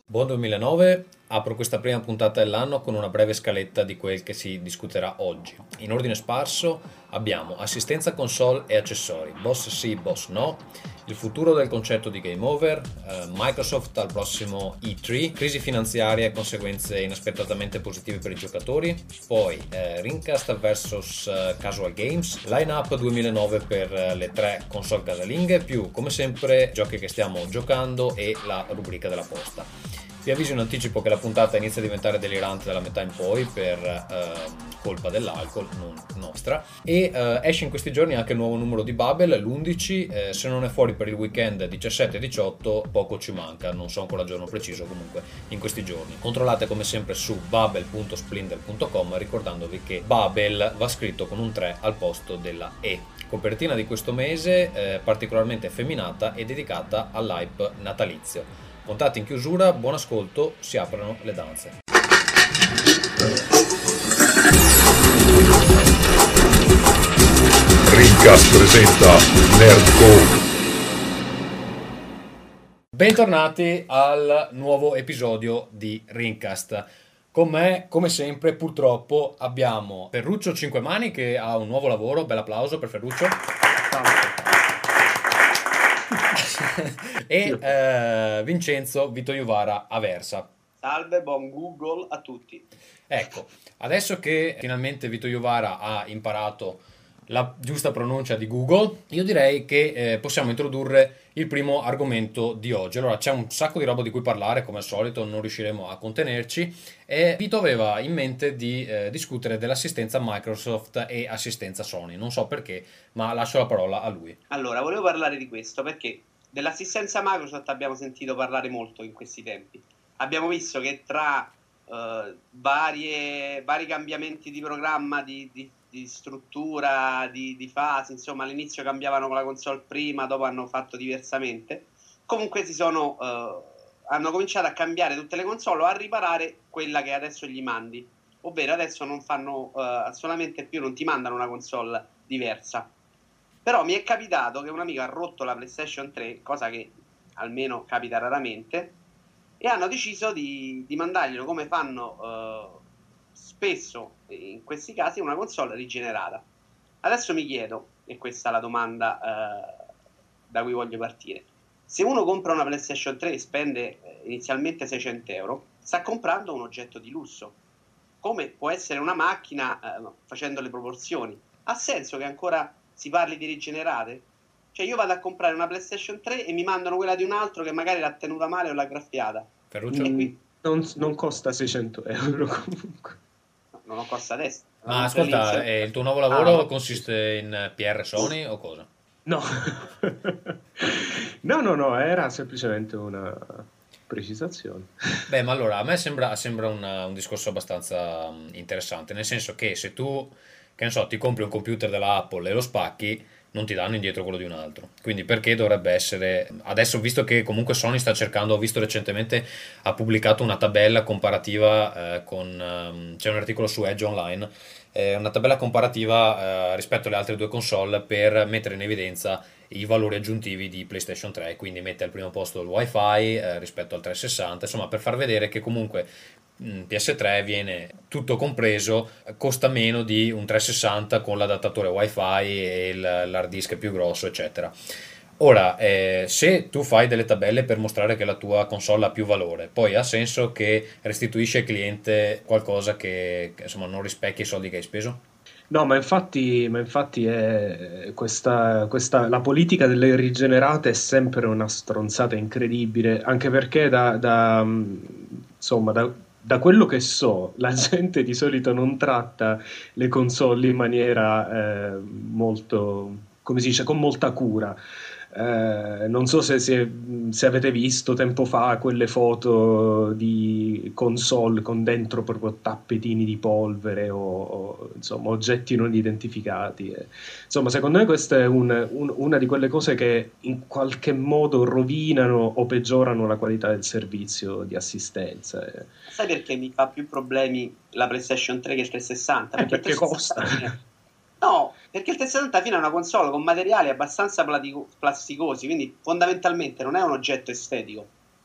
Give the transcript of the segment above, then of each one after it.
Buon 2009, apro questa prima puntata dell'anno con una breve scaletta di quel che si discuterà oggi. In ordine sparso abbiamo assistenza console e accessori, boss sì, boss no, il futuro del concetto di game over, Microsoft al prossimo E3, crisi finanziaria e conseguenze inaspettatamente positive per i giocatori, poi Rincast vs Casual Games, line-up 2009 per le tre console casalinghe, più come sempre giochi che stiamo giocando e la rubrica della posta. Vi avviso in anticipo che la puntata inizia a diventare delirante dalla metà in poi per colpa dell'alcol, non nostra, e esce in questi giorni anche il nuovo numero di Babel, l'11, se non è fuori per il weekend 17 e 18 poco ci manca, non so ancora il giorno preciso, comunque in questi giorni. Controllate come sempre su babel.splendor.com ricordandovi che Babel va scritto con un 3 al posto della E. Copertina di questo mese particolarmente effeminata e dedicata all'hype natalizio. Puntata in chiusura, buon ascolto, si aprono le danze. Rincast presenta Nerdcore. Bentornati al nuovo episodio di Rincast. Con me, come sempre, purtroppo abbiamo Ferruccio Cinquemani che ha un nuovo lavoro, bel applauso per Ferruccio. E Vincenzo Vito Iuvara Aversa. Salve, buon Google a tutti. Ecco, adesso che finalmente Vito Iuvara ha imparato la giusta pronuncia di Google, io direi che possiamo introdurre il primo argomento di oggi. Allora, c'è un sacco di roba di cui parlare, come al solito, non riusciremo a contenerci. E Vito aveva in mente di discutere dell'assistenza Microsoft e assistenza Sony. Non so perché, ma lascio la parola a lui. Allora, volevo parlare di questo perché dell'assistenza Microsoft abbiamo sentito parlare molto in questi tempi. Abbiamo visto che tra vari cambiamenti di programma, di struttura, di fasi, insomma all'inizio cambiavano con la console prima, dopo hanno fatto diversamente. Comunque hanno cominciato a cambiare tutte le console o a riparare quella che adesso gli mandi. Ovvero adesso non fanno solamente più, non ti mandano una console diversa. Però mi è capitato che un amico ha rotto la PlayStation 3, cosa che almeno capita raramente, e hanno deciso di mandarglielo, come fanno spesso in questi casi, una console rigenerata. Adesso mi chiedo, e questa è la domanda da cui voglio partire: se uno compra una PlayStation 3 e spende inizialmente 600 euro, sta comprando un oggetto di lusso, come può essere una macchina, facendo le proporzioni. Ha senso che ancora si parli di rigenerate? Cioè io vado a comprare una PlayStation 3 e mi mandano quella di un altro che magari l'ha tenuta male o l'ha graffiata. Ferruccio? Non costa 600 euro comunque. No, non costa adesso. Ma ascolta, il tuo nuovo lavoro consiste in PR Sony o cosa? No. No, era semplicemente una precisazione. Beh, ma allora a me sembra un discorso abbastanza interessante, nel senso che se tu, che ne so, ti compri un computer della Apple e lo spacchi, non ti danno indietro quello di un altro. Quindi perché dovrebbe essere... Adesso, visto che comunque Sony sta cercando, ho visto recentemente, ha pubblicato una tabella comparativa c'è un articolo su Edge Online, una tabella comparativa rispetto alle altre due console per mettere in evidenza i valori aggiuntivi di PlayStation 3, quindi mette al primo posto il Wi-Fi rispetto al 360, insomma per far vedere che comunque PS3 viene tutto compreso, costa meno di un 360 con l'adattatore Wi-Fi e l'hard disk più grosso, eccetera. Ora, se tu fai delle tabelle per mostrare che la tua console ha più valore, poi ha senso che restituisci al cliente qualcosa che insomma non rispecchia i soldi che hai speso? No, ma infatti è la politica delle rigenerate è sempre una stronzata incredibile, anche perché da quello che so, la gente di solito non tratta le console in maniera molto, come si dice, con molta cura. Non so se avete visto tempo fa quelle foto di console con dentro proprio tappetini di polvere o insomma oggetti non identificati. Insomma, secondo me questa è una di quelle cose che in qualche modo rovinano o peggiorano la qualità del servizio di assistenza. Sai perché mi fa più problemi la PlayStation 3 che il 360? Perché costa. No, perché il 360 alla fine è una console con materiali abbastanza plasticosi, quindi fondamentalmente non è un oggetto estetico.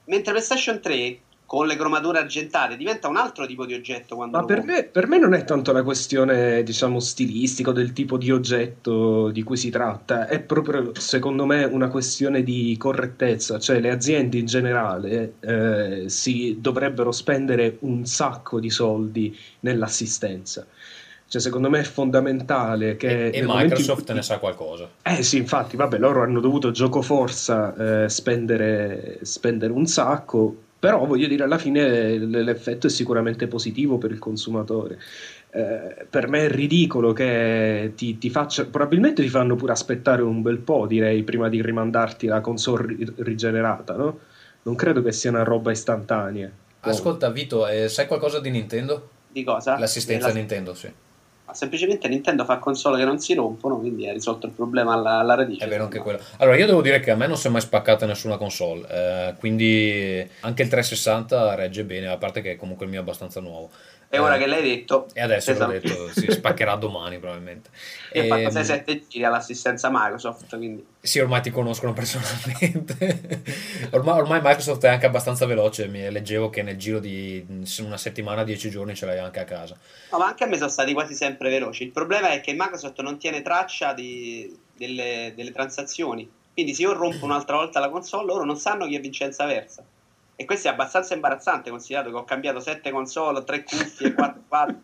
mentre PlayStation 3 con le cromature argentate diventa un altro tipo di oggetto quando Ma lo per compri. per me non è tanto una questione, diciamo, stilistica o del tipo di oggetto di cui si tratta, è proprio, secondo me, una questione di correttezza, cioè le aziende in generale si dovrebbero spendere un sacco di soldi nell'assistenza. Cioè, secondo me è fondamentale che E nel momento in Microsoft ne cui... sa qualcosa. Sì, infatti, vabbè, loro hanno dovuto giocoforza spendere un sacco, però voglio dire, alla fine l'effetto è sicuramente positivo per il consumatore. Per me è ridicolo che ti faccia, probabilmente ti fanno pure aspettare un bel po', direi, prima di rimandarti la console rigenerata, no? Non credo che sia una roba istantanea. Boh. Ascolta, Vito, sai qualcosa di Nintendo? Di cosa? L'assistenza Nintendo, sì. Ma semplicemente Nintendo fa console che non si rompono, quindi è risolto il problema alla È radice. vero anche secondo me. quello. Allora, io devo dire che a me non si è mai spaccata nessuna console, quindi anche il 360 regge bene, a parte che comunque il mio è abbastanza nuovo. E ora che Eh, l'hai detto, e adesso ve l'ho esatto. detto, si spaccherà domani probabilmente. Io ho fatto Ehm, 6-7 giri all'assistenza Microsoft, quindi Sì, ormai ti conoscono personalmente. Ormai Microsoft è anche abbastanza veloce. Leggevo che nel giro di una settimana, 10 giorni ce l'hai anche a casa. no, ma anche a me sono stati quasi sempre veloci. Il problema è che Microsoft non tiene traccia delle transazioni. Quindi se io rompo un'altra volta la console, loro non sanno chi è Vincenza Versa. E questo è abbastanza imbarazzante, considerato che ho cambiato 7 console, 3 cuffie, 4 pad.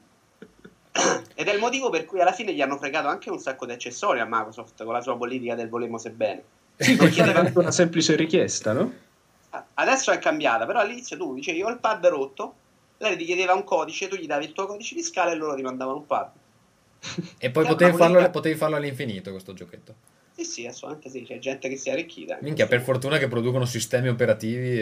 Ed è il motivo per cui alla fine gli hanno fregato anche un sacco di accessori a Microsoft con la sua politica del volemo se bene. Sì, Non perché era chiedeva... anche una semplice richiesta, no? Adesso è cambiata, però all'inizio tu dicevi ho il pad rotto, lei ti chiedeva un codice, tu gli davi il tuo codice fiscale e loro ti mandavano un pad. E poi Che era una politica... potevi farlo all'infinito questo giochetto. Sì, sì, assolutamente sì, c'è gente che si è arricchita in Minchia, questo per modo. fortuna che producono sistemi operativi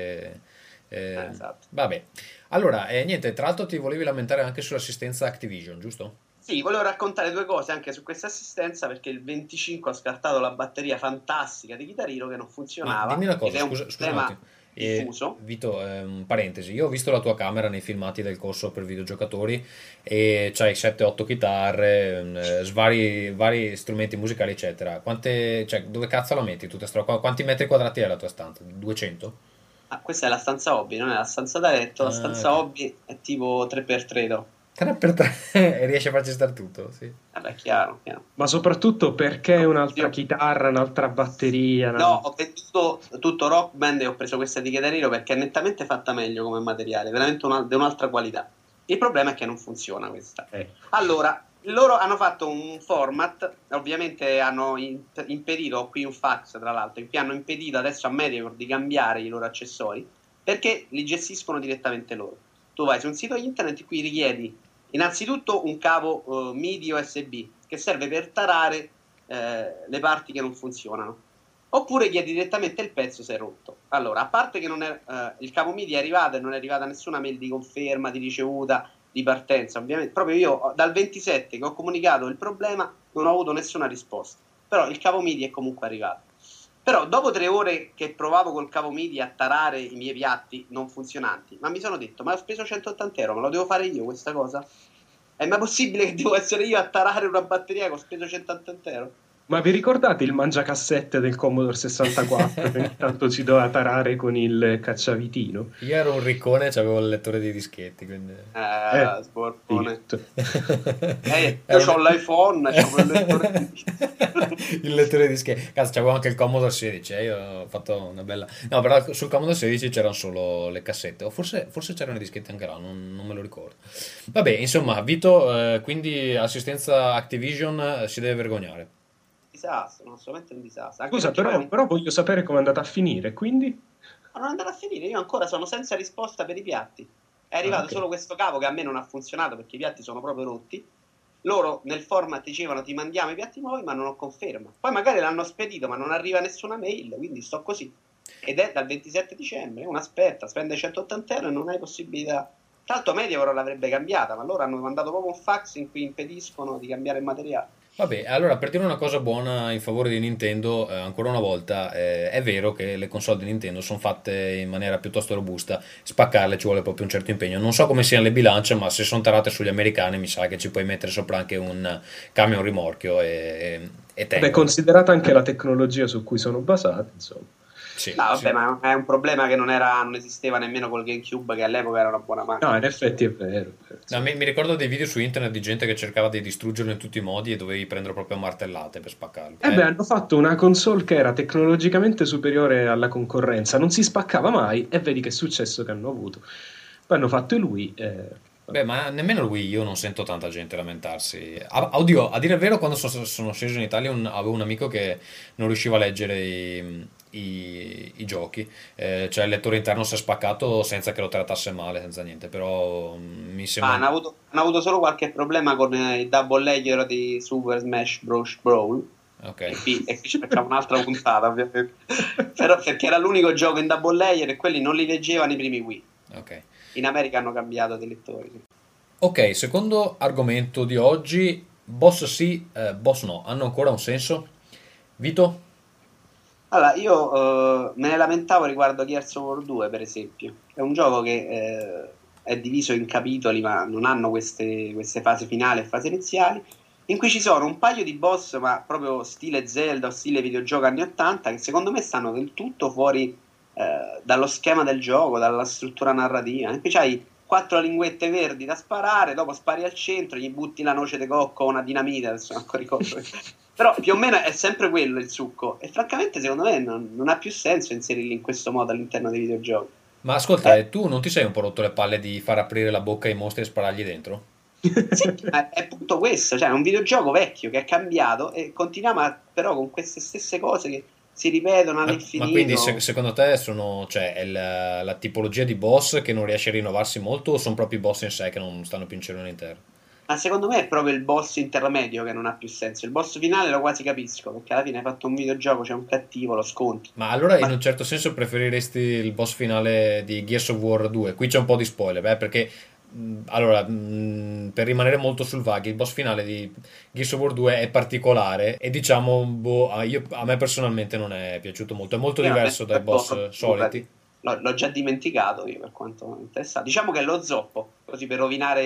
Esatto. vabbè. Allora, niente, tra l'altro ti volevi lamentare anche sull'assistenza Activision, giusto? Sì, volevo raccontare due cose anche su questa assistenza perché il 25 ha scartato la batteria fantastica di Guitar Hero che non Ma dimmi funzionava una ed cosa, è un scusa un problema attimo. diffuso. Vito, parentesi, io ho visto la tua camera nei filmati del corso per videogiocatori e c'hai 7-8 chitarre, vari strumenti musicali, eccetera. Cioè, dove cazzo la metti tutta sta roba? Quanti metri quadrati è la tua stanza? 200? Ah, questa è la stanza hobby, non è la stanza da letto, la Ah, stanza ok. hobby è tipo 3x3, no? 3x3 e riesci a farci stare tutto, sì. Vabbè, chiaro, chiaro. Ma soprattutto perché un'altra Io chitarra, un'altra batteria? no, ho venduto tutto Rock Band e ho preso questa di Guitar Hero perché è nettamente fatta meglio come materiale, veramente di un'altra qualità. Il problema è che non funziona questa. Ecco. Allora, loro hanno fatto un format, ovviamente hanno impedito, ho qui un fax tra l'altro, in cui hanno impedito adesso a MediaCore di cambiare i loro accessori perché li gestiscono direttamente loro. Tu vai su un sito internet in cui richiedi innanzitutto un cavo MIDI USB che serve per tarare le parti che non funzionano. Oppure chiedi direttamente il pezzo se è rotto. Allora, a parte che non è, il cavo MIDI è arrivato e non è arrivata nessuna mail di conferma, di ricevuta, di partenza, ovviamente. Proprio io dal 27 che ho comunicato il problema non ho avuto nessuna risposta. Però il cavo MIDI è comunque arrivato. Però dopo 3 ore che provavo col cavo MIDI a tarare i miei piatti non funzionanti, ma mi sono detto, ma ho speso 180 euro, ma lo devo fare io questa cosa? È mai possibile che devo essere io a tarare una batteria che ho speso 180 euro? Ma vi ricordate il mangiacassette del Commodore 64 che ogni tanto ci doveva tarare con il cacciavitino? Io ero un riccone e avevo il lettore di dischetti, quindi... Sborpone. Detto. Io Era ho l'iPhone, c'ho il lettore di... il lettore di dischetti. Cazzo, c'avevo anche il Commodore 16, io ho fatto una bella... No, però sul Commodore 16 c'erano solo le cassette, o forse c'erano i dischetti anche là, non me lo ricordo. Vabbè, insomma, Vito, quindi assistenza Activision si deve vergognare. Disastro, no, assolutamente un disastro. Anche Scusa, perché poi però voglio sapere come è andata a finire, quindi... non è andato a finire, io ancora sono senza risposta per i piatti. È Ah, arrivato ok. solo questo cavo che a me non ha funzionato perché i piatti sono proprio rotti. Loro nel format dicevano ti mandiamo i piatti nuovi, ma non ho conferma. Poi magari l'hanno spedito, ma non arriva nessuna mail, quindi sto così. Ed è dal 27 dicembre, uno aspetta, spende 180 euro e non hai possibilità. Tra l'altro MediaCore l'avrebbe cambiata, ma loro hanno mandato proprio un fax in cui impediscono di cambiare il materiale. Vabbè, allora per dire una cosa buona in favore di Nintendo, ancora una volta, è vero che le console di Nintendo sono fatte in maniera piuttosto robusta, spaccarle ci vuole proprio un certo impegno. Non so come siano le bilance, ma se sono tarate sugli americani mi sa che ci puoi mettere sopra anche un camion rimorchio e Beh, tengono. considerata anche la tecnologia su cui sono basate, insomma. Sì, No, sì. vabbè, ma è un problema che non esisteva nemmeno col GameCube, che all'epoca era una buona macchina. No, in effetti è vero. No, mi ricordo dei video su internet di gente che cercava di distruggerlo in tutti i modi e dovevi prendere proprio a martellate per spaccarlo. E beh, hanno fatto una console che era tecnologicamente superiore alla concorrenza, non si spaccava mai e vedi che successo che hanno avuto. Poi hanno fatto il Wii. Beh, ma nemmeno lui, io non sento tanta gente lamentarsi. Oddio, a dire il vero, quando sono sceso in Italia avevo un amico che non riusciva a leggere i giochi. Cioè il lettore interno si è spaccato senza che lo trattasse male, senza niente, però mi Ma sembra... hanno avuto solo qualche problema con il double layer di Super Smash Bros. Brawl. Ok. E qui ci facciamo un'altra puntata, ovviamente. Però perché era l'unico gioco in double layer e quelli non li leggevano i primi Wii. Ok. In America hanno cambiato dei lettori. Sì. Ok, secondo argomento di oggi, boss sì, boss no, hanno ancora un senso? Vito? Allora, io me ne lamentavo riguardo Gears of War 2, per esempio. È un gioco che è diviso in capitoli, ma non hanno queste fasi finali e fasi iniziali, in cui ci sono un paio di boss, ma proprio stile Zelda o stile videogioco anni 80, che secondo me stanno del tutto fuori dallo schema del gioco, dalla struttura narrativa. E poi c'hai quattro linguette verdi da sparare, dopo spari al centro, gli butti la noce di cocco o una dinamite, adesso non ricordo. Però più o meno è sempre quello il succo. E francamente, secondo me, non ha più senso inserirli in questo modo all'interno dei videogiochi. Ma ascolta, tu non ti sei un po' rotto le palle di far aprire la bocca ai mostri e sparargli dentro? Sì, è appunto questo. Cioè, è un videogioco vecchio che è cambiato e continuiamo però con queste stesse cose che si ripetono Ma quindi all'infinito. secondo te cioè, è la tipologia di boss che non riesce a rinnovarsi molto o sono proprio i boss in sé che non stanno più in cielo né in terra? Ma secondo me è proprio il boss intermedio che non ha più senso. Il boss finale lo quasi capisco, perché alla fine hai fatto un videogioco, c'è un cattivo, lo sconti. Ma allora in Ma un certo senso preferiresti il boss finale di Gears of War 2? Qui c'è un po' di spoiler, perché allora, per rimanere molto sul vago, il boss finale di Gears of War 2 è particolare e diciamo, boh, a me personalmente non è piaciuto molto, è molto io non diverso dai boss figurati. soliti. L'ho già dimenticato io per quanto mi interessa. Diciamo che è lo zoppo, così per rovinare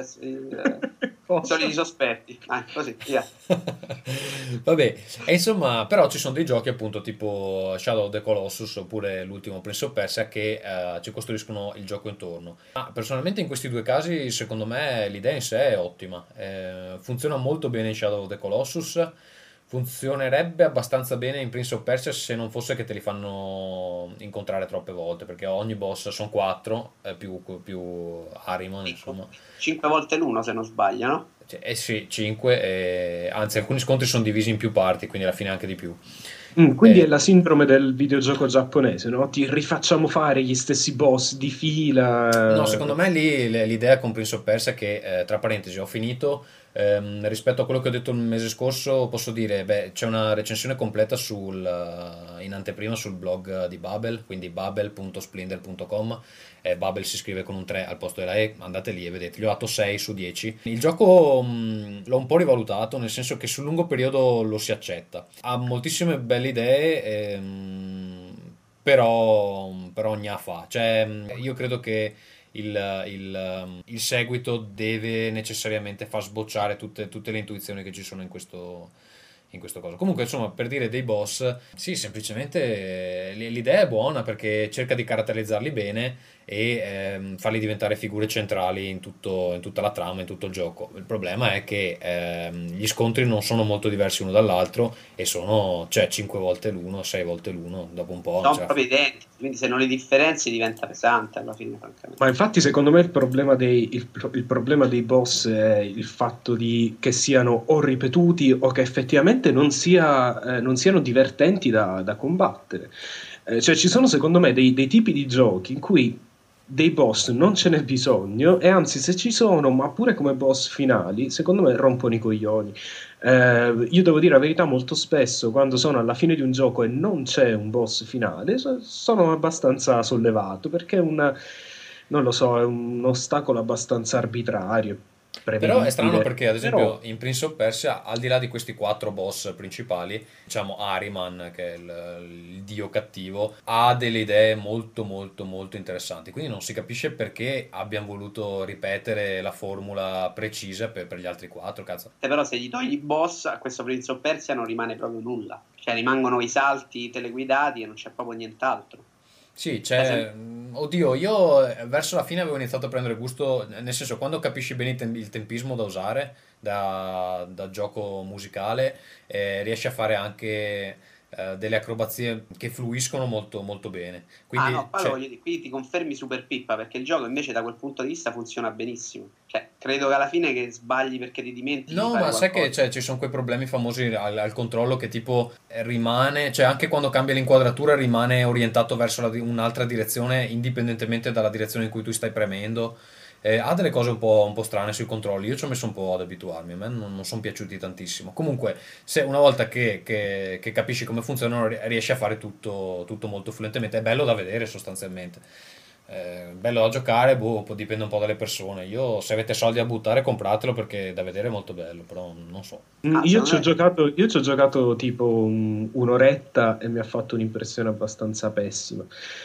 i Posso? soliti sospetti. Così, via. Vabbè, e insomma, però ci sono dei giochi appunto tipo Shadow of the Colossus oppure l'ultimo Prince of Persia che ci costruiscono il gioco intorno. Ma personalmente in questi due casi, secondo me, l'idea in sé è ottima. Funziona molto bene in Shadow of the Colossus, funzionerebbe abbastanza bene in Prince of Persia se non fosse che te li fanno incontrare troppe volte, perché ogni boss sono quattro, più Ahriman, insomma. 5 volte l'uno, se non sbaglio, no? Cioè, eh sì, 5, anzi alcuni scontri sono divisi in più parti, quindi alla fine anche di più. Quindi è Eh, la sindrome del videogioco giapponese, no? Ti rifacciamo fare gli stessi boss di no, fila. secondo me lì l'idea con Prince of Persia è che, tra parentesi, ho finito, rispetto a quello che ho detto il mese scorso, posso dire, beh, c'è una recensione completa in anteprima sul blog di Babel, quindi babel.splendor.com, Babel si scrive con un 3 al posto della E, andate lì e vedete, gli ho dato 6 su 10. Il gioco l'ho un po' rivalutato, nel senso che sul lungo periodo lo si accetta. Ha moltissime belle idee, però gnafa. Cioè, io credo che il seguito deve necessariamente far sbocciare tutte le intuizioni che ci sono in questo caso. Comunque, insomma, per dire dei boss, sì, semplicemente l'idea è buona perché cerca di caratterizzarli bene e farli diventare figure centrali in tutta la trama, in tutto il gioco. Il problema è che gli scontri non sono molto diversi uno dall'altro e sono, cioè, 5 volte l'uno, 6 volte l'uno, dopo un po' non ce Sono la fa. proprio identici, quindi se non li differenzi diventa pesante alla fine, francamente. Ma infatti, secondo me, il problema dei boss è il fatto che siano o ripetuti o che effettivamente non siano divertenti da combattere. Cioè, ci sono, secondo me, dei tipi di giochi in cui dei boss non ce n'è bisogno, e anzi, se ci sono, ma pure come boss finali, secondo me rompono i coglioni. Io devo dire la verità, molto spesso quando sono alla fine di un gioco e non c'è un boss finale, sono abbastanza sollevato perché non lo so, è un ostacolo abbastanza arbitrario. prevedibile. Però è strano perché, ad esempio, Però, in Prince of Persia, al di là di questi quattro boss principali, diciamo Ahriman, che è il dio cattivo, ha delle idee molto molto molto interessanti. Quindi non si capisce perché abbiano voluto ripetere la formula precisa per gli altri quattro, cazzo. Però se gli togli i boss a questo Prince of Persia non rimane proprio nulla. Cioè rimangono i salti teleguidati e non c'è proprio nient'altro. Sì, Cioè, c'è. Oddio, io verso la fine avevo iniziato a prendere gusto, nel senso, quando capisci bene il tempismo da usare, da gioco musicale, riesci a fare anche delle acrobazie che fluiscono molto, molto bene. ah Quindi no, poi lo voglio dire, qui ti confermi Super Pippa perché il gioco invece da quel punto di vista funziona benissimo. Cioè, credo che alla fine che sbagli perché ti dimentichi di no, fare ma sai che qualcosa. ci sono quei problemi famosi al controllo che tipo rimane, cioè anche quando cambia l'inquadratura rimane orientato verso un'altra direzione indipendentemente dalla direzione in cui tu stai premendo. Ha delle cose un po' strane sui controlli, io ci ho messo un po' ad abituarmi, a me non sono piaciuti tantissimo. Comunque, se una volta che capisci come funzionano, riesci a fare tutto molto fluentemente, è bello da vedere sostanzialmente. Bello da giocare, boh, dipende un po' dalle persone. Io, se avete soldi a buttare, compratelo perché da vedere è molto bello, però non so. Ah, io secondo ci ho me giocato, io ci ho giocato tipo un'oretta e mi ha fatto un'impressione abbastanza pessima.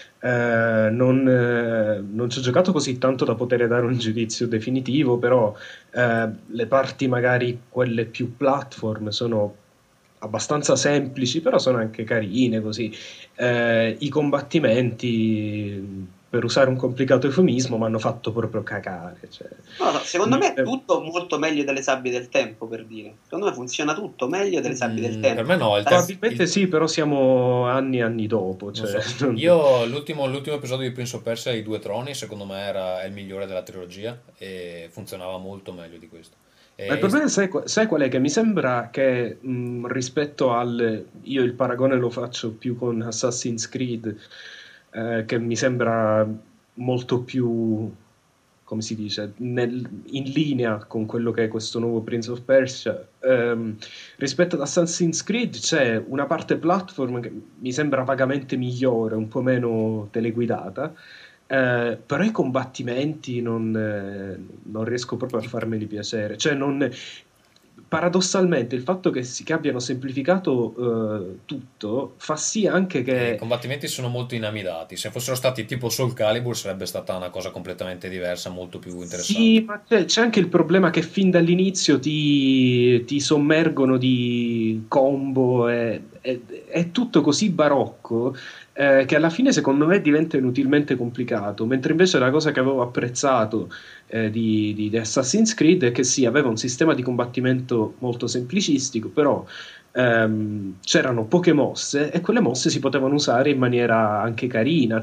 Non ci ho giocato così tanto da poter dare un giudizio definitivo, però le parti magari quelle più platform sono abbastanza semplici, però sono anche carine così. I combattimenti, per usare un complicato eufemismo, mi hanno fatto proprio cagare. Cioè, non lo so, secondo me è tutto molto meglio delle sabbie del tempo, per dire. Secondo me funziona tutto meglio delle sabbie del Per tempo. me no, probabilmente sì, però siamo anni e anni dopo. non Cioè, so. Io l'ultimo episodio di Prince of Persia, I Due Troni, secondo me è il migliore della trilogia e funzionava molto meglio di questo. Ma il E, problema sai qual è? Che mi sembra che rispetto al... Io il paragone lo faccio più con Assassin's Creed, che mi sembra molto più, come si dice, in linea con quello che è questo nuovo Prince of Persia. Rispetto ad Assassin's Creed c'è una parte platform che mi sembra vagamente migliore, un po' meno teleguidata. Però i combattimenti non riesco proprio a farmeli piacere. Cioè, paradossalmente, il fatto che abbiano semplificato tutto fa sì anche i che combattimenti sono molto inamidati. Se fossero stati tipo Soul Calibur sarebbe stata una cosa completamente diversa, molto più interessante. sì, ma c'è anche il problema che fin dall'inizio ti sommergono di combo è tutto così barocco che alla fine secondo me diventa inutilmente complicato, mentre invece la cosa che avevo apprezzato di Assassin's Creed è che sì, aveva un sistema di combattimento molto semplicistico, però c'erano poche mosse e quelle mosse si potevano usare in maniera anche carina.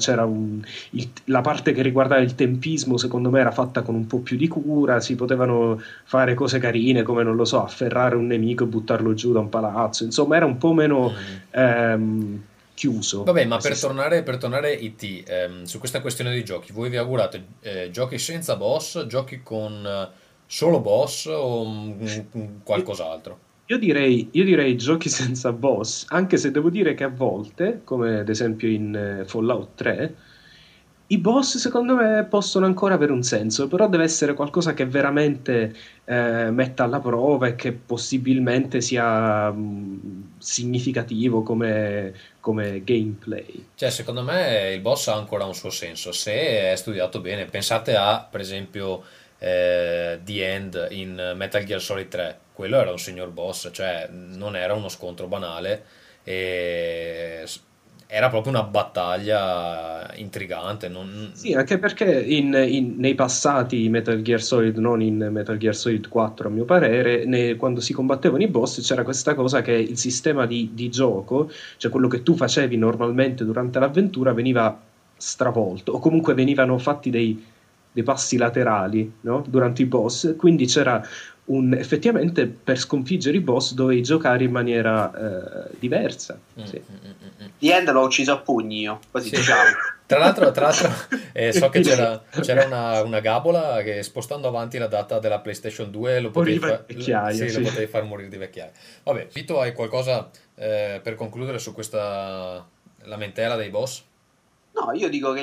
La parte che riguardava il tempismo, secondo me, era fatta con un po' più di cura. Si potevano fare cose carine, come non lo so, afferrare un nemico e buttarlo giù da un palazzo. Insomma, era un po' meno chiuso Vabbè, ma a se per tornare IT, su questa questione dei giochi, voi vi augurate giochi senza boss, giochi con solo boss o qualcos'altro? Io direi giochi senza boss, anche se devo dire che a volte, come ad esempio in Fallout 3, i boss secondo me possono ancora avere un senso, però deve essere qualcosa che veramente metta alla prova e che possibilmente sia significativo come gameplay. Cioè, secondo me il boss ha ancora un suo senso, se è studiato bene. Pensate a, per esempio, The End in Metal Gear Solid 3. Quello era un signor boss, cioè non era uno scontro banale, e era proprio una battaglia intrigante. Sì, anche perché nei passati Metal Gear Solid, non in Metal Gear Solid 4 a mio parere, quando si combattevano i boss c'era questa cosa che il sistema di gioco, cioè quello che tu facevi normalmente durante l'avventura, veniva stravolto o comunque venivano fatti dei passi laterali, no? Durante i boss, quindi c'era effettivamente per sconfiggere i boss dovevi giocare in maniera diversa. Mm, Sì. mm, mm, mm, mm. The End l'ho ucciso a pugni io, così Sì. diciamo. Tra l'altro, so che c'era una gabola che spostando avanti la data della PlayStation 2 Moriva di vecchiaia, sì, lo sì. potevi far morire di vecchiaia. Vabbè, Vito, hai qualcosa per concludere su questa lamentela dei boss? No, io dico che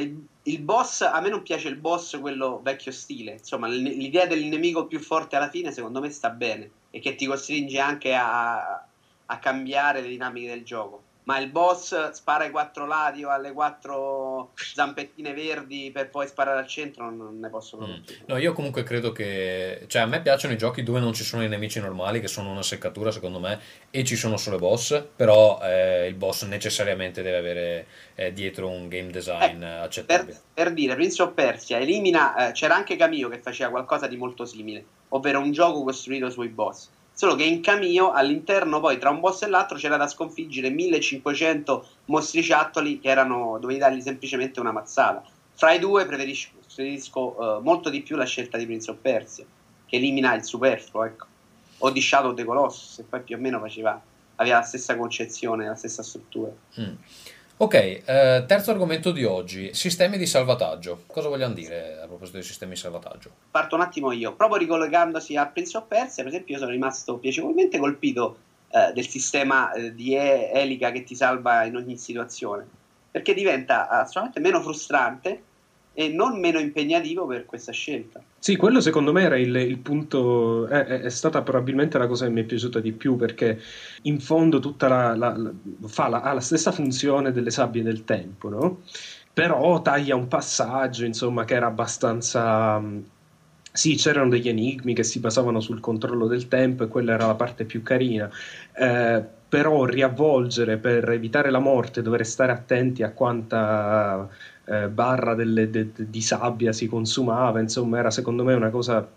il boss, a me non piace il boss quello vecchio stile, insomma l'idea del nemico più forte alla fine secondo me sta bene e che ti costringe anche a cambiare le dinamiche del gioco. Ma il boss spara ai 4 lati o alle 4 zampettine verdi per poi sparare al centro, non ne posso proprio più. No, io comunque credo che, cioè, a me piacciono i giochi dove non ci sono i nemici normali, che sono una seccatura secondo me, e ci sono solo i boss, però il boss necessariamente deve avere dietro un game design accettabile. Per dire, Prince of Persia elimina, c'era anche Camillo che faceva qualcosa di molto simile, ovvero un gioco costruito sui boss. Solo che in Camillo all'interno poi tra un boss e l'altro c'era da sconfiggere 1500 mostriciattoli che erano, dovevi dargli semplicemente una mazzata. Fra i due preferisco molto di più la scelta di Prince of Persia, che elimina il superfluo, ecco. O di Shadow of the Colossus, e poi più o meno aveva la stessa concezione, la stessa struttura. Ok, terzo argomento di oggi, sistemi di salvataggio. Cosa vogliamo dire a proposito dei sistemi di salvataggio? Parto un attimo io, proprio ricollegandosi a Prince of Persia, per esempio io sono rimasto piacevolmente colpito del sistema di elica che ti salva in ogni situazione, perché diventa assolutamente meno frustrante e non meno impegnativo per questa scelta. Sì, quello secondo me era il punto, è stata probabilmente la cosa che mi è piaciuta di più, perché in fondo tutta ha la stessa funzione delle sabbie del tempo, no? Però taglia un passaggio, insomma, che era abbastanza... Sì, c'erano degli enigmi che si basavano sul controllo del tempo e quella era la parte più carina, però riavvolgere per evitare la morte, dover stare attenti a quanta barra di sabbia si consumava, insomma era secondo me una cosa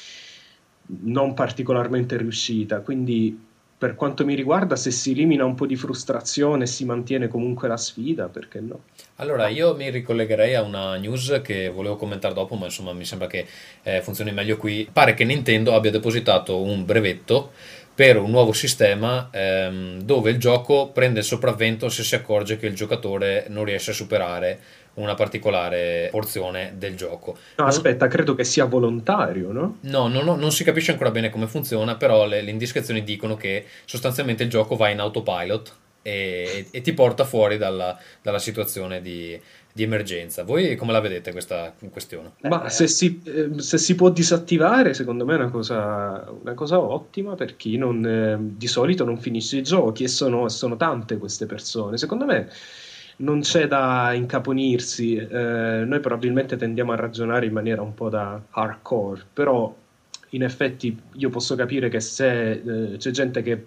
non particolarmente riuscita, quindi per quanto mi riguarda se si elimina un po' di frustrazione e si mantiene comunque la sfida, perché no? Allora, io mi ricollegherei a una news che volevo commentare dopo, ma insomma mi sembra che funzioni meglio qui. Pare che Nintendo abbia depositato un brevetto per un nuovo sistema dove il gioco prende il sopravvento se si accorge che il giocatore non riesce a superare una particolare porzione del gioco. No, aspetta, credo che sia volontario, no? No, non si capisce ancora bene come funziona, però le indiscrezioni dicono che sostanzialmente il gioco va in autopilot e ti porta fuori dalla situazione di emergenza. Voi come la vedete questa questione? Ma se si può disattivare, secondo me è una cosa ottima per chi di solito non finisce i giochi e sono tante queste persone. Secondo me non c'è da incaponirsi, noi probabilmente tendiamo a ragionare in maniera un po' da hardcore, però in effetti io posso capire che se c'è gente che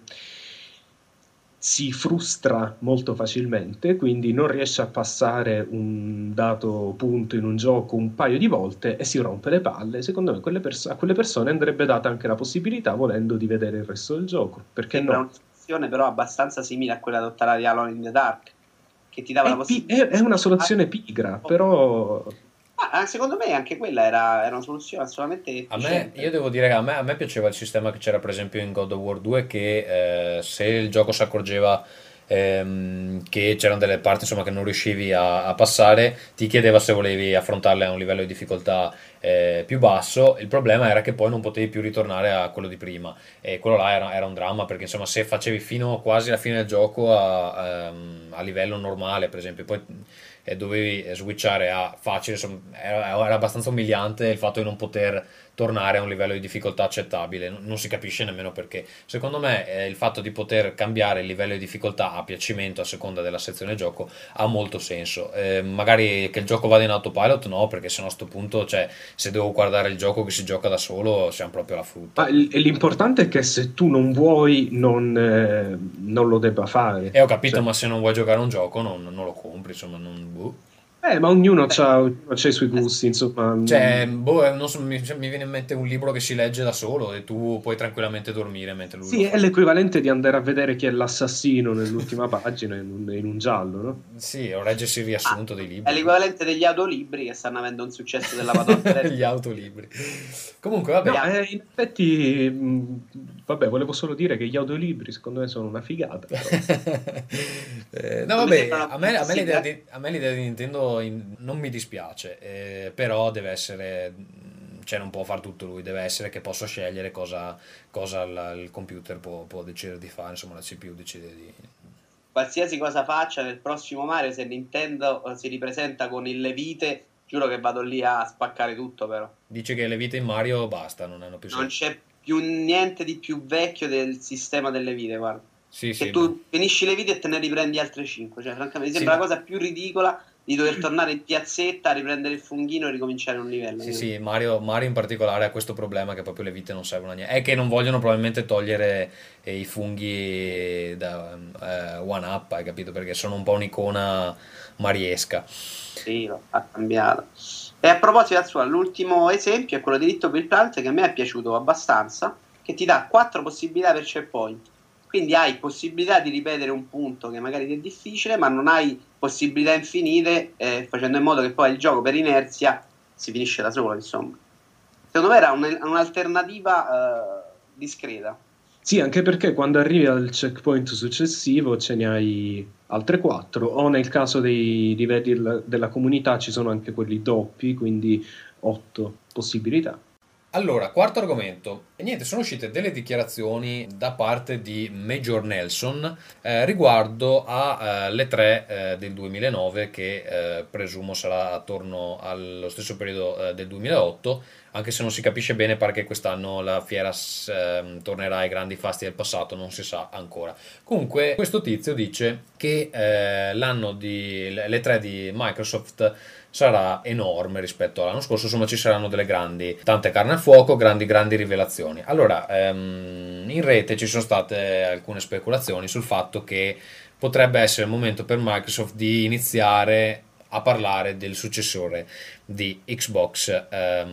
si frustra molto facilmente, quindi non riesce a passare un dato punto in un gioco un paio di volte e si rompe le palle. Secondo me a quelle persone andrebbe data anche la possibilità, volendo, di vedere il resto del gioco. Perché Sembra no? una soluzione però abbastanza simile a quella adottata di Alone in the Dark, che ti dava la possibilità. È una soluzione pigra, però... secondo me anche quella era una soluzione assolutamente efficiente. Io devo dire che a me piaceva il sistema che c'era per esempio in God of War 2 che se il gioco si accorgeva che c'erano delle parti insomma, che non riuscivi a passare, ti chiedeva se volevi affrontarle a un livello di difficoltà più basso. Il problema era che poi non potevi più ritornare a quello di prima e quello là era un dramma, perché insomma se facevi fino quasi alla fine del gioco a livello normale per esempio, poi dovevi switchare a facile, insomma, era abbastanza umiliante il fatto di non poter tornare a un livello di difficoltà accettabile. Non si capisce nemmeno perché. Secondo me il fatto di poter cambiare il livello di difficoltà a piacimento a seconda della sezione gioco ha molto senso. Magari che il gioco vada in autopilot no, perché sennò a sto punto, cioè, se devo guardare il gioco che si gioca da solo siamo proprio alla frutta. Ma l'importante è che se tu non vuoi non lo debba fare. Ho capito, ma se non vuoi giocare un gioco non lo compri, insomma, Ma ognuno ha i suoi gusti, insomma. Cioè, non so, mi viene in mente un libro che si legge da solo e tu puoi tranquillamente dormire mentre lui Sì, è l'equivalente di andare a vedere chi è l'assassino nell'ultima pagina in un giallo, no? Sì, o leggersi il riassunto dei libri. È l'equivalente degli autolibri che stanno avendo un successo della Madonna. Gli autolibri. Comunque, vabbè. No, in effetti, vabbè, volevo solo dire che gli audiolibri secondo me sono una figata. No, vabbè, a me l'idea di Nintendo non mi dispiace, però deve essere, cioè non può fare tutto lui, deve essere che posso scegliere cosa il computer può decidere di fare, insomma la CPU decide di... Qualsiasi cosa faccia nel prossimo Mario, se Nintendo si ripresenta con il Levite, Giuro che vado lì a spaccare tutto, però. Dice che le vite in Mario basta, non hanno più Non senso. c'è più niente di più vecchio del sistema delle vite, guarda. Sì, Che sì, tu finisci le vite e te ne riprendi altre 5. Cioè, francamente, mi sì, sembra la cosa più ridicola di dover tornare in piazzetta a riprendere il funghino e ricominciare un livello. sì, sì, Mario in particolare ha questo problema che proprio le vite non servono a niente. È che non vogliono probabilmente togliere i funghi da One Up, hai capito? Perché sono un po' un'icona mariesca. Sì, ha cambiato. E a proposito, Azzulla, l'ultimo esempio è quello di Little Big Planet, che a me è piaciuto abbastanza, che ti dà 4 possibilità per checkpoint. Quindi hai possibilità di ripetere un punto che magari ti è difficile, ma non hai possibilità infinite, facendo in modo che poi il gioco per inerzia si finisce da solo, insomma. Secondo me era un'alternativa discreta. Sì, anche perché quando arrivi al checkpoint successivo ce ne hai altre 4, o nel caso dei livelli della comunità ci sono anche quelli doppi, quindi 8 possibilità. Allora, quarto argomento. E niente, sono uscite delle dichiarazioni da parte di Major Nelson riguardo alle 3 del 2009, che presumo sarà attorno allo stesso periodo del 2008, anche se non si capisce bene, pare che quest'anno la fiera tornerà ai grandi fasti del passato, non si sa ancora. Comunque, questo tizio dice che le 3 di Microsoft sarà enorme rispetto all'anno scorso, insomma ci saranno tante carne al fuoco, grandi rivelazioni. Allora, in rete ci sono state alcune speculazioni sul fatto che potrebbe essere il momento per Microsoft di iniziare a parlare del successore di Xbox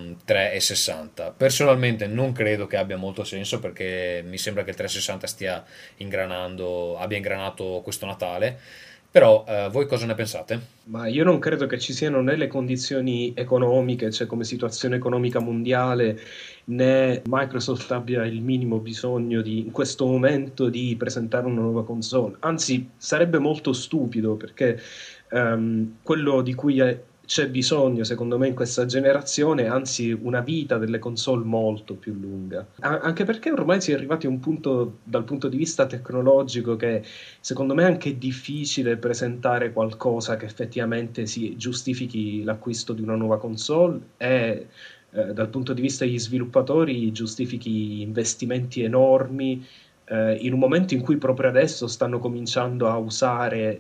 360. Personalmente non credo che abbia molto senso, perché mi sembra che il 360 abbia ingranato questo Natale. Però voi cosa ne pensate? Ma io non credo che ci siano né le condizioni economiche, cioè come situazione economica mondiale, né Microsoft abbia il minimo bisogno in questo momento di presentare una nuova console. Anzi, sarebbe molto stupido, perché quello di cui c'è bisogno, secondo me, in questa generazione, anzi una vita delle console molto più lunga. Anche perché ormai si è arrivati a un punto, dal punto di vista tecnologico, che secondo me è anche difficile presentare qualcosa che effettivamente si giustifichi l'acquisto di una nuova console e dal punto di vista degli sviluppatori giustifichi investimenti enormi in un momento in cui proprio adesso stanno cominciando a usare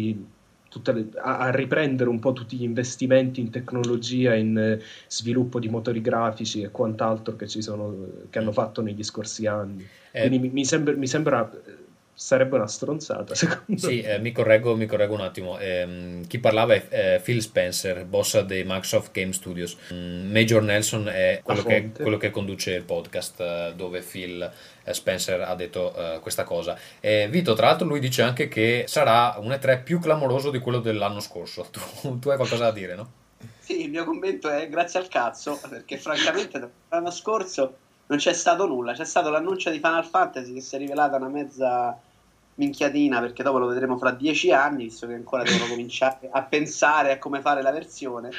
a riprendere un po' tutti gli investimenti in tecnologia, in sviluppo di motori grafici e quant'altro che hanno fatto negli scorsi anni. Quindi mi sembra sarebbe una stronzata, secondo Sì, me. mi correggo un attimo. Chi parlava è Phil Spencer, boss dei Microsoft Game Studios. Major Nelson è quello che conduce il podcast dove Phil Spencer ha detto questa cosa. Vito, tra l'altro, lui dice anche che sarà un E3 più clamoroso di quello dell'anno scorso. Tu hai qualcosa da dire, no? Sì, il mio commento è grazie al cazzo, perché francamente l'anno scorso non c'è stato nulla. C'è stato l'annuncio di Final Fantasy, che si è rivelata una mezza minchiatina, perché dopo lo vedremo fra 10 anni, visto che ancora devono cominciare a pensare a come fare la versione,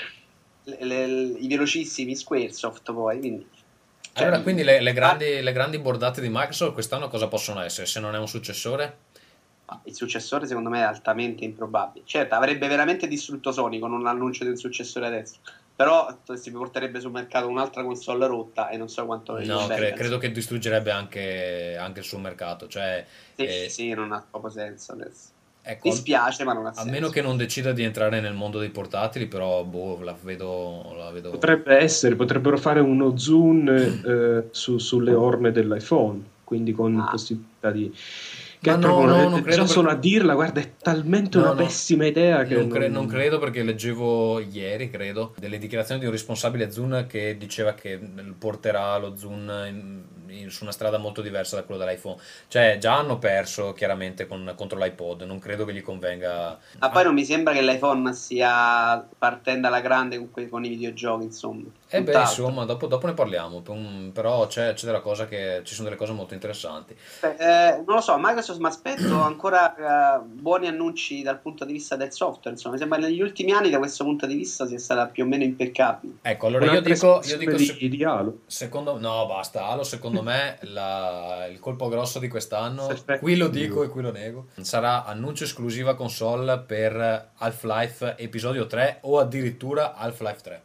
i velocissimi Squaresoft poi, quindi, Allora, quindi le grandi bordate di Microsoft quest'anno cosa possono essere, se non è un successore? il successore secondo me è altamente improbabile. Certo, avrebbe veramente distrutto Sony con un annuncio di un successore adesso, però si porterebbe sul mercato un'altra console rotta e non so quanto No, credo che distruggerebbe anche il suo mercato. Cioè, sì, non ha proprio senso adesso. ecco, Mi spiace, ma non ha a senso. meno che non decida di entrare nel mondo dei portatili, però boh, la vedo. Potrebbero fare uno zoom sulle orme dell'iPhone, quindi con possibilità di... Che Ma è no, proprio, non credo, già solo a perché dirla, guarda, è talmente una no, pessima idea che non credo, perché leggevo ieri, credo, delle dichiarazioni di un responsabile Zoom che diceva che porterà lo Zoom su una strada molto diversa da quello dell'iPhone. Cioè, già hanno perso chiaramente contro l'iPod, non credo che gli convenga. Ma poi non mi sembra che l'iPhone stia partendo alla grande con i videogiochi, insomma. Beh, Tutt'altro. insomma, dopo ne parliamo, però c'è della cosa ci sono delle cose molto interessanti. Non lo so, Microsoft mi aspetto ancora buoni annunci dal punto di vista del software, insomma, mi sembra che negli ultimi anni da questo punto di vista sia stata più o meno impeccabile. Ecco, allora io dico di Halo. no, basta, Halo secondo secondo me il colpo grosso di quest'anno, Mass Effect qui lo dico 2. e qui lo nego, sarà annuncio esclusiva console per Half-Life episodio 3 o addirittura Half-Life 3.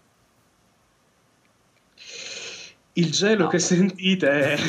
Il gelo No. che sentite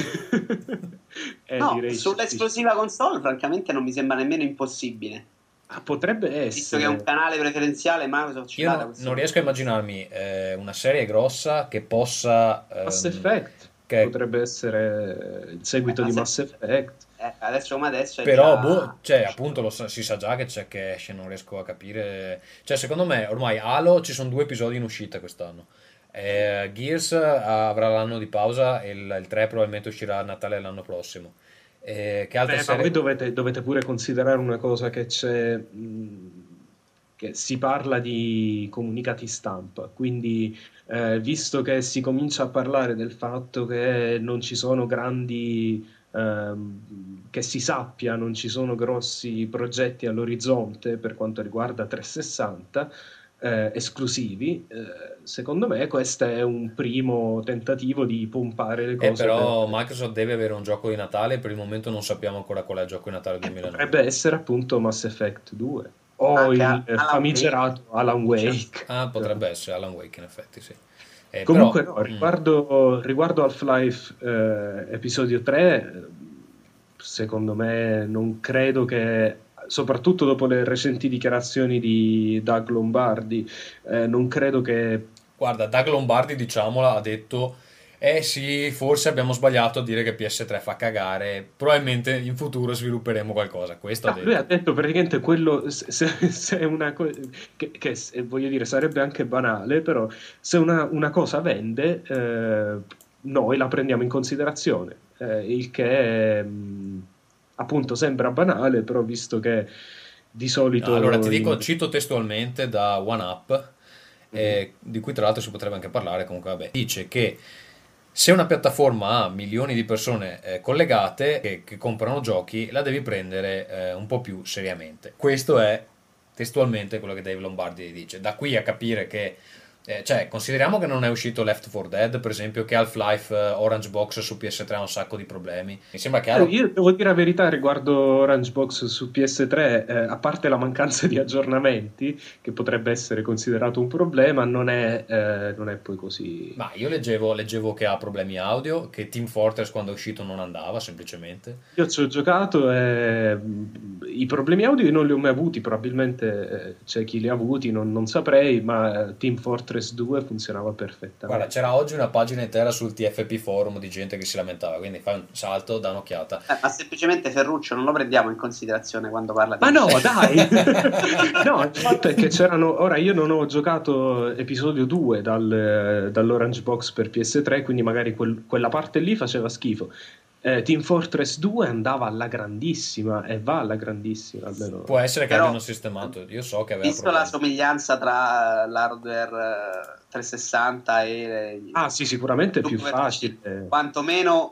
è No, direi sull'esclusiva console francamente non mi sembra nemmeno impossibile, potrebbe visto che è un essere canale preferenziale Microsoft ci Io dà da non questo non punto riesco a di vista. immaginarmi una serie grossa che possa Mass Effect, che potrebbe essere il seguito di Mass Effect. Adesso come adesso è però già cioè appunto si sa già che c'è, che esce, non riesco a capire, cioè secondo me ormai Halo ci sono 2 episodi in uscita quest'anno. Gears avrà l'anno di pausa e il 3 probabilmente uscirà a Natale l'anno prossimo. Che altre Ma voi serie? dovete pure considerare una cosa che c'è, che si parla di comunicati stampa, quindi visto che si comincia a parlare del fatto che non ci sono grandi, che si sappia, non ci sono grossi progetti all'orizzonte per quanto riguarda 360, esclusivi, secondo me questo è un primo tentativo di pompare le cose Però Microsoft deve avere un gioco di Natale, per il momento non sappiamo ancora qual è il gioco di Natale 2009. potrebbe essere appunto Mass Effect 2 o anche il Alan famigerato Wake. Alan Wake. Potrebbe essere Alan Wake in effetti, sì. Comunque Però no, riguardo Half-Life episodio 3, secondo me non credo che, soprattutto dopo le recenti dichiarazioni di Doug Lombardi, non credo che. guarda, Doug Lombardi, diciamola, ha detto: eh sì, forse abbiamo sbagliato a dire che PS3 fa cagare, probabilmente in futuro svilupperemo qualcosa. Questo ha No, lui ha detto. detto praticamente quello, se è voglio dire, sarebbe anche banale, però se una cosa vende, noi la prendiamo in considerazione, il che appunto sembra banale, però visto che di No, allora solito ti dico, cito testualmente da OneUp, Mhm. di cui tra l'altro si potrebbe anche parlare, comunque vabbè, dice che se una piattaforma ha milioni di persone collegate che comprano giochi, la devi prendere un po' più seriamente. Questo è testualmente quello che Dave Lombardi dice. Da qui a capire che, cioè, consideriamo che non è uscito Left 4 Dead, per esempio, che Half-Life Orange Box su PS3 ha un sacco di problemi. Mi sembra chiaro. Io devo dire la verità riguardo Orange Box su PS3, a parte la mancanza di aggiornamenti, che potrebbe essere considerato un problema, non è poi così. Ma io leggevo che ha problemi audio, che Team Fortress quando è uscito non andava semplicemente. Io ci ho giocato e i problemi audio io non li ho mai avuti, probabilmente c'è chi li ha avuti, non saprei, ma Team Fortress 2 funzionava Guarda, perfettamente. c'era oggi una pagina intera sul TFP forum di gente che si lamentava, quindi fai un salto, da un'occhiata. Ma semplicemente Ferruccio non lo prendiamo in considerazione quando parla di Ma no, Half-Life. dai! No, il fatto è che c'erano. Ora io non ho giocato episodio 2 dall'Orange Box per PS3, quindi magari quella parte lì faceva schifo. Team Fortress 2 andava alla grandissima e va alla grandissima almeno. Può essere che Però, abbiano sistemato, io so che aveva visto la problemi. somiglianza tra l'hardware 360 e Ah, sì, sicuramente è più Super facile. PC, quantomeno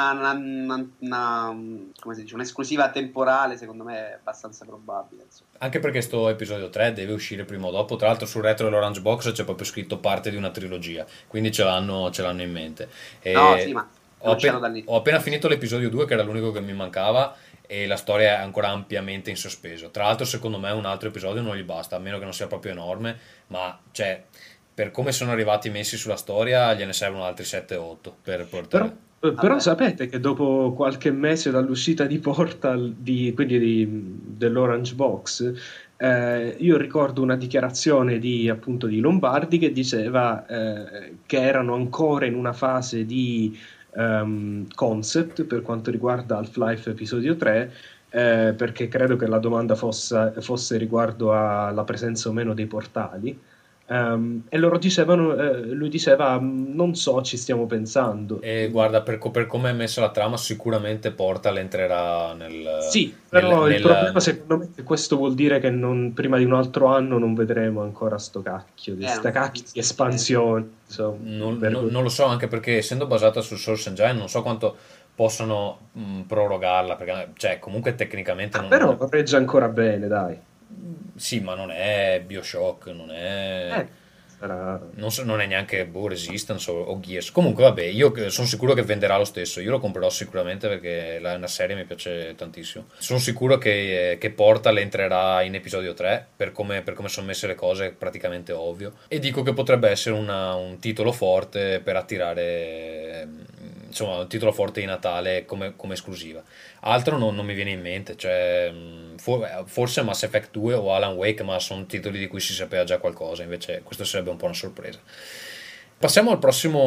come si dice, un'esclusiva temporale, secondo me è abbastanza probabile. Insomma. Anche perché sto episodio 3 deve uscire prima o dopo, tra l'altro sul retro dell'Orange Box c'è proprio scritto parte di una trilogia, quindi ce l'hanno in mente. No, sì, ma Ho cominciato appena, da lì. ho appena finito l'episodio 2, che era l'unico che mi mancava, e la storia è ancora ampiamente in sospeso. Tra l'altro, secondo me, un altro episodio non gli basta, a meno che non sia proprio enorme, ma cioè, per come sono arrivati messi sulla storia, gliene servono altri 7-8 per Però, portare. però Vabbè. sapete che dopo qualche mese dall'uscita di Portal, quindi dell'Orange Box, io ricordo una dichiarazione appunto di Lombardi che diceva che erano ancora in una fase di concept per quanto riguarda Half-Life episodio 3, perché credo che la domanda fosse riguardo alla presenza o meno dei portali. E loro dicevano, lui diceva, non so, ci stiamo pensando. E guarda, per come è messa la trama, sicuramente Portal entrerà Sì, nel, però il problema nel- secondo me è che questo vuol dire che prima di un altro anno non vedremo ancora Non sta fa cacchio di difficile. espansione, insomma, non lo so, anche perché essendo basata sul Source Engine, non so quanto possono prorogarla, perché cioè, comunque tecnicamente Però regge ancora bene, dai. sì, ma non è BioShock, non è. Eh, Non è neanche Resistance o Gears. Comunque vabbè, io sono sicuro che venderà lo stesso. Io lo comprerò sicuramente perché è una serie mi piace tantissimo. Sono sicuro che Portal entrerà in episodio 3 per come sono messe le cose, è praticamente ovvio. E dico che potrebbe essere un titolo forte per attirare, insomma, un titolo forte di Natale come esclusiva. Altro non mi viene in mente, cioè forse Mass Effect 2 o Alan Wake, ma sono titoli di cui si sapeva già qualcosa, invece questo sarebbe un po' una sorpresa. Passiamo al prossimo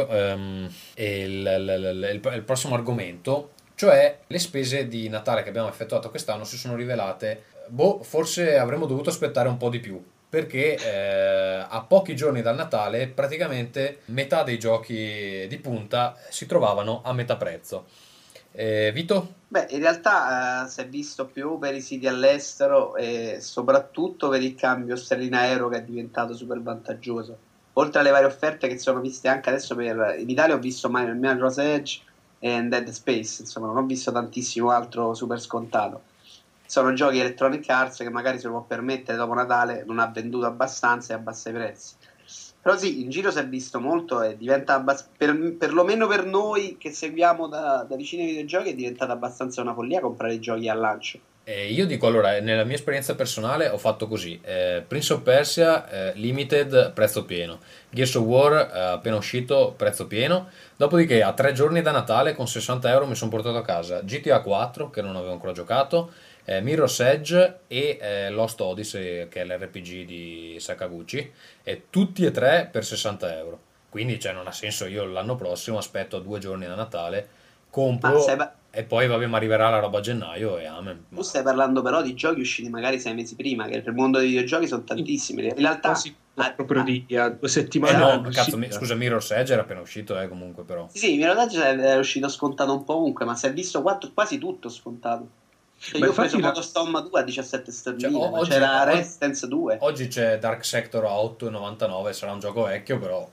il prossimo argomento, cioè le spese di Natale che abbiamo effettuato quest'anno si sono rivelate, forse avremmo dovuto aspettare un po' di più, perché a pochi giorni dal Natale praticamente metà dei giochi di punta si trovavano a metà prezzo. Vito? Beh, in realtà si è visto più per i siti all'estero e soprattutto per il cambio sterlina-euro che è diventato super vantaggioso. Oltre alle varie offerte che sono viste anche adesso in Italia ho visto Mirror's Edge e Dead Space, insomma non ho visto tantissimo altro super scontato. Sono giochi Electronic Arts che magari se lo può permettere dopo Natale, non ha venduto abbastanza e a bassi prezzi. Però sì, in giro si è visto molto e diventa perlomeno per noi che seguiamo da vicino i videogiochi è diventata abbastanza una follia comprare i giochi al lancio. Io dico allora, nella mia esperienza personale ho fatto così: Prince of Persia Limited prezzo pieno, Gears of War appena uscito prezzo pieno, dopodiché a 3 giorni da Natale con 60 euro mi sono portato a casa GTA 4 che non avevo ancora giocato, Mirror's Edge e Lost Odyssey che è l'RPG di Sakaguchi, e tutti e 3 per 60 euro. Quindi cioè, non ha senso, io l'anno prossimo aspetto 2 giorni da Natale, compro e poi vabbè, mi arriverà la roba a gennaio e amen. Tu stai parlando però di giochi usciti magari 6 mesi prima, che per il mondo dei videogiochi sono tantissimi. In realtà proprio di 2 settimane. No, cazzo, scusa, Mirror's Edge era appena uscito, comunque però. Sì, Mirror's Edge è uscito scontato un po' ovunque, ma si è visto quasi tutto scontato. Cioè, io ho preso Photostorm 2 a 17 sterline, c'era Resistance 2. Oggi c'è Dark Sector a 8,99, sarà un gioco vecchio però.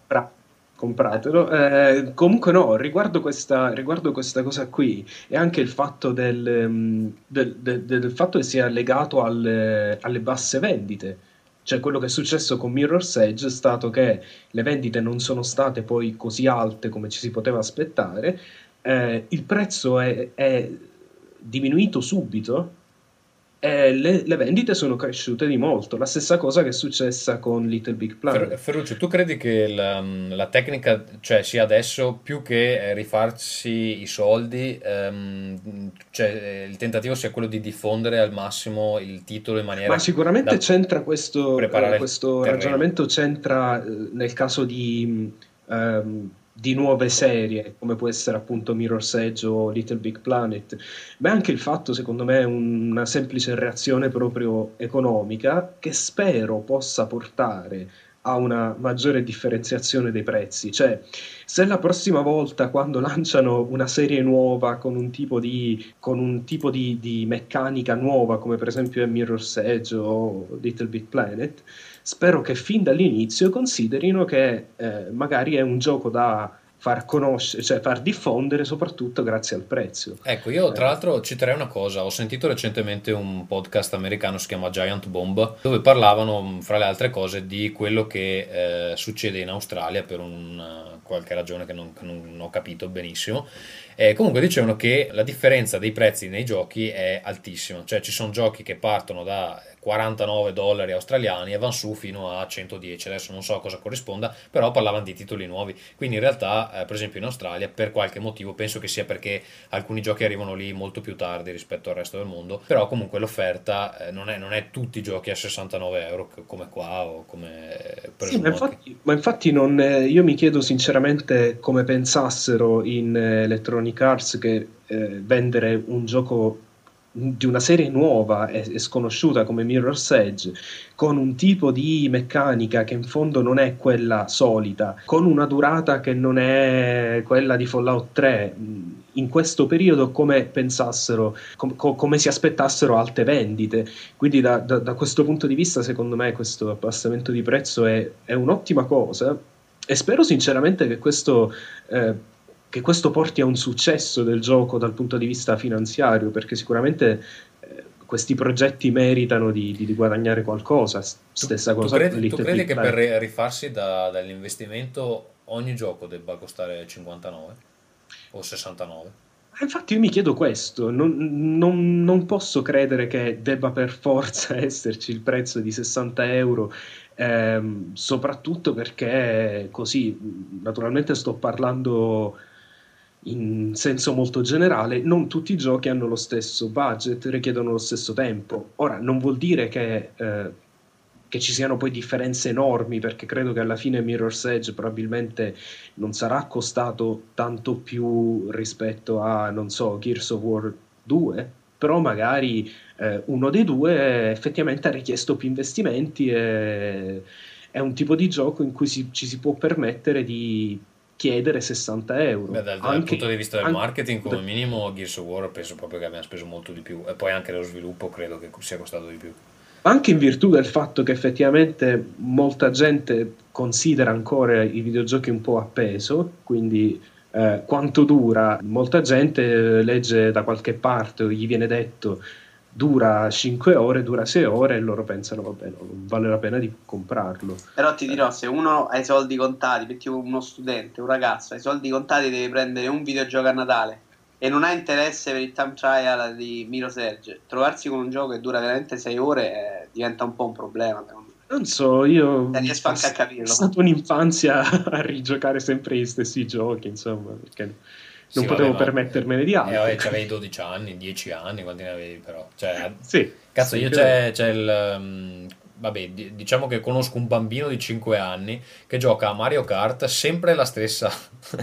Compratelo. Comunque no, riguardo questa cosa qui e anche il fatto del fatto che sia legato alle basse vendite. Cioè quello che è successo con Mirror's Edge è stato che le vendite non sono state poi così alte come ci si poteva aspettare, il prezzo è diminuito subito e le vendite sono cresciute di molto. La stessa cosa che è successa con Little Big Planet. Ferruccio, tu credi che la tecnica, cioè sia adesso più che rifarsi i soldi, cioè il tentativo sia quello di diffondere al massimo il titolo in maniera... Ma sicuramente c'entra questo ragionamento, c'entra nel caso di nuove serie come può essere appunto Mirror's Edge o Little Big Planet, ma anche il fatto, secondo me, una semplice reazione proprio economica che spero possa portare a una maggiore differenziazione dei prezzi. Cioè, se la prossima volta quando lanciano una serie nuova con un tipo di meccanica nuova, come per esempio è Mirror's Edge o Little Big Planet, spero che fin dall'inizio considerino che magari è un gioco da far conoscere, cioè far diffondere soprattutto grazie al prezzo. Ecco, io tra l'altro citerei una cosa: ho sentito recentemente un podcast americano, si chiama Giant Bomb, dove parlavano fra le altre cose di quello che succede in Australia per qualche ragione che non ho capito benissimo. Comunque dicevano che la differenza dei prezzi nei giochi è altissima, cioè ci sono giochi che partono da $49 australiani e vanno su fino a 110, adesso non so a cosa corrisponda, però parlavano di titoli nuovi. Quindi in realtà per esempio in Australia per qualche motivo, penso che sia perché alcuni giochi arrivano lì molto più tardi rispetto al resto del mondo, però comunque l'offerta non è tutti i giochi a 69 euro come qua o come sì, ma infatti io mi chiedo sinceramente come pensassero in Electronic Arts che vendere un gioco di una serie nuova e sconosciuta come Mirror's Edge, con un tipo di meccanica che in fondo non è quella solita, con una durata che non è quella di Fallout 3, in questo periodo come pensassero, come si aspettassero alte vendite. Quindi da questo punto di vista secondo me questo abbassamento di prezzo è un'ottima cosa e spero sinceramente che questo porti a un successo del gioco dal punto di vista finanziario, perché sicuramente questi progetti meritano di guadagnare qualcosa. Stessa cosa. Tu credi che per rifarsi dall'investimento ogni gioco debba costare 59 o 69? Infatti io mi chiedo questo, non posso credere che debba per forza esserci il prezzo di 60 euro, soprattutto perché così, naturalmente sto parlando in senso molto generale, non tutti i giochi hanno lo stesso budget, richiedono lo stesso tempo. Ora, non vuol dire che ci siano poi differenze enormi, perché credo che alla fine Mirror's Edge probabilmente non sarà costato tanto più rispetto a, non so, Gears of War 2, però magari uno dei due effettivamente ha richiesto più investimenti e è un tipo di gioco in cui ci si può permettere di chiedere 60 euro. Beh, dal punto di vista del marketing, come minimo Gears of War penso proprio che abbiamo speso molto di più, e poi anche lo sviluppo credo che sia costato di più. Anche in virtù del fatto che effettivamente molta gente considera ancora i videogiochi un po' a peso, quindi quanto dura, molta gente legge da qualche parte o gli viene detto dura 5 ore, dura 6 ore, e loro pensano vabbè, non vale la pena di comprarlo. Però ti dirò, se uno ha i soldi contati, metti uno studente, un ragazzo ha i soldi contati, deve prendere un videogioco a Natale e non ha interesse per il time trial di Mirror's Edge, trovarsi con un gioco che dura veramente 6 ore diventa un po' un problema. Non so, io riesco anche a capirlo. È stata un'infanzia a rigiocare sempre gli stessi giochi, insomma, perché non potevo permettermene di altri. C'avevi 12 anni, 10 anni, quanti ne avevi però? Cioè, sì. Cazzo, io c'è il... Vabbè, diciamo che conosco un bambino di 5 anni che gioca a Mario Kart sempre la stessa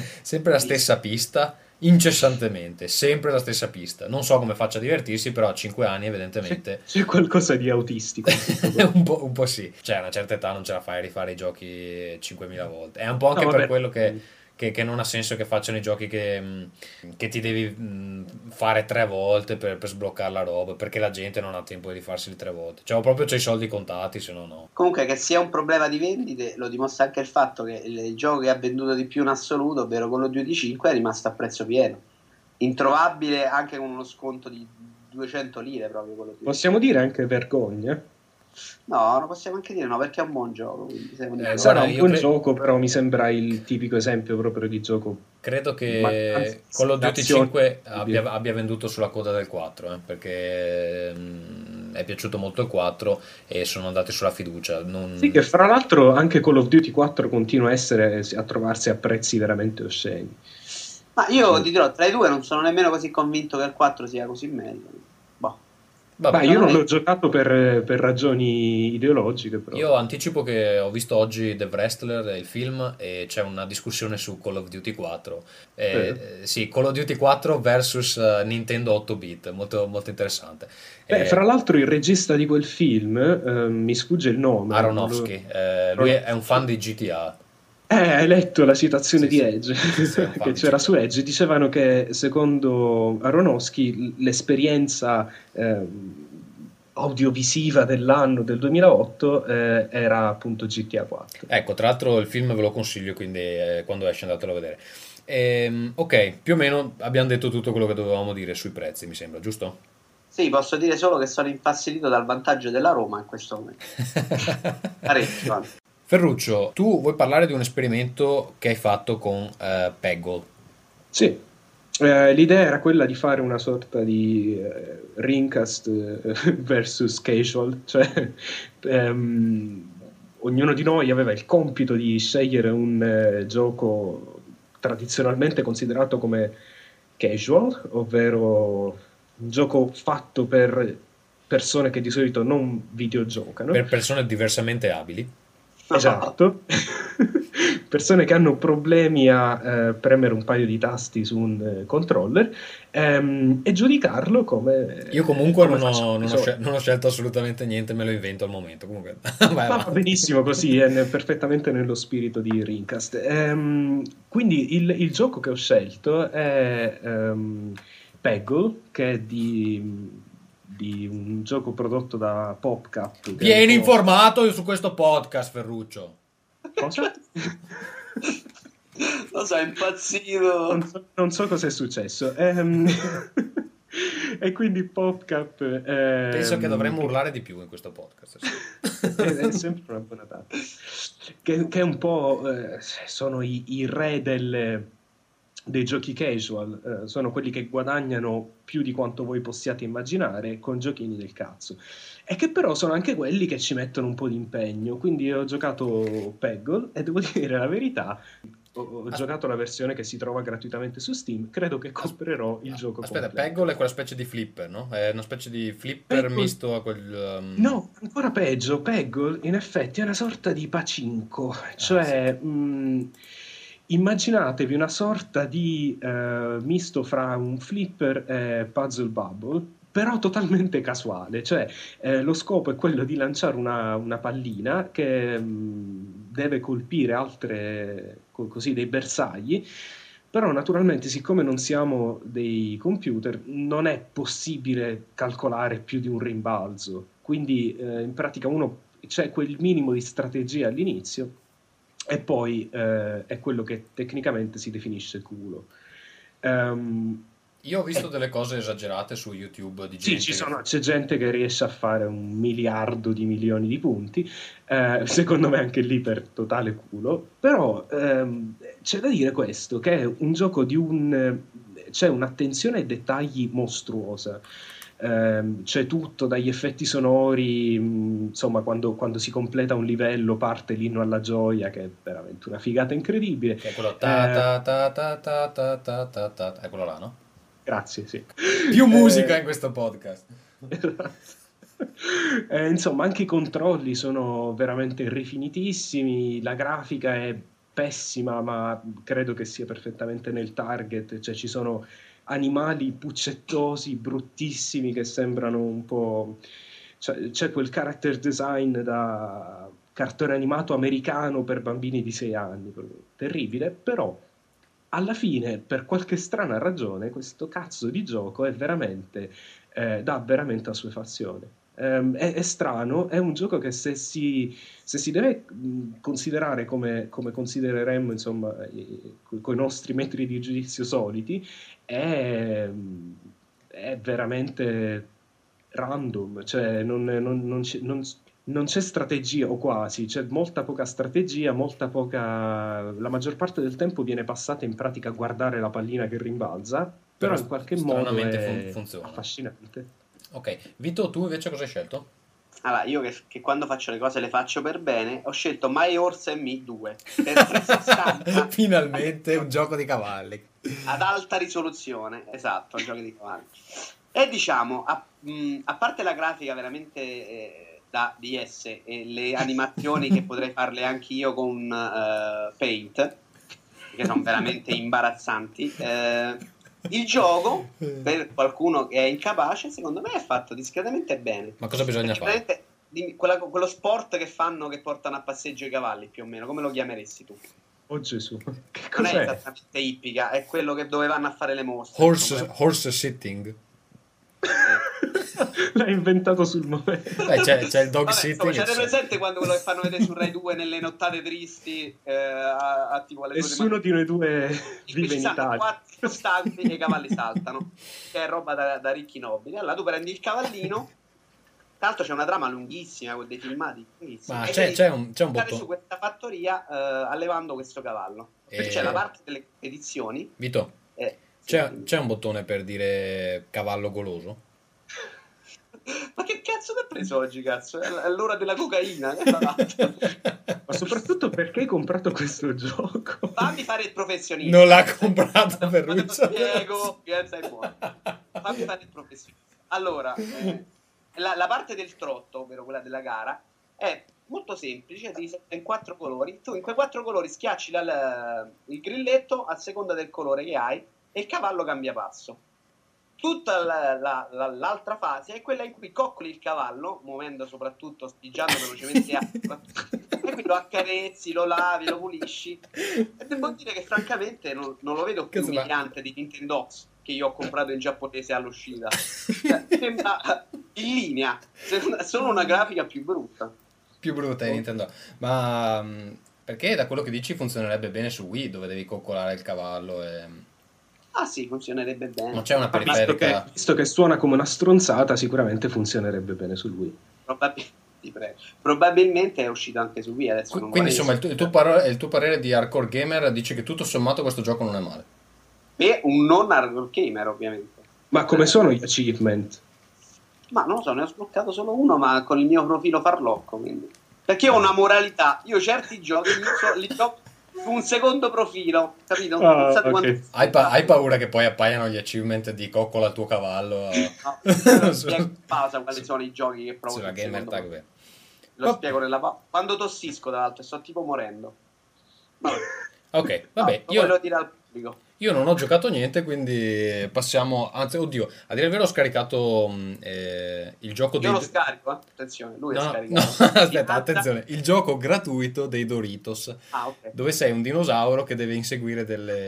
pista, incessantemente, sempre la stessa pista. Non so come faccia a divertirsi, però a 5 anni evidentemente... C'è qualcosa di autistico. un po' sì. Cioè, a una certa età non ce la fai a rifare i giochi 5.000 volte. È un po' anche per quello che non ha senso che facciano i giochi che ti devi fare 3 volte per sbloccare la roba, perché la gente non ha tempo di farseli 3 volte. Cioè, proprio c'è i soldi contati, se no. Comunque, che sia un problema di vendite lo dimostra anche il fatto che il gioco che ha venduto di più in assoluto, ovvero Call of Duty 5, è rimasto a prezzo pieno, introvabile anche con uno sconto di 200 lire proprio. Call of Duty. Possiamo dire anche vergogna? No, non possiamo anche dire no, perché è un buon gioco. Sarà un buon gioco, però mi sembra il tipico esempio proprio di gioco. Credo che Call of Duty 5 abbia venduto sulla coda del 4, perché è piaciuto molto il 4 e sono andati sulla fiducia. Sì, che fra l'altro anche Call of Duty 4 continua a trovarsi a prezzi veramente osceni. Ma io ti dirò, tra i due non sono nemmeno così convinto che il 4 sia così meglio. Vabbè, io non l'ho giocato per ragioni ideologiche, però. Io anticipo che ho visto oggi The Wrestler, il film, e c'è una discussione su Call of Duty 4. Sì, Call of Duty 4 versus Nintendo 8-bit, molto, molto interessante. Fra l'altro il regista di quel film, mi sfugge il nome. Aronofsky, lui è un fan di GTA. Hai letto la citazione di Edge che c'era su Edge? Dicevano che secondo Aronofsky l'esperienza audiovisiva dell'anno del 2008 era appunto GTA 4. Ecco, tra l'altro il film ve lo consiglio, quindi quando esce andatelo a vedere. Ok, più o meno abbiamo detto tutto quello che dovevamo dire sui prezzi, mi sembra, giusto? Sì, posso dire solo che sono infastidito dal vantaggio della Roma in questo momento. Parecchio. Ferruccio, tu vuoi parlare di un esperimento che hai fatto con Peggle? Sì, l'idea era quella di fare una sorta di Ringcast versus Casual, cioè ognuno di noi aveva il compito di scegliere un gioco tradizionalmente considerato come casual, ovvero un gioco fatto per persone che di solito non videogiocano. Per persone diversamente abili. Esatto, persone che hanno problemi a premere un paio di tasti su un controller e giudicarlo come... Io comunque non ho scelto assolutamente niente, me lo invento al momento. Comunque va benissimo così, è perfettamente nello spirito di Ringcast. Quindi il gioco che ho scelto è Peggle, che è di un gioco prodotto da PopCap. Vieni informato su questo podcast, Ferruccio. Cosa? Lo so, è impazzito. Non so cosa è successo. E quindi PopCap Penso che dovremmo urlare di più in questo podcast. è sempre una buona data. Che è un po' sono i re dei giochi casual, sono quelli che guadagnano più di quanto voi possiate immaginare con giochini del cazzo. E che però sono anche quelli che ci mettono un po' di impegno. Quindi ho giocato Peggle e devo dire la verità, ho giocato la versione che si trova gratuitamente su Steam. Credo che comprerò il gioco Aspetta, completo. Peggle è quella specie di flipper, no? È una specie di flipper Peggle- misto a quel... No, ancora peggio. Peggle in effetti è una sorta di pacinco, cioè immaginatevi una sorta di misto fra un flipper e Puzzle Bubble, però totalmente casuale, cioè lo scopo è quello di lanciare una pallina che deve colpire altre, così, dei bersagli. Però naturalmente, siccome non siamo dei computer, non è possibile calcolare più di un rimbalzo. Quindi in pratica c'è quel minimo di strategia all'inizio e poi è quello che tecnicamente si definisce culo. Io ho visto delle cose esagerate su YouTube di Sì, gente c'è gente che riesce a fare 1 miliardo di milioni di punti, secondo me anche lì per totale culo, però c'è da dire questo, che è un gioco c'è un'attenzione ai dettagli mostruosa. C'è tutto, dagli effetti sonori, insomma, quando si completa un livello parte l'inno alla gioia, che è veramente una figata incredibile. che è quello ta ta ta ta ta ta ta ta, è quello là, no? Grazie, sì. Più musica in questo podcast. Esatto. Insomma, anche i controlli sono veramente rifinitissimi, la grafica è pessima, ma credo che sia perfettamente nel target, cioè ci sono animali puccettosi, bruttissimi, che sembrano un po'... Cioè, c'è quel character design da cartone animato americano per bambini di 6 anni, terribile, però alla fine, per qualche strana ragione, questo cazzo di gioco dà veramente assuefazione. È strano, è un gioco che se si deve considerare come considereremmo, insomma, con i nostri metri di giudizio soliti, è veramente random, cioè non c'è strategia o quasi, c'è molta poca strategia, la maggior parte del tempo viene passata in pratica a guardare la pallina che rimbalza, però in qualche modo stranamente è funziona. affascinante. Ok, Vito, tu invece cosa hai scelto? Allora, io che quando faccio le cose le faccio per bene, ho scelto My Horse and Me 2 per 360 Finalmente un gioco di cavalli. ad alta risoluzione, esatto, giochi di cavalli. E diciamo, a parte la grafica veramente da DS e le animazioni che potrei farle anche io con Paint, che sono veramente imbarazzanti, il gioco, per qualcuno che è incapace, secondo me è fatto discretamente bene. Ma cosa bisogna fare? Quello sport che fanno, che portano a passeggio i cavalli, più o meno, come lo chiameresti tu? Oh Gesù, che Non è cos'è? esattamente ippica, è quello dove vanno a fare le mostre. insomma. Horse sitting. L'hai inventato sul momento. C'è il dog Vabbè, sitting. insomma, c'è presente quando quello che fanno vedere su Rai 2 nelle nottate tristi tipo alle 2 di Nessuno di noi due in cui vive ci in stanno Italia. 4 stanti e i cavalli saltano, che è roba da ricchi nobili. Allora tu prendi il cavallino, tra l'altro c'è una trama lunghissima con dei filmati lunghissimi, Ma e c'è devi un andare botto. su questa fattoria allevando questo cavallo. Perché c'è la parte delle edizioni. Vito, Sì, c'è un bottone per dire cavallo goloso? ma che cazzo ti hai preso oggi, cazzo? È l'ora della cocaina, che hai fatto? Ma soprattutto perché hai comprato questo gioco? Fammi fare il professionista. Non l'ha comprato per Quando lui. te lo spiego, che sei buono. Fammi fare il professionista. Allora, la parte del trotto, ovvero quella della gara, è molto semplice, divisa in 4 colori. Tu in quei 4 colori schiacci il grilletto a seconda del colore che hai e il cavallo cambia passo. Tutta l'altra fase è quella in cui coccoli il cavallo, muovendo soprattutto, spigiando velocemente acqua, e quindi lo accarezzi, lo lavi, lo pulisci. E devo dire che francamente non lo vedo più Cazzo, ma- umiliante di Nintendox, che io ho comprato in giapponese all'uscita. Cioè, sembra in linea, è solo una grafica più brutta. Più brutta di Nintendo. Ma perché da quello che dici funzionerebbe bene su Wii, dove devi coccolare il cavallo e... Ah sì, funzionerebbe bene. Non c'è una Visto periferica. visto che suona come una stronzata, sicuramente funzionerebbe bene su Wii. Ti prego. Probabilmente è uscito anche su Wii, adesso non Quindi vorrei insomma il tuo parere di hardcore gamer dice che tutto sommato questo gioco non è male. E un non hardcore gamer, ovviamente. Ma come sono gli achievement? Ma non lo so, ne ho sbloccato solo uno, ma con il mio profilo farlocco, quindi. Perché io ho una moralità, io certi giochi li gioco su un secondo profilo, capito? Non so ok. quanto- Hai paura che poi appaiano gli achievement di coccola al tuo cavallo? No, spiego in pausa quali sono i giochi che provo Sulla sul gamer secondo tag, profilo. beh. Lo spiego nella pausa. Quando tossisco, tra l'altro, sto tipo morendo. Vabbè. Ok, vabbè, No, voglio dire al pubblico. io non ho giocato niente, quindi passiamo. Anzi, oddio, a dire il vero ho scaricato il gioco Io dei. lo scarico, attenzione, lui è No, no, scaricato. aspetta, attenzione, il gioco gratuito dei Doritos, Ah, ok. dove sei un dinosauro che deve inseguire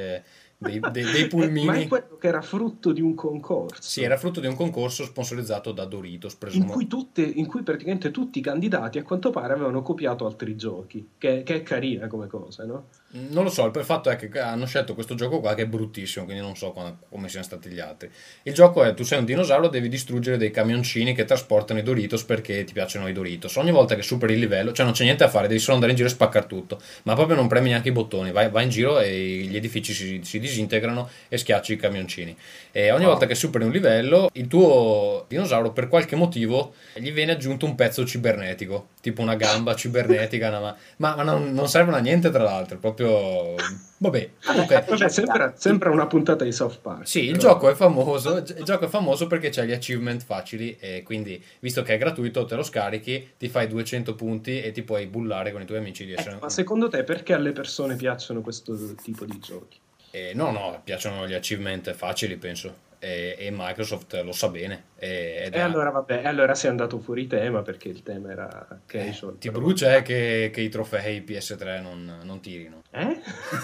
dei Ma pulmini. è quello che era frutto di un concorso. Sì, era frutto di un concorso sponsorizzato da Doritos, in presumo. cui praticamente tutti i candidati a quanto pare avevano copiato altri giochi, che è carina come cosa, no? Non lo so, il fatto è che hanno scelto questo gioco qua che è bruttissimo, quindi non so come siano stati gli altri. Il gioco è: tu sei un dinosauro, devi distruggere dei camioncini che trasportano i Doritos perché ti piacciono i Doritos. Ogni volta che superi il livello, cioè non c'è niente da fare, devi solo andare in giro e spaccare tutto. Ma proprio non premi neanche i bottoni, vai in giro e gli edifici si disintegrano e schiacci i camioncini. E ogni volta che superi un livello, il tuo dinosauro per qualche motivo gli viene aggiunto un pezzo cibernetico, tipo una gamba cibernetica, ma non servono a niente tra l'altro, proprio. Vabbè, comunque. Vabbè, sembra una puntata di South Park. Sì, il però- gioco è famoso, il gioco è famoso perché c'è gli achievement facili e quindi, visto che è gratuito, te lo scarichi, ti fai 200 punti e ti puoi bullare con i tuoi amici di essere. Ma secondo te perché alle persone piacciono questo tipo di giochi? No, piacciono gli achievement facili, penso. E Microsoft lo sa bene. Ed E allora vabbè, allora sei andato fuori tema perché il tema era casual. ti però- brucia che i trofei PS3 non tirino. Eh?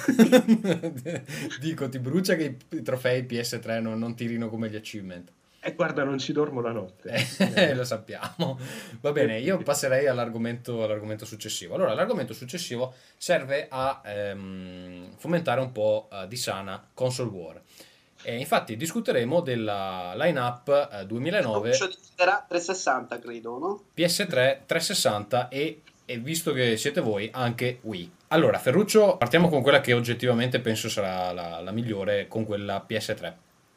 Dico, ti brucia che i trofei PS3 non tirino come gli achievement. E guarda, non ci dormo la notte. Lo sappiamo. Va bene, io passerei all'argomento successivo. Allora, l'argomento successivo serve a fomentare un po' di sana console war. E infatti discuteremo della line-up 2009 Ferruccio deciderà 360, credo, no? PS3, 360 e visto che siete voi, anche Wii. Allora, Ferruccio, partiamo con quella che oggettivamente penso sarà la migliore, con quella PS3.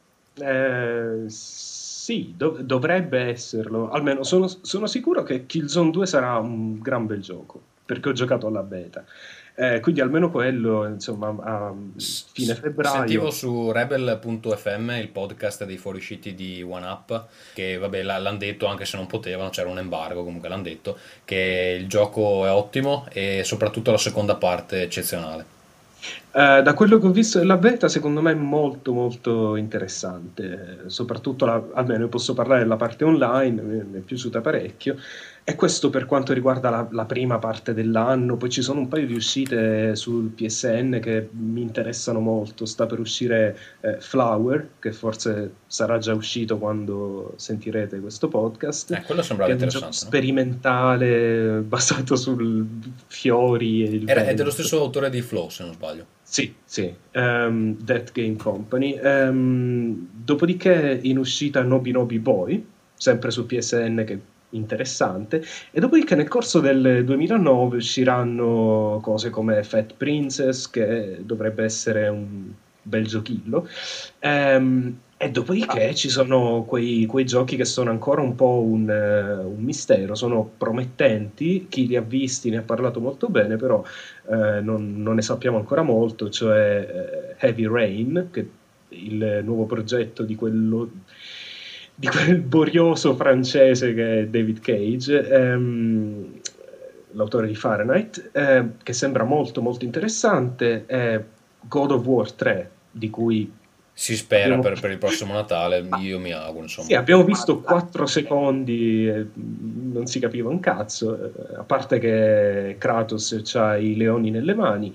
Sì, dovrebbe esserlo. Almeno sono sicuro che Killzone 2 sarà un gran bel gioco, perché ho giocato alla beta. Quindi almeno quello, insomma, a fine febbraio. Sentivo su Rebel.fm, il podcast dei fuoriusciti di OneUp, che vabbè l'hanno detto anche se non potevano, c'era un embargo, comunque l'hanno detto, che il gioco è ottimo e soprattutto la seconda parte è eccezionale. Da quello che ho visto della beta, secondo me è molto molto interessante, soprattutto almeno io posso parlare della parte online, mi è piaciuta parecchio, e questo per quanto riguarda la prima parte dell'anno. Poi ci sono un paio di uscite sul PSN che mi interessano molto. Sta per uscire Flower, che forse sarà già uscito quando sentirete questo podcast, Quello sembrava che è un gioco interessante, no? sperimentale basato sul fiori e il È dello vento. stesso autore di Flow, se non sbaglio. Sì, Death Game Company. Dopodiché in uscita Nobi Nobi Boy, sempre su PSN, che è interessante. E dopodiché nel corso del 2009 usciranno cose come Fat Princess, che dovrebbe essere un bel giochillo. E dopodiché ci sono quei giochi che sono ancora un po' un mistero, sono promettenti, chi li ha visti ne ha parlato molto bene, però non ne sappiamo ancora molto, cioè Heavy Rain, che è il nuovo progetto di quel borioso francese che è David Cage, l'autore di Fahrenheit, che sembra molto molto interessante, God of War 3, di cui Si spera per il prossimo Natale, io mi auguro, insomma. sì, abbiamo visto 4 secondi e non si capiva un cazzo, a parte che Kratos ha i leoni nelle mani.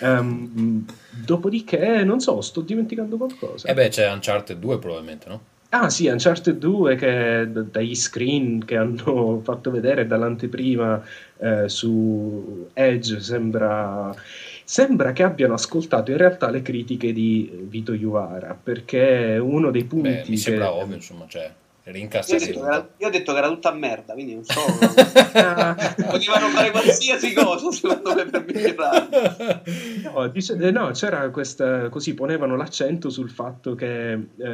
Dopodiché, non so, sto dimenticando qualcosa. E beh, c'è Uncharted 2 probabilmente, no? Ah sì, Uncharted 2 che dagli screen che hanno fatto vedere dall'anteprima su Edge sembra sembra che abbiano ascoltato in realtà le critiche di Vito Juvara, perché uno dei Beh, punti mi sembra che... ovvio, insomma, cioè, rincassa di tutto. Io ho detto che era tutta merda, quindi non so. Ah, Potevano fare qualsiasi cosa, secondo me, per migliorare. no, no, c'era questa, così ponevano l'accento sul fatto che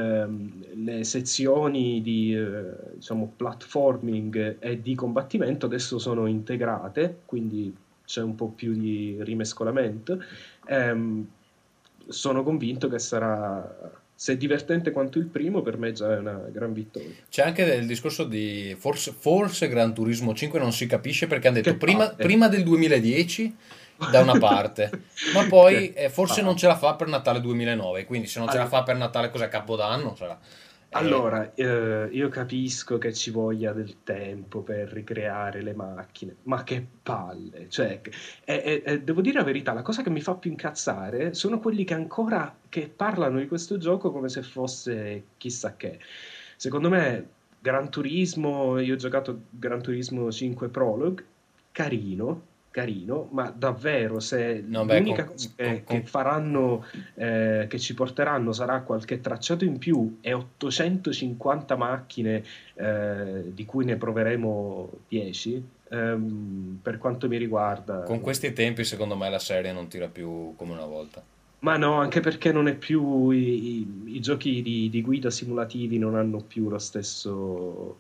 le sezioni di diciamo, platforming e di combattimento adesso sono integrate, quindi c'è un po' più di rimescolamento. Ehm, Sono convinto che sarà, se divertente quanto il primo, per me già è una gran vittoria. C'è anche il discorso di forse Gran Turismo 5 non si capisce perché hanno detto Che palle. prima del 2010 da una parte, ma poi Che forse non palle. ce la fa per Natale 2009, quindi se non ce la Allora, fa per Natale cos'è Capodanno sarà. Allora, io capisco che ci voglia del tempo per ricreare le macchine, ma che palle! Cioè, devo dire la verità, la cosa che mi fa più incazzare sono quelli che ancora che parlano di questo gioco come se fosse chissà che. Secondo me, Gran Turismo, io ho giocato Gran Turismo 5 Prologue, carino, carino, ma davvero se No, beh, l'unica cosa che faranno che ci porteranno sarà qualche tracciato in più e 850 macchine di cui ne proveremo 10. Per quanto mi riguarda, con questi tempi secondo me la serie non tira più come una volta. ma no, anche perché non è più i giochi di guida simulativi non hanno più lo stesso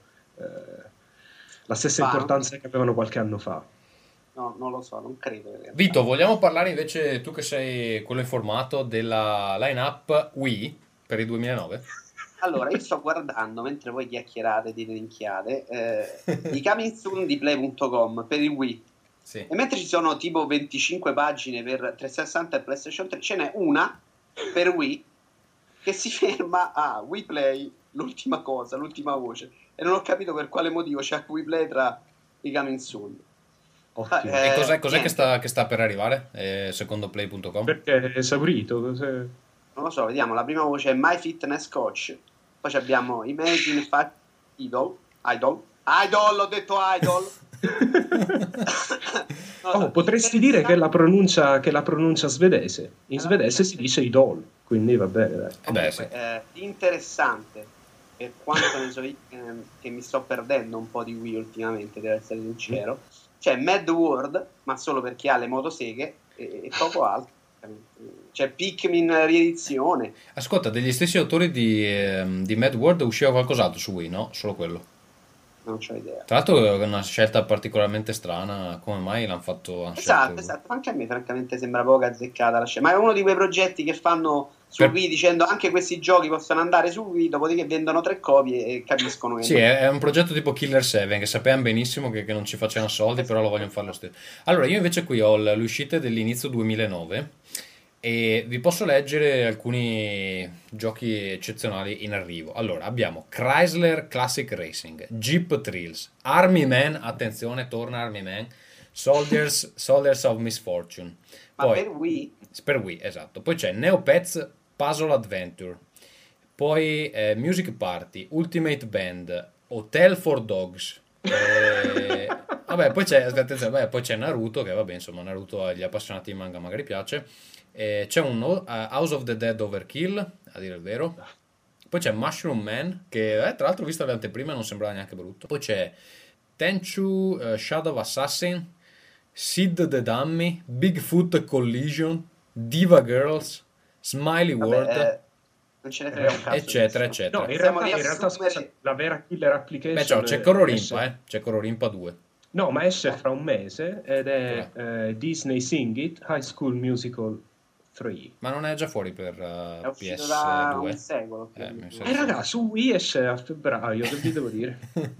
la stessa Ma importanza che avevano qualche anno fa. no, non lo so, non credo in realtà. Vito, vogliamo parlare invece, tu che sei quello informato, della line-up Wii per il 2009? Allora, io sto guardando, mentre voi chiacchierate di rinchiate, i coming soon di play.com per il Wii. Sì. E mentre ci sono tipo 25 pagine per 360 e PlayStation 3, ce n'è una per Wii che si ferma a Wii Play, l'ultima cosa, l'ultima voce. E non ho capito per quale motivo c'è Wii Play tra i coming soon. Ottimo. E cos'è niente. che sta per arrivare, secondo play.com? Perché è esaurito? Non lo so, vediamo. La prima voce è My Fitness Coach. Poi abbiamo Imagine Fat Idol, ho detto Idol. Non lo so, Potresti dire che interessante. che è la pronuncia svedese. In svedese si dice idol, quindi va bene, dai. Beh, sì. Interessante per quanto ne so io, che mi sto perdendo un po' di Wii ultimamente, devo essere sincero. C'è Mad World, ma solo per chi ha le motoseghe e poco altro. C'è Pikmin riedizione. Ascolta, degli stessi autori di Mad World usciva qualcos'altro su Wii, no? Solo quello. Non c'ho idea. Tra l'altro è una scelta particolarmente strana, come mai l'hanno fatto? Hanno scelto- Esatto, anche a me francamente sembra poco azzeccata la scelta, ma è uno di quei progetti che fanno su Per- Wii dicendo anche questi giochi possono andare su Wii, dopodiché vendono 3 copie e capiscono che Sì, è un progetto tipo Killer 7 che sapevano benissimo che non ci facevano soldi, però lo vogliono fare lo stesso. Allora, io invece qui ho le uscite dell'inizio 2009 e vi posso leggere alcuni giochi eccezionali in arrivo. Allora, abbiamo Chrysler Classic Racing, Jeep Thrills, Army Man, attenzione, torna Army Man, Soldiers of Misfortune. Ma Poi, per Wii per Wii, esatto. Poi c'è Neopets Puzzle Adventure. Poi Music Party, Ultimate Band, Hotel for Dogs. Vabbè, poi c'è, attenzione, vabbè, poi c'è Naruto, che vabbè, insomma, Naruto agli appassionati di manga magari piace. C'è un House of the Dead Overkill, a dire il vero. Poi c'è Mushroom Man, che tra l'altro, visto le anteprime, non sembrava neanche brutto. Poi c'è Tenchu Shadow Assassin, Sid the Dummy, Bigfoot Collision, Diva Girls, Smiley World, vabbè, non ce ne frega un cazzo eccetera, di nessuno. eccetera. No, Siamo in realtà, riassumere. scusa, la vera killer Beh, application c'è Cororimpa, esce, c'è Cororimpa 2. no, ma esce fra un mese ed è Dov'è? Disney Sing It, High School Musical 3. Ma non è già fuori per È uscito da un PS2? secolo. più o Mi meno. sa E sì. raga, su Wii esce a febbraio, che vi devo dire?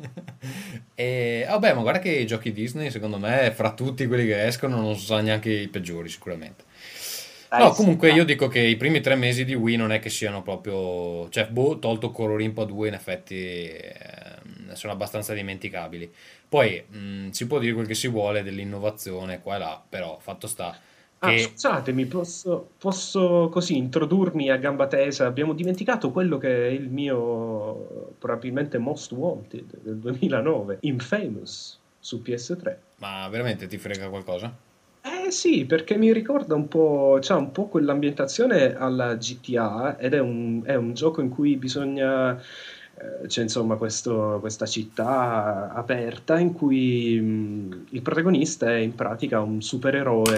E vabbè, ma guarda che i giochi Disney, secondo me, fra tutti quelli che escono, non sono neanche i peggiori, sicuramente. No, Sì, comunque io dico che i primi 3 mesi di Wii non è che siano proprio... Cioè, tolto Colorimpa 2, in effetti sono abbastanza dimenticabili. Poi si può dire quel che si vuole dell'innovazione qua e là, però fatto sta che... Scusatemi, posso così introdurmi a gamba tesa? Abbiamo dimenticato quello che è il mio probabilmente most wanted del 2009, Infamous su PS3. Ma veramente ti frega qualcosa? Sì, perché mi ricorda un po', c'ha un po' quell'ambientazione alla GTA ed è un gioco in cui bisogna, c'è insomma questa città aperta in cui il protagonista è in pratica un supereroe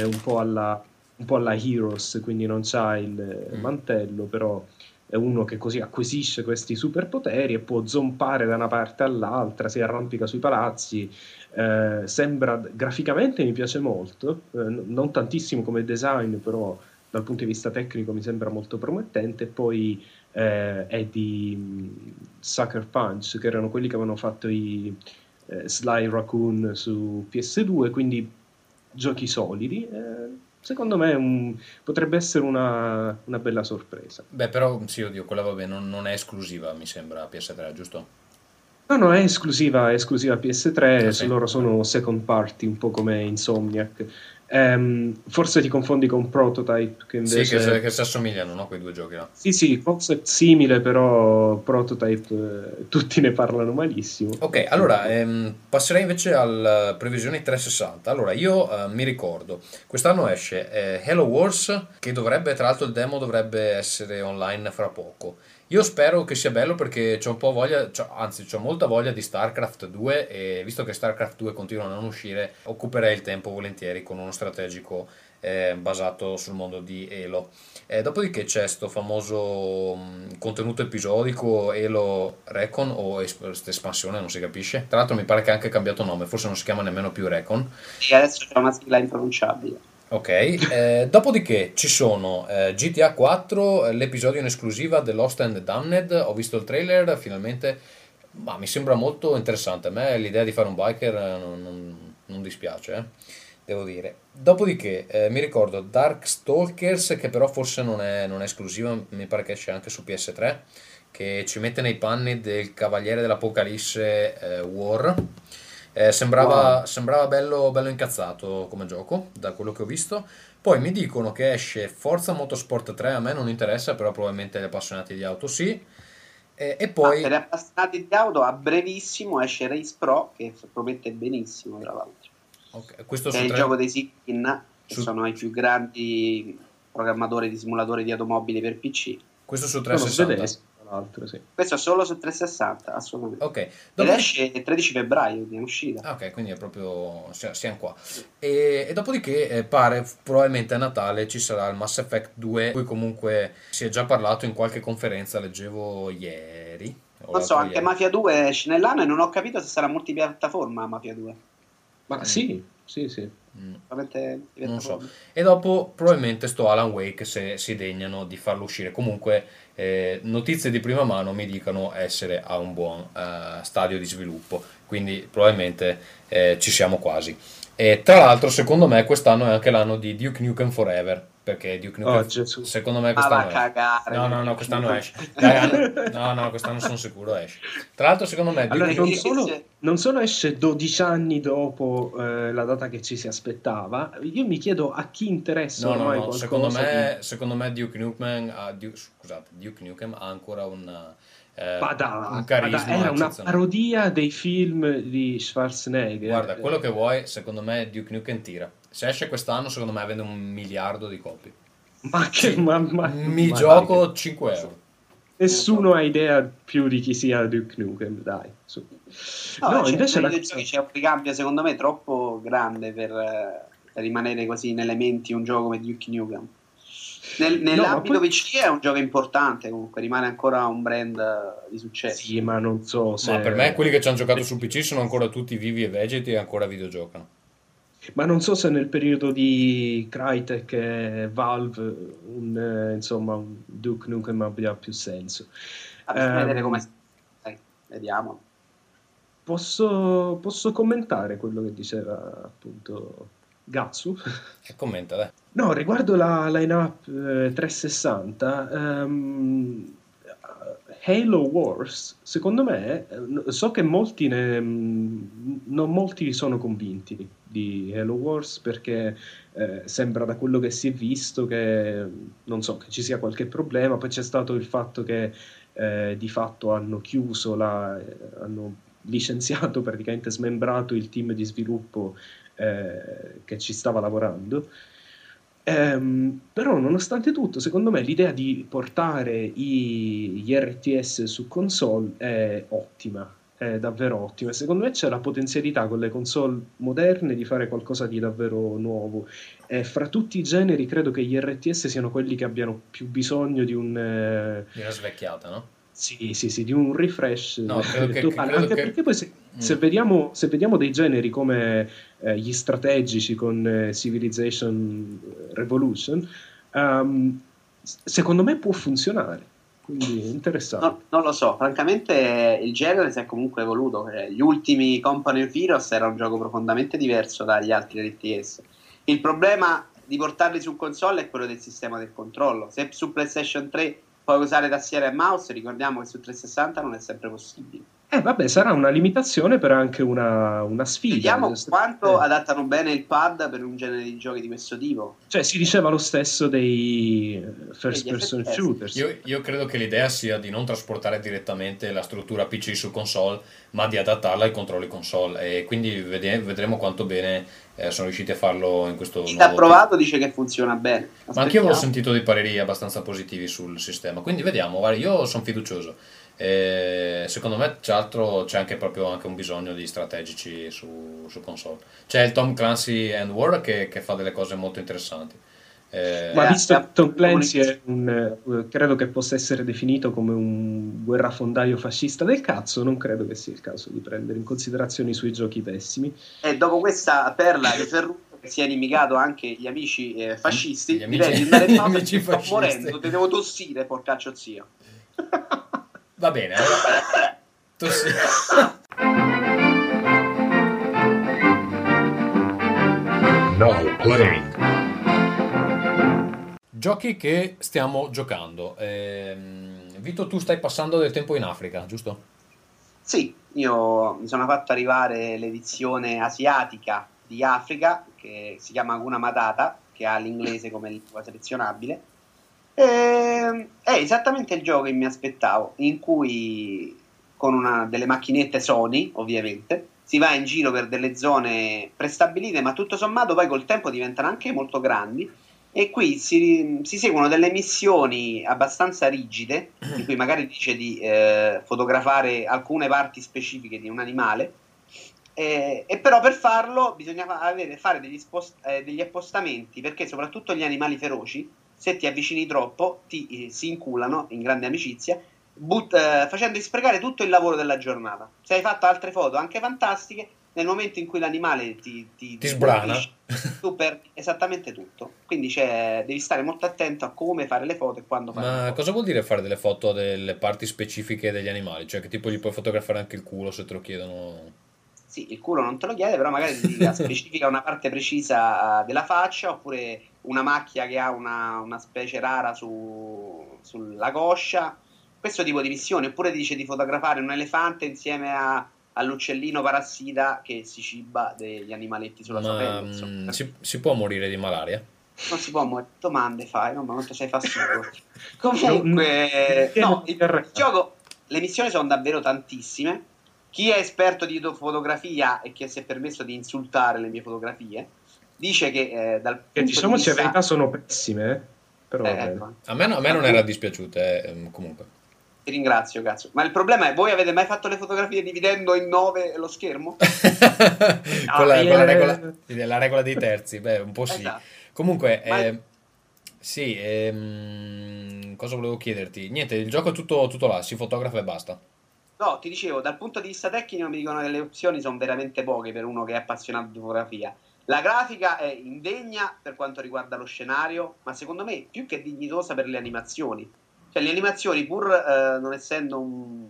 un po' alla Heroes, quindi non c'ha il Mm. mantello, però è uno che così acquisisce questi superpoteri e può zompare da una parte all'altra, si arrampica sui palazzi. Sembra graficamente mi piace molto, non tantissimo come design, però dal punto di vista tecnico mi sembra molto promettente. E poi è di Sucker Punch, che erano quelli che avevano fatto i Sly Raccoon su PS2, quindi giochi solidi. Secondo me potrebbe essere una bella sorpresa. Beh, però sì, oddio, quella vabbè, non è esclusiva, mi sembra, PS3, giusto? No, no, è esclusiva Ah PS3, sì, loro ok. sono second party, un po' come Insomniac. Forse ti confondi con Prototype, che Sì, invece... che si assomigliano, no, quei due giochi là. Sì, sì, concept simile, però Prototype tutti ne parlano malissimo. Ok, allora passerei invece alle previsioni 360. Allora, io mi ricordo, quest'anno esce Halo Wars, che dovrebbe, tra l'altro il demo dovrebbe essere online fra poco. Io spero che sia bello perché c'ho un po' voglia, anzi c'ho molta voglia di StarCraft 2 e visto che StarCraft 2 continua a non uscire, occuperei il tempo volentieri con uno strategico basato sul mondo di Halo. Dopodiché c'è sto famoso contenuto episodico Halo Recon o espansione, non si capisce. Tra l'altro mi pare che ha anche cambiato nome, forse non si chiama nemmeno più Recon. E adesso c'è una sigla impronunciabile. Ok, dopodiché ci sono GTA 4, l'episodio in esclusiva The Lost and the Damned. Ho visto il trailer, finalmente, ma mi sembra molto interessante. A me l'idea di fare un biker non dispiace, devo dire. Dopodiché mi ricordo Darkstalkers, che però forse non è esclusiva, mi pare che esce anche su PS3, che ci mette nei panni del Cavaliere dell'Apocalisse War. Wow. Sembrava bello incazzato come gioco, da quello che ho visto. Poi mi dicono che esce Forza Motorsport 3, a me non interessa, però probabilmente gli appassionati di auto sì. E Ah, poi, per gli appassionati di auto, a brevissimo esce Race Pro, che promette benissimo, tra l'altro. ok, questo Che è su il 3, gioco dei Sitkin, che su, sono i più grandi programmatori di simulatori di automobili per PC. questo su Sono 360. svedesi, tra l'altro, sì. Questo è solo su 360, assolutamente. Ok, Ed dopodiché. esce il 13 febbraio, in uscita. Ah, ok, quindi è proprio. Siamo qua. E dopodiché pare probabilmente a Natale ci sarà il Mass Effect 2, di cui comunque si è già parlato in qualche conferenza, leggevo ieri o Non so, l'altro anche ieri. Mafia 2 esce nell'anno e non ho capito se sarà multipiattaforma Mafia 2. Ma Mm, sì, sì, sì. mm. Veramente Non so. multipiattaforma. E dopo probabilmente sto Alan Wake se si degnano di farlo uscire. Comunque, notizie di prima mano mi dicono essere a un buon stadio di sviluppo. Quindi probabilmente ci siamo quasi. E tra l'altro, secondo me, quest'anno è anche l'anno di Duke Nukem Forever. Perché Duke Oh, Nukem, Gesù. secondo me, Ma va a quest'anno esce. cagare, No, no, no, Duke quest'anno Nukem. esce. Dai, no, no, quest'anno sono sicuro esce. Tra l'altro, secondo me, Allora, Duke Nukem. non solo esce 12 anni dopo la data che ci si aspettava, io mi chiedo a chi interessa No, no, ormai no, qualcosa di... secondo me Duke Nukem ha ancora un Ma dai, carisma era una eccezionale. parodia dei film di Schwarzenegger. Guarda, quello che vuoi, secondo me Duke Nukem tira. Se esce quest'anno, secondo me vende 1 miliardo di copie. Ma che... Mi dai, gioco 5 euro. Non lo so. nessuno ha idea più di chi sia Duke Nukem, dai. Su. No, No, invece nei la videogiochi cosa... c'è un ricambio secondo me troppo grande per rimanere così nelle menti un gioco come Duke Nukem. No, ma Nell'ambito poi... PC è un gioco importante, comunque rimane ancora un brand di successo. Sì, ma non so Ma per me se... quelli che ci hanno giocato su PC sono ancora tutti vivi e vegeti e ancora videgiocano. Ma non so se nel periodo di Crytek e Valve, insomma, un Duke Nukem abbia più senso. Bisogna vedere come Ehm, vediamo. posso commentare quello che diceva appunto Gatsu? E commenta, dai. No, riguardo la line-up 360, Halo Wars, secondo me, so che non molti sono convinti di Halo Wars perché sembra da quello che si è visto che, non so, che ci sia qualche problema. Poi c'è stato il fatto che di fatto hanno chiuso hanno licenziato, praticamente smembrato il team di sviluppo che ci stava lavorando. Però nonostante tutto, secondo me l'idea di portare gli RTS su console è ottima, è davvero ottima. Secondo me c'è la potenzialità con le console moderne di fare qualcosa di davvero nuovo. E fra tutti i generi credo che gli RTS siano quelli che abbiano più bisogno di Di una svecchiata, no? sì, sì, sì, di un refresh No, totale. credo Anche che... perché poi se vediamo dei generi come gli strategici con Civilization Revolution, secondo me può funzionare. Quindi è interessante. No, non lo so, francamente il genere si è comunque evoluto. Gli ultimi Company of Heroes era un gioco profondamente diverso dagli altri RTS. Il problema di portarli su console è quello del sistema del controllo. Se su PlayStation 3 puoi usare tastiera e mouse, ricordiamo che su 360 non è sempre possibile. Vabbè, sarà una limitazione, però anche una sfida. Vediamo quanto adattano bene il pad per un genere di giochi di questo tipo. Cioè, si diceva lo stesso dei first person shooters. Io credo che l'idea sia di non trasportare direttamente la struttura PC su console, ma di adattarla ai controlli console, e quindi vedremo quanto bene sono riusciti a farlo in questo Chi modo. l'ha provato dice che funziona bene. Ma anche io avevo sentito dei pareri abbastanza positivi sul sistema, quindi vediamo. Guarda, io sono fiducioso. Secondo me c'è anche proprio un bisogno di strategici su console. C'è il Tom Clancy and War che fa delle cose molto interessanti. Ma visto che Tom Clancy è credo che possa essere definito come un guerrafondaio fascista del cazzo, non credo che sia il caso di prendere in considerazione i suoi giochi pessimi. E dopo questa perla di Ferruccio, che si è inimicato anche gli amici fascisti, gli amici, direi di andare in pausa, amici sto fascisti. morendo, te devo tossire, porcaccio zio. Va bene, allora. Now playing. Giochi che stiamo giocando. Vito, tu stai passando del tempo in Africa, giusto? Sì, io mi sono fatto arrivare l'edizione asiatica di Africa, che si chiama Hakuna Matata, che ha l'inglese come lingua selezionabile. È esattamente il gioco che mi aspettavo, in cui con delle macchinette Sony, ovviamente, si va in giro per delle zone prestabilite, ma tutto sommato poi col tempo diventano anche molto grandi, e qui si seguono delle missioni abbastanza rigide, in cui magari dice di fotografare alcune parti specifiche di un animale, e però per farlo bisogna fare degli appostamenti, perché soprattutto gli animali feroci, se ti avvicini troppo, si inculano in grande amicizia, facendo sprecare tutto il lavoro della giornata. Se hai fatto altre foto anche fantastiche, nel momento in cui l'animale ti sbrana, tu perdi esattamente tutto. Quindi devi stare molto attento a come fare le foto e quando fare le ma foto. cosa vuol dire fare delle foto delle parti specifiche degli animali? Cioè che tipo gli puoi fotografare anche il culo se te lo chiedono? Sì, il culo non te lo chiede, però magari ti specifica una parte precisa della faccia, oppure una macchia che ha una specie rara sulla coscia. Questo tipo di missione. Oppure dice di fotografare un elefante insieme all'uccellino parassita che si ciba degli animaletti sulla sua pelle. Insomma. Si può morire di malaria? Non si può morire. Domande fai, no, ma quanto sei fastidioso. Comunque, no, il gioco, le missioni sono davvero tantissime. Chi è esperto di fotografia e che si è permesso di insultare le mie fotografie dice che dal punto diciamo di vista... in verità sono pessime, però ecco. A me non era dispiaciute, comunque. Ti ringrazio, cazzo. Ma il problema è, voi avete mai fatto le fotografie dividendo in 9 lo schermo? Con la regola dei terzi, beh, un po' sì. Esatto. Comunque, sì, cosa volevo chiederti? Niente, il gioco è tutto là, si fotografa e basta. No, ti dicevo, dal punto di vista tecnico mi dicono che le opzioni sono veramente poche per uno che è appassionato di fotografia. La grafica è indegna per quanto riguarda lo scenario, ma secondo me più che dignitosa per le animazioni. Cioè le animazioni, pur non essendo un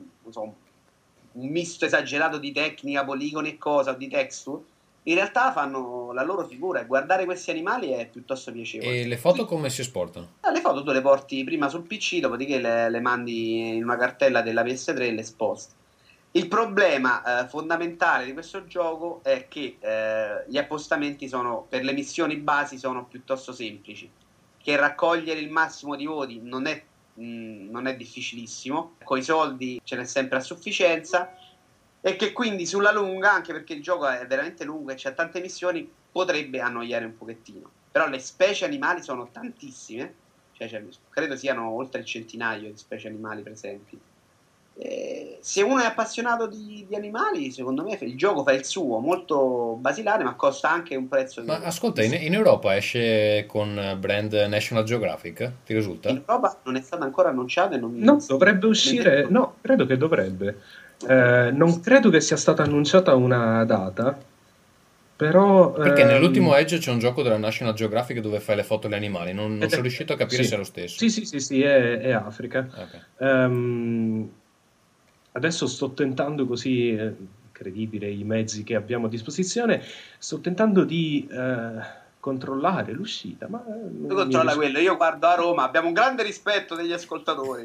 misto esagerato di tecnica, poligoni e cosa, o di texture, in realtà fanno la loro figura, e guardare questi animali è piuttosto piacevole. E le foto come si esportano? Le foto tu le porti prima sul PC, dopodiché le mandi in una cartella della PS3 e le sposti. Il problema fondamentale di questo gioco è che gli appostamenti per le missioni basi sono piuttosto semplici, che raccogliere il massimo di voti non è difficilissimo, con i soldi ce n'è sempre a sufficienza, e che quindi sulla lunga, anche perché il gioco è veramente lungo e c'ha tante missioni, potrebbe annoiare un pochettino. Però le specie animali sono tantissime, cioè, credo siano oltre il centinaio di specie animali presenti. Se uno è appassionato di animali, secondo me il gioco fa il suo, molto basilare, ma costa anche un prezzo. Ma ascolta, in Europa esce con brand National Geographic? Ti risulta? In Europa non è stato ancora annunciato e non No, dovrebbe uscire. No, credo che dovrebbe. Non credo che sia stata annunciata una data, però. Perché nell'ultimo Edge c'è un gioco della National Geographic dove fai le foto agli animali. Non sono riuscito a capire sì. se è lo stesso. Sì, è Africa. Okay. Adesso sto tentando così, incredibile i mezzi che abbiamo a disposizione, sto tentando di controllare l'uscita, ma tu controlla quello, io guardo a Roma, abbiamo un grande rispetto degli ascoltatori.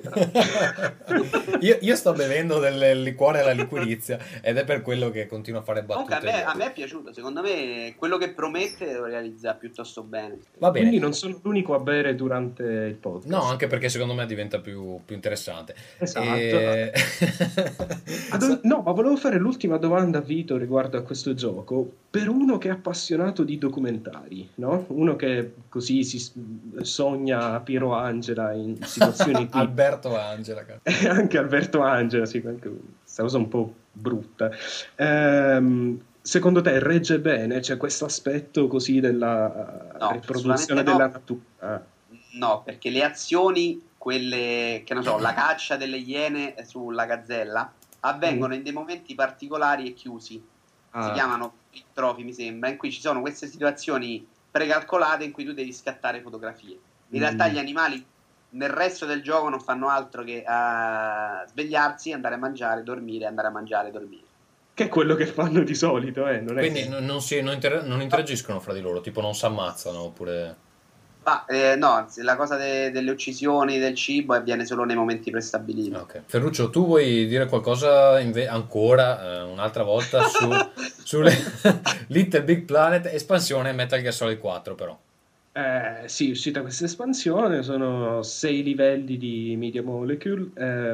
io sto bevendo del liquore alla liquirizia ed è per quello che continuo a fare battute. Comunque a me è piaciuto, secondo me quello che promette lo realizza piuttosto bene. Va bene. Quindi non sono l'unico a bere durante il podcast. No, anche perché secondo me diventa più interessante. Esatto. No, ma volevo fare l'ultima domanda a Vito riguardo a questo gioco. Per uno che è appassionato di documentari, no? Uno che così si sogna Piero Angela in situazioni Alberto Angela. Anche Alberto Angela, sì, anche questa cosa un po' brutta. Secondo te regge bene? C'è questo aspetto così della riproduzione della natura? No, perché le azioni, quelle che non so, la caccia delle iene sulla gazzella, avvengono in dei momenti particolari e chiusi. Si chiamano pit trophy, mi sembra, in cui ci sono queste situazioni precalcolate in cui tu devi scattare fotografie. In realtà gli animali nel resto del gioco non fanno altro che svegliarsi, andare a mangiare, dormire, andare a mangiare, dormire. Che è quello che fanno di solito, non è quindi non interagiscono fra di loro, tipo non si ammazzano oppure... no, la cosa delle uccisioni del cibo avviene solo nei momenti prestabiliti. Okay. Ferruccio, tu vuoi dire qualcosa ancora un'altra volta su Little Big Planet espansione Metal Gear Solid 4 però? Sì, è uscita questa espansione, sono 6 livelli di Media Molecule,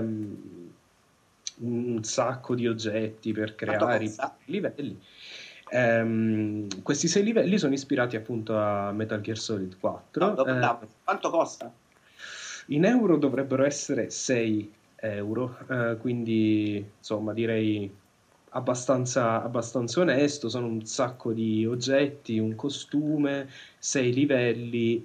un sacco di oggetti per creare i livelli. Questi 6 livelli sono ispirati appunto a Metal Gear Solid 4. Quanto costa? In euro dovrebbero essere 6 euro, quindi insomma direi abbastanza onesto. Sono un sacco di oggetti, un costume, 6 livelli,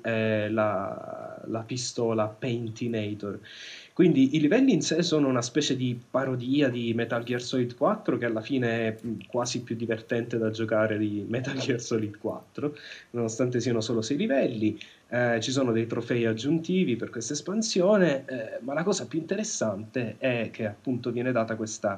la pistola Paintinator. Quindi i livelli in sé sono una specie di parodia di Metal Gear Solid 4, che alla fine è quasi più divertente da giocare di Metal Gear Solid 4, nonostante siano solo 6 livelli. Ci sono dei trofei aggiuntivi per questa espansione, ma la cosa più interessante è che appunto viene data questa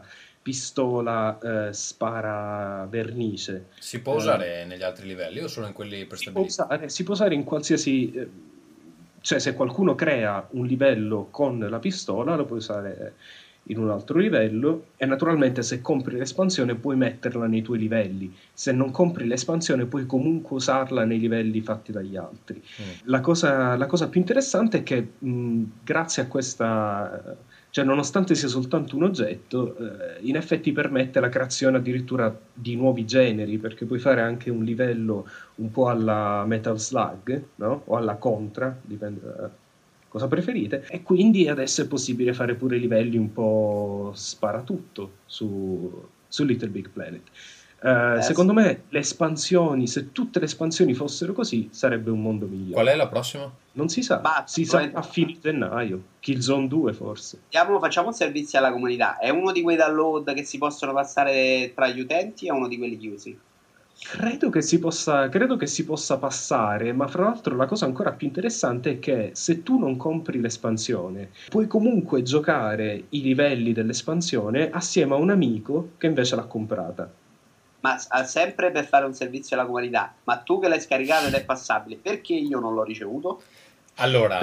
pistola spara vernice. Si può usare negli altri livelli o solo in quelli prestabiliti? Si può usare in qualsiasi... cioè se qualcuno crea un livello con la pistola lo puoi usare in un altro livello, e naturalmente se compri l'espansione puoi metterla nei tuoi livelli. Se non compri l'espansione puoi comunque usarla nei livelli fatti dagli altri. La cosa più interessante è che grazie a questa, cioè nonostante sia soltanto un oggetto, in effetti permette la creazione addirittura di nuovi generi, perché puoi fare anche un livello un po' alla Metal Slug, no? O alla Contra, dipende da cosa preferite, e quindi adesso è possibile fare pure livelli un po' sparatutto su Little Big Planet. Secondo me le espansioni, se tutte le espansioni fossero così, sarebbe un mondo migliore. Qual è la prossima? Non si sa, si sa a fine gennaio, Killzone 2 forse. Facciamo un servizio alla comunità, è uno di quei download che si possono passare tra gli utenti o uno di quelli chiusi? Credo che si possa passare, ma fra l'altro la cosa ancora più interessante è che se tu non compri l'espansione, puoi comunque giocare i livelli dell'espansione assieme a un amico che invece l'ha comprata. Ma sempre per fare un servizio alla comunità, ma tu che l'hai scaricato ed è passabile, perché io non l'ho ricevuto? Allora,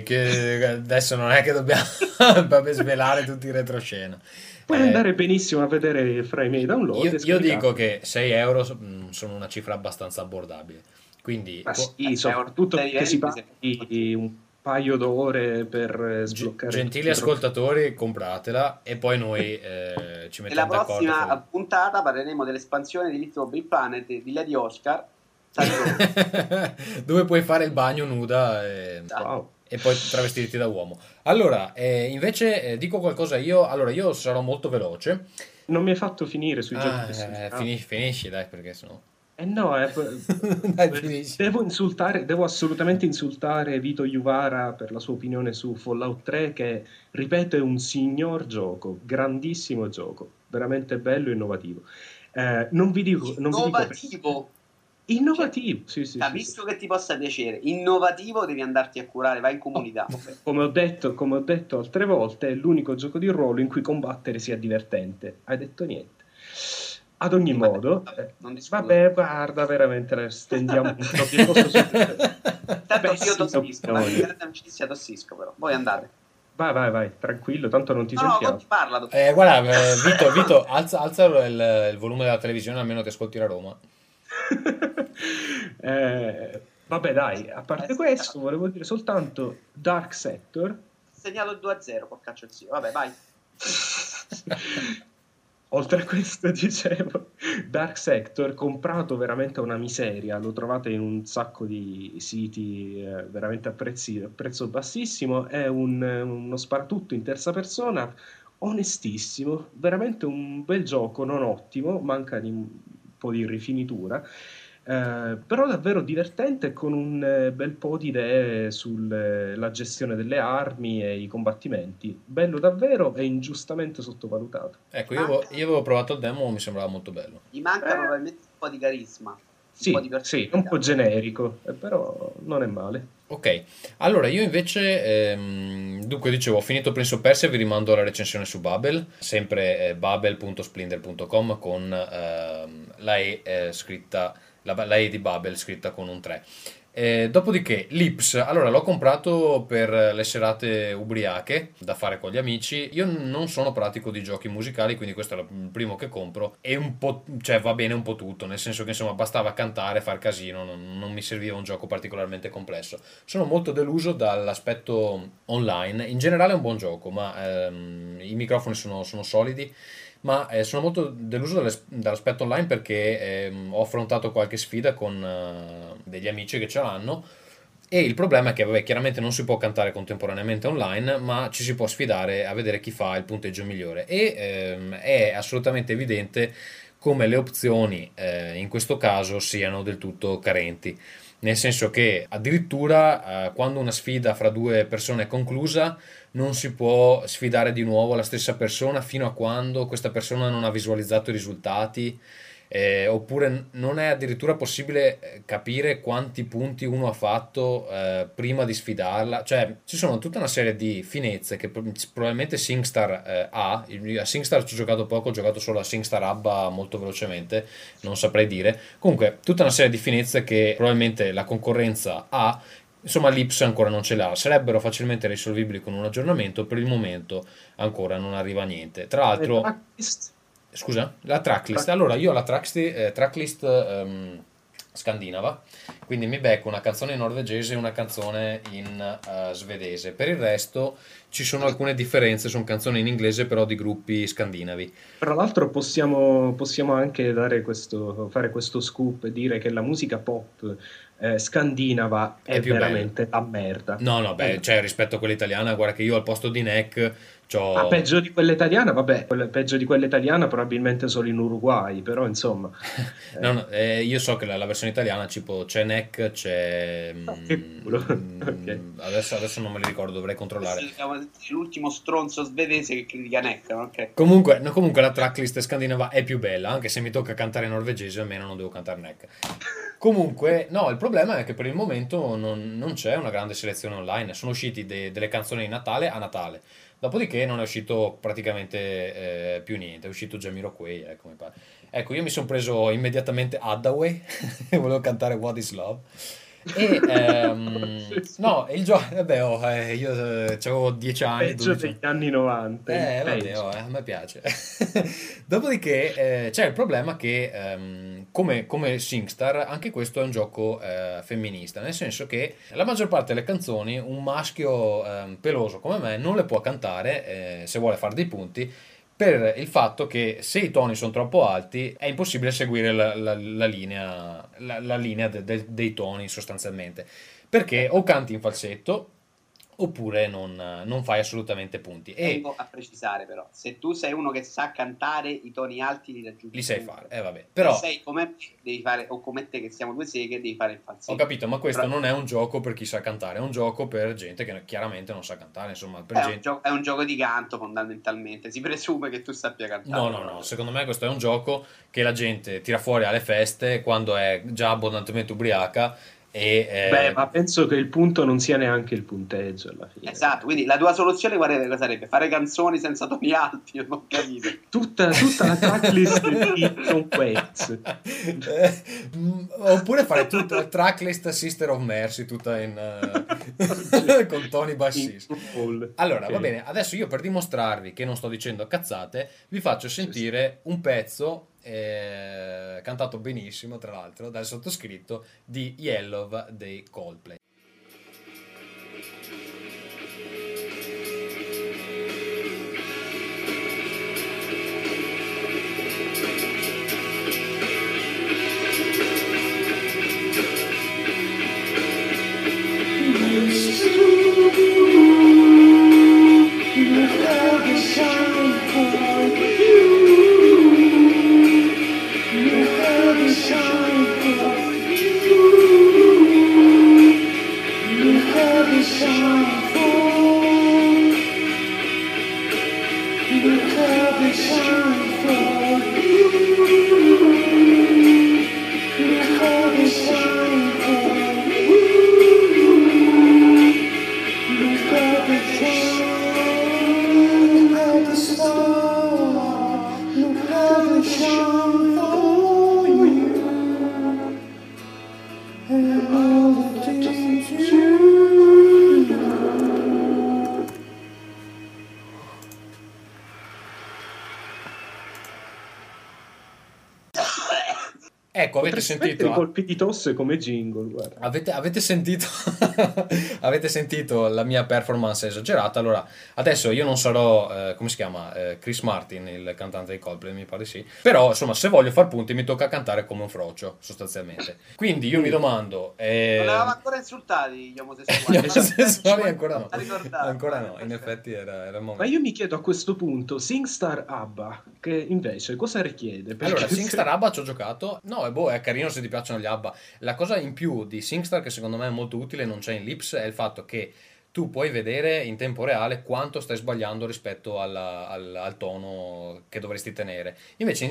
adesso non è che dobbiamo proprio svelare tutti i retroscena. Puoi andare benissimo a vedere fra i miei download. Io dico che 6 euro sono una cifra abbastanza abbordabile. Quindi, soprattutto che si parli di un paio d'ore per sbloccare Gentili ascoltatori, compratela e poi noi ci mettiamo Nella d'accordo. prossima puntata parleremo dell'espansione di Little Big Planet di Lady Oscar. Dove puoi fare il bagno nuda Wow. e poi travestirti da uomo. Allora, invece dico qualcosa io. Allora, io sarò molto veloce. Non mi hai fatto finire sui giochi che sono Finisci, dai, perché sennò. No, Dai, finisci. devo assolutamente insultare Vito Juvara per la sua opinione su Fallout 3, che ripeto è un signor gioco, grandissimo gioco, veramente bello e innovativo. Non vi dico Innovativo. Innovativo, sì, Visto che ti possa piacere, innovativo, devi andarti a curare, vai in comunità. Come ho detto altre volte, è l'unico gioco di ruolo in cui combattere sia divertente. Hai detto niente. Ad ogni modo, vabbè, guarda, veramente stendiamo un po' di cose Tanto io tossisco, ma in grande amicizia tossisco, però. Voi andate. Vai, tranquillo, tanto non ti sentiamo. No, ti parla. Guarda, Vito, alza il volume della televisione, almeno ti ascolti la Roma. Vabbè, dai, a parte questo, volevo dire soltanto Dark Sector. Segnato 2-0, porcaccio il zio. Vabbè, vai. Oltre a questo, dicevo, Dark Sector, comprato veramente a una miseria, lo trovate in un sacco di siti veramente a prezzo bassissimo, è uno sparatutto in terza persona, onestissimo, veramente un bel gioco, non ottimo, manca di un po' di rifinitura, però davvero divertente, con un bel po' di idee sulla gestione delle armi e i combattimenti. Bello davvero e ingiustamente sottovalutato. Ecco, io avevo provato il demo, mi sembrava molto bello. Gli manca probabilmente un po' di carisma. Sì, è un po' generico, però non è male. Ok, allora io invece, dunque dicevo, ho finito Prince of Persia, vi rimando alla recensione su Babel, sempre babel.splendor.com con la E scritta, la E di Babel scritta con un 3. Dopodiché l'Ips, allora l'ho comprato per le serate ubriache da fare con gli amici. Io non sono pratico di giochi musicali, quindi questo è il primo che compro e un po', cioè va bene un po' tutto, nel senso che insomma bastava cantare, far casino, non mi serviva un gioco particolarmente complesso. Sono molto deluso dall'aspetto online. In generale è un buon gioco, ma i microfoni sono solidi. Ma sono molto deluso dall'aspetto online perché ho affrontato qualche sfida con degli amici che ce l'hanno e il problema è che vabbè, chiaramente non si può cantare contemporaneamente online, ma ci si può sfidare a vedere chi fa il punteggio migliore e è assolutamente evidente come le opzioni in questo caso siano del tutto carenti. Nel senso che addirittura quando una sfida fra due persone è conclusa non si può sfidare di nuovo la stessa persona fino a quando questa persona non ha visualizzato i risultati, oppure non è addirittura possibile capire quanti punti uno ha fatto prima di sfidarla. Cioè ci sono tutta una serie di finezze che probabilmente SingStar ha. A SingStar ci ho giocato poco, ho giocato solo a SingStar Abba molto velocemente, non saprei dire. Comunque tutta una serie di finezze che probabilmente la concorrenza ha. Insomma, l'Ips ancora non ce l'ha, sarebbero facilmente risolvibili con un aggiornamento, per il momento ancora non arriva niente. Tra l'altro, scusa, la tracklist. Allora, io ho la tracklist scandinava, quindi mi becco una canzone in norvegese e una canzone in svedese. Per il resto ci sono alcune differenze, sono canzoni in inglese però di gruppi scandinavi. Tra l'altro possiamo anche fare questo scoop e dire che la musica pop scandinava è più veramente la merda. No, cioè rispetto a quella italiana, guarda che io al posto di Neck c'ho... peggio di quella italiana, vabbè, peggio di quella italiana probabilmente solo in Uruguay, però insomma. Io so che la versione italiana c'è Neck, c'è... Che culo. Okay. Adesso non me li ricordo, dovrei controllare. L'ultimo stronzo svedese che critica Neck, ok? Comunque la tracklist scandinava è più bella, anche se mi tocca cantare norvegese, almeno non devo cantare Neck. Comunque, no, il problema è che per il momento non c'è una grande selezione online. Sono usciti delle canzoni di Natale a Natale. Dopodiché non è uscito praticamente più niente. È uscito Jamiroquai, ecco, mi pare. Ecco, io mi sono preso immediatamente Hathaway e volevo cantare What is Love. E no, il gioco, vabbè, io avevo 10 anni. Peggio degli anni 90. Vabbè, a me piace. Dopodiché c'è il problema che come SingStar, anche questo è un gioco femminista, nel senso che la maggior parte delle canzoni un maschio peloso come me non le può cantare se vuole fare dei punti, per il fatto che se i toni sono troppo alti è impossibile seguire la linea, la linea dei toni sostanzialmente, perché o canti in falsetto oppure non fai assolutamente punti. E Tengo a precisare però, se tu sei uno che sa cantare, i toni alti li raggiungi. li sai fare, vabbè. Se Però sei come me, devi fare, o come te che siamo due seghe, devi fare il falsetto. ho capito, ma questo Però non è un gioco per chi sa cantare, è un gioco per gente che chiaramente non sa cantare, insomma, per gente... è un gioco di canto fondamentalmente, si presume che tu sappia cantare. No, secondo me questo è un gioco che la gente tira fuori alle feste quando è già abbondantemente ubriaca e ma penso che il punto non sia neanche il punteggio alla fine. Esatto, quindi la tua soluzione quale sarebbe? Fare canzoni senza toni alti? Io non capito. Tutta la tracklist di Tom Waits. Oppure fare tutta la tracklist Sister of Mercy tutta con toni bassissimi. Allora, Ok. va bene, adesso io per dimostrarvi che non sto dicendo cazzate, vi faccio sentire un pezzo cantato benissimo, tra l'altro, dal sottoscritto di Yellow dei Coldplay. Ecco, avete Potresti mettere sentito? i colpi di tosse come jingle, guarda. Avete sentito? Avete sentito la mia performance esagerata? Allora, adesso io non sarò, come si chiama? Chris Martin, il cantante dei Coldplay, mi pare sì. Però, insomma, se voglio far punti mi tocca cantare come un frocio, sostanzialmente. Quindi io mi domando... Non avevamo ancora insultati gli omosessuali. Gli omosessuali ancora no. Ha ricordato. Ancora no, in effetti era il Ma momento. io mi chiedo a questo punto, SingStar ABBA, che invece cosa richiede? Perché Allora, se- SingStar ABBA ci ho giocato. No, è carino se ti piacciono gli ABBA. La cosa in più di SingStar che secondo me è molto utile, non c'è in Lips, è il fatto che tu puoi vedere in tempo reale quanto stai sbagliando rispetto al tono che dovresti tenere. Invece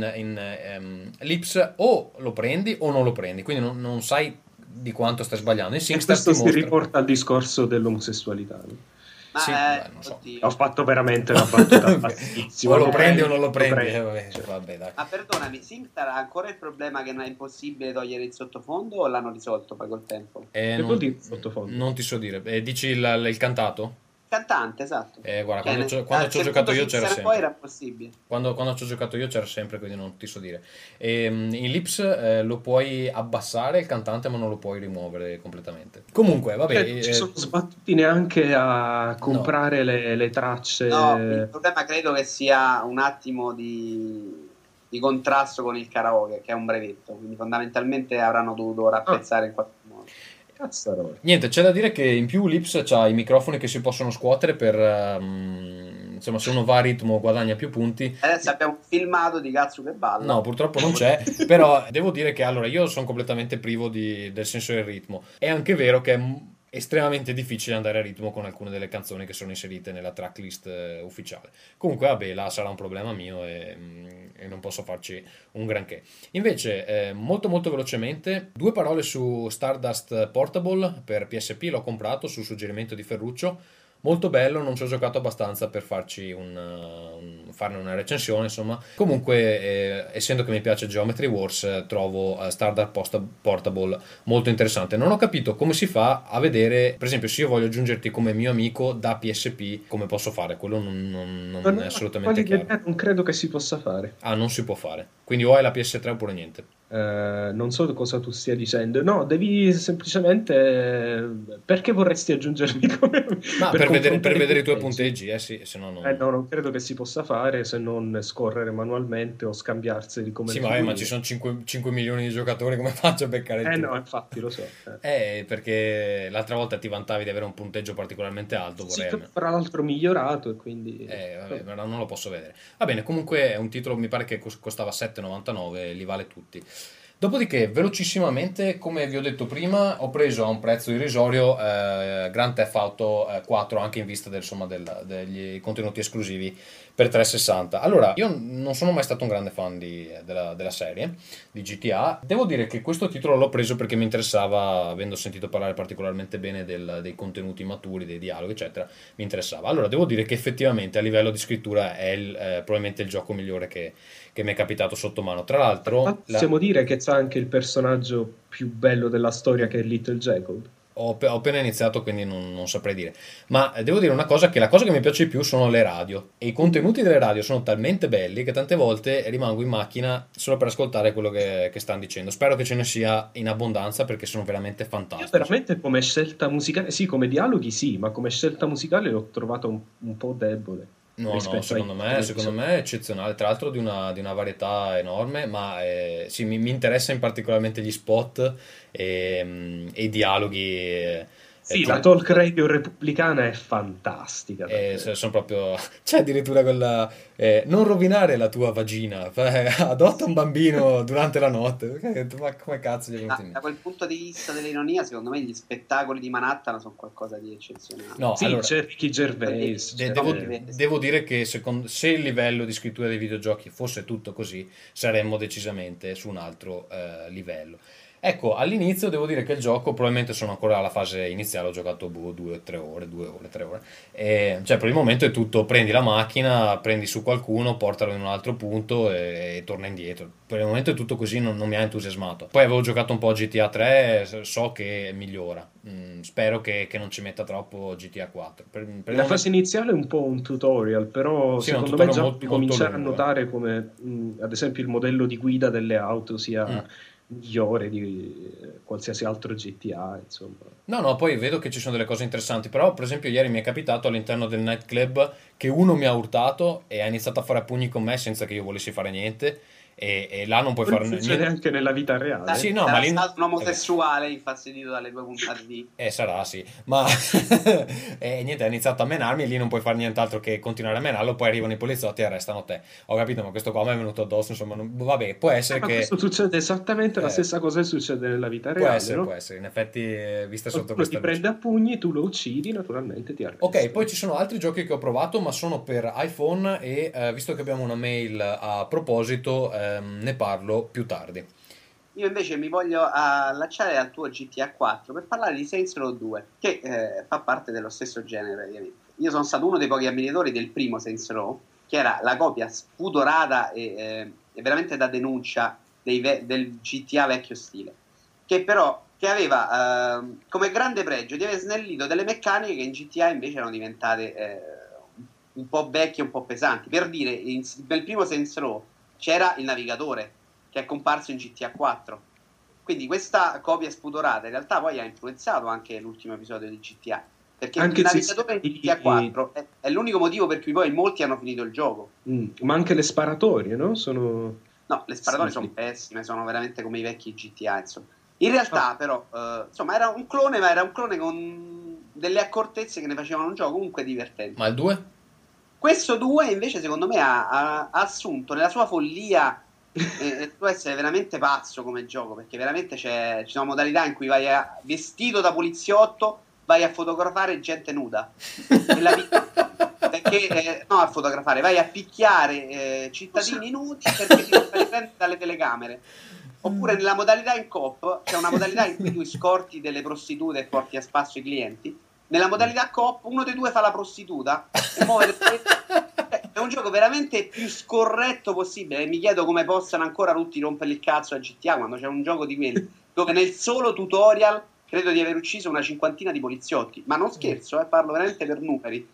in Lips o lo prendi o non lo prendi, quindi non sai di quanto stai sbagliando. In E SingStar questo ti si mostra. riporta al discorso dell'omosessualità. Ma Sì, beh, non so. oddio. Ho fatto veramente una battuta bassissima. O lo prendi o non lo prendi. prendi. Vabbè, Cioè, vabbè, dai. Ma perdonami, SingStar ha ancora il problema che non è impossibile togliere il sottofondo o l'hanno risolto poi col tempo? Che vuol dire sottofondo? Non ti so dire. Dici il cantato? Cantante, esatto. Guarda, Cioè, quando ci ho a un giocato certo io punto c'era SingStar sempre. poi era possibile. Quando ci ho giocato io c'era sempre, quindi non ti so dire. In Lips lo puoi abbassare il cantante, ma non lo puoi rimuovere completamente. Comunque, vabbè. Cioè, ci sono sbattuti neanche a comprare le tracce. No, il problema credo che sia un attimo di contrasto con il karaoke, che è un brevetto, quindi fondamentalmente avranno dovuto rappezzare in qualche modo. Cazzarola. Niente, c'è da dire che in più Lips c'ha i microfoni che si possono scuotere per... insomma, se uno va a ritmo guadagna più punti. Adesso abbiamo un filmato di Cazzo che balla. No, purtroppo non c'è, però devo dire che allora io sono completamente privo del senso del ritmo. È anche vero che è estremamente difficile andare a ritmo con alcune delle canzoni che sono inserite nella tracklist ufficiale. Comunque, vabbè, là sarà un problema mio e non posso farci un granché. Invece, molto molto velocemente, 2 parole su Stardust Portable per PSP, l'ho comprato su suggerimento di Ferruccio. Molto bello, non ci ho giocato abbastanza per farne una recensione, insomma. Comunque, essendo che mi piace Geometry Wars, trovo Stardust Portable molto interessante. Non ho capito come si fa a vedere, per esempio, se io voglio aggiungerti come mio amico da PSP, come posso fare? Quello non è assolutamente chiaro. Non credo che si possa fare. Ah, non si può fare. Quindi o hai la PS3 oppure niente. Non so cosa tu stia dicendo. No, devi semplicemente... Perché vorresti aggiungermi come... Ma per confrontare vedere i tuoi punteggi? punteggi, sì, se no No, non... non credo che si possa fare se non scorrere manualmente o scambiarseli come Sì, le ma ci figurine. sono 5 milioni di giocatori, come faccio a beccare il tuo? No, infatti lo so. Perché l'altra volta ti vantavi di avere un punteggio particolarmente alto, Sì, vorrei che almeno. fra l'altro migliorato e quindi... Vabbè, ma non lo posso vedere. Va bene, comunque è un titolo, mi pare che costava 7,99, li vale tutti. Dopodiché, velocissimamente, come vi ho detto prima, ho preso a un prezzo irrisorio Grand Theft Auto 4, anche in vista degli contenuti esclusivi per 360. Allora, io non sono mai stato un grande fan della serie di GTA. Devo dire che questo titolo l'ho preso perché mi interessava, avendo sentito parlare particolarmente bene dei contenuti maturi, dei dialoghi, eccetera, mi interessava. Allora, devo dire che effettivamente a livello di scrittura è probabilmente il gioco migliore che mi è capitato sotto mano. Tra l'altro, Possiamo dire che c'è anche il personaggio più bello della storia che è Little Jacob. ho appena iniziato, quindi non saprei dire. Ma devo dire una cosa, che la cosa che mi piace di più sono le radio. E i contenuti delle radio sono talmente belli che tante volte rimango in macchina solo per ascoltare quello che stanno dicendo. Spero che ce ne sia in abbondanza perché sono veramente Io fantastici. veramente come scelta musicale, sì, come dialoghi sì, ma come scelta musicale l'ho trovato un po' debole No, rispetto ai secondo televisioni. me è eccezionale, tra l'altro di una varietà enorme, ma sì, mi interessa in particolarmente gli spot e i dialoghi. Sì, la talk radio repubblicana è fantastica, davvero. Sono proprio. C'è addirittura quella. Non rovinare la tua vagina, adotta un bambino durante la notte. Ma come cazzo gli è venuto in Da mente? quel punto di vista dell'ironia, secondo me gli spettacoli di Manhattan sono qualcosa di eccezionale. No, Sì, allora. c'è Ricky Gervais, Devo dire che se il livello di scrittura dei videogiochi fosse tutto così, saremmo decisamente su un altro livello. Ecco, all'inizio devo dire che il gioco, probabilmente sono ancora alla fase iniziale, ho giocato 2 o 3 ore, 2 ore, 3 ore. Cioè, per il momento è tutto: prendi la macchina, prendi su qualcuno, portalo in un altro punto e torna indietro. Per il momento è tutto così, non mi ha entusiasmato. Poi avevo giocato un po' a GTA 3, so che migliora. Spero che non ci metta troppo GTA 4. Per il la momento. fase iniziale è un po' un tutorial, però Sì, è un secondo me tutorial già molto, puoi molto cominciare a lungo. notare come, ad esempio, il modello di guida delle auto sia Mm. migliore di qualsiasi altro GTA, insomma. No, no, poi vedo che ci sono delle cose interessanti, però per esempio ieri mi è capitato all'interno del nightclub che uno mi ha urtato e ha iniziato a fare a pugni con me senza che io volessi fare niente e là non puoi Quello fare succede niente. anche nella vita reale. Sì, no, ma Sarà lì. stato un È vero. omosessuale infastidito dalle due puntate di... Sarà, sì, ma niente, ha iniziato a menarmi e lì non puoi fare nient'altro che continuare a menarlo, poi arrivano i poliziotti e arrestano te. Ho capito, ma questo qua mi è venuto addosso, insomma, vabbè, può essere Ma che. questo succede esattamente la eh, stessa cosa che succede nella vita può reale, essere, può no? essere, in effetti, vista sotto Qualcuno ti questa luce. prende a pugni, tu lo uccidi, naturalmente ti Ok, poi arrestano. ci sono altri giochi che ho provato, ma sono per iPhone e visto che abbiamo una mail a proposito, ne parlo più tardi. Io invece mi voglio allacciare al tuo GTA 4 per parlare di Saints Row 2, che fa parte dello stesso genere praticamente. Io sono stato uno dei pochi ammiratori del primo Saints Row, che era la copia spudorata e veramente da denuncia del GTA vecchio stile, che però che aveva come grande pregio di aver snellito delle meccaniche che in GTA invece erano diventate un po' vecchie, un po' pesanti. Per dire, nel primo Saints Row c'era il navigatore che è comparso in GTA 4. Quindi questa copia spudorata in realtà poi ha influenzato anche l'ultimo episodio di GTA, perché il Anche se navigatore in GTA 4 è l'unico motivo per cui poi molti hanno finito il gioco. Ma anche le sparatorie, no? Sono No, le sparatorie sono pessime, sono veramente come i vecchi GTA, insomma. In realtà però, insomma, era un clone, ma era un clone con delle accortezze che ne facevano un gioco comunque divertente. Ma il 2? Questo 2 invece secondo me ha assunto nella sua follia può essere veramente pazzo come gioco, perché veramente ci sono modalità in cui vestito da poliziotto vai a fotografare gente nuda perché no, a fotografare, vai a picchiare cittadini nudi perché ti devono prendere dalle telecamere. Oppure nella modalità in coop c'è una modalità in cui tu scorti delle prostitute e porti a spasso i clienti. Nella modalità coop uno dei due fa la prostituta e muove è un gioco veramente più scorretto possibile e mi chiedo come possano ancora tutti rompere il cazzo a GTA quando c'è un gioco di quelli dove nel solo tutorial credo di aver ucciso una cinquantina di poliziotti, ma non scherzo, parlo veramente per numeri.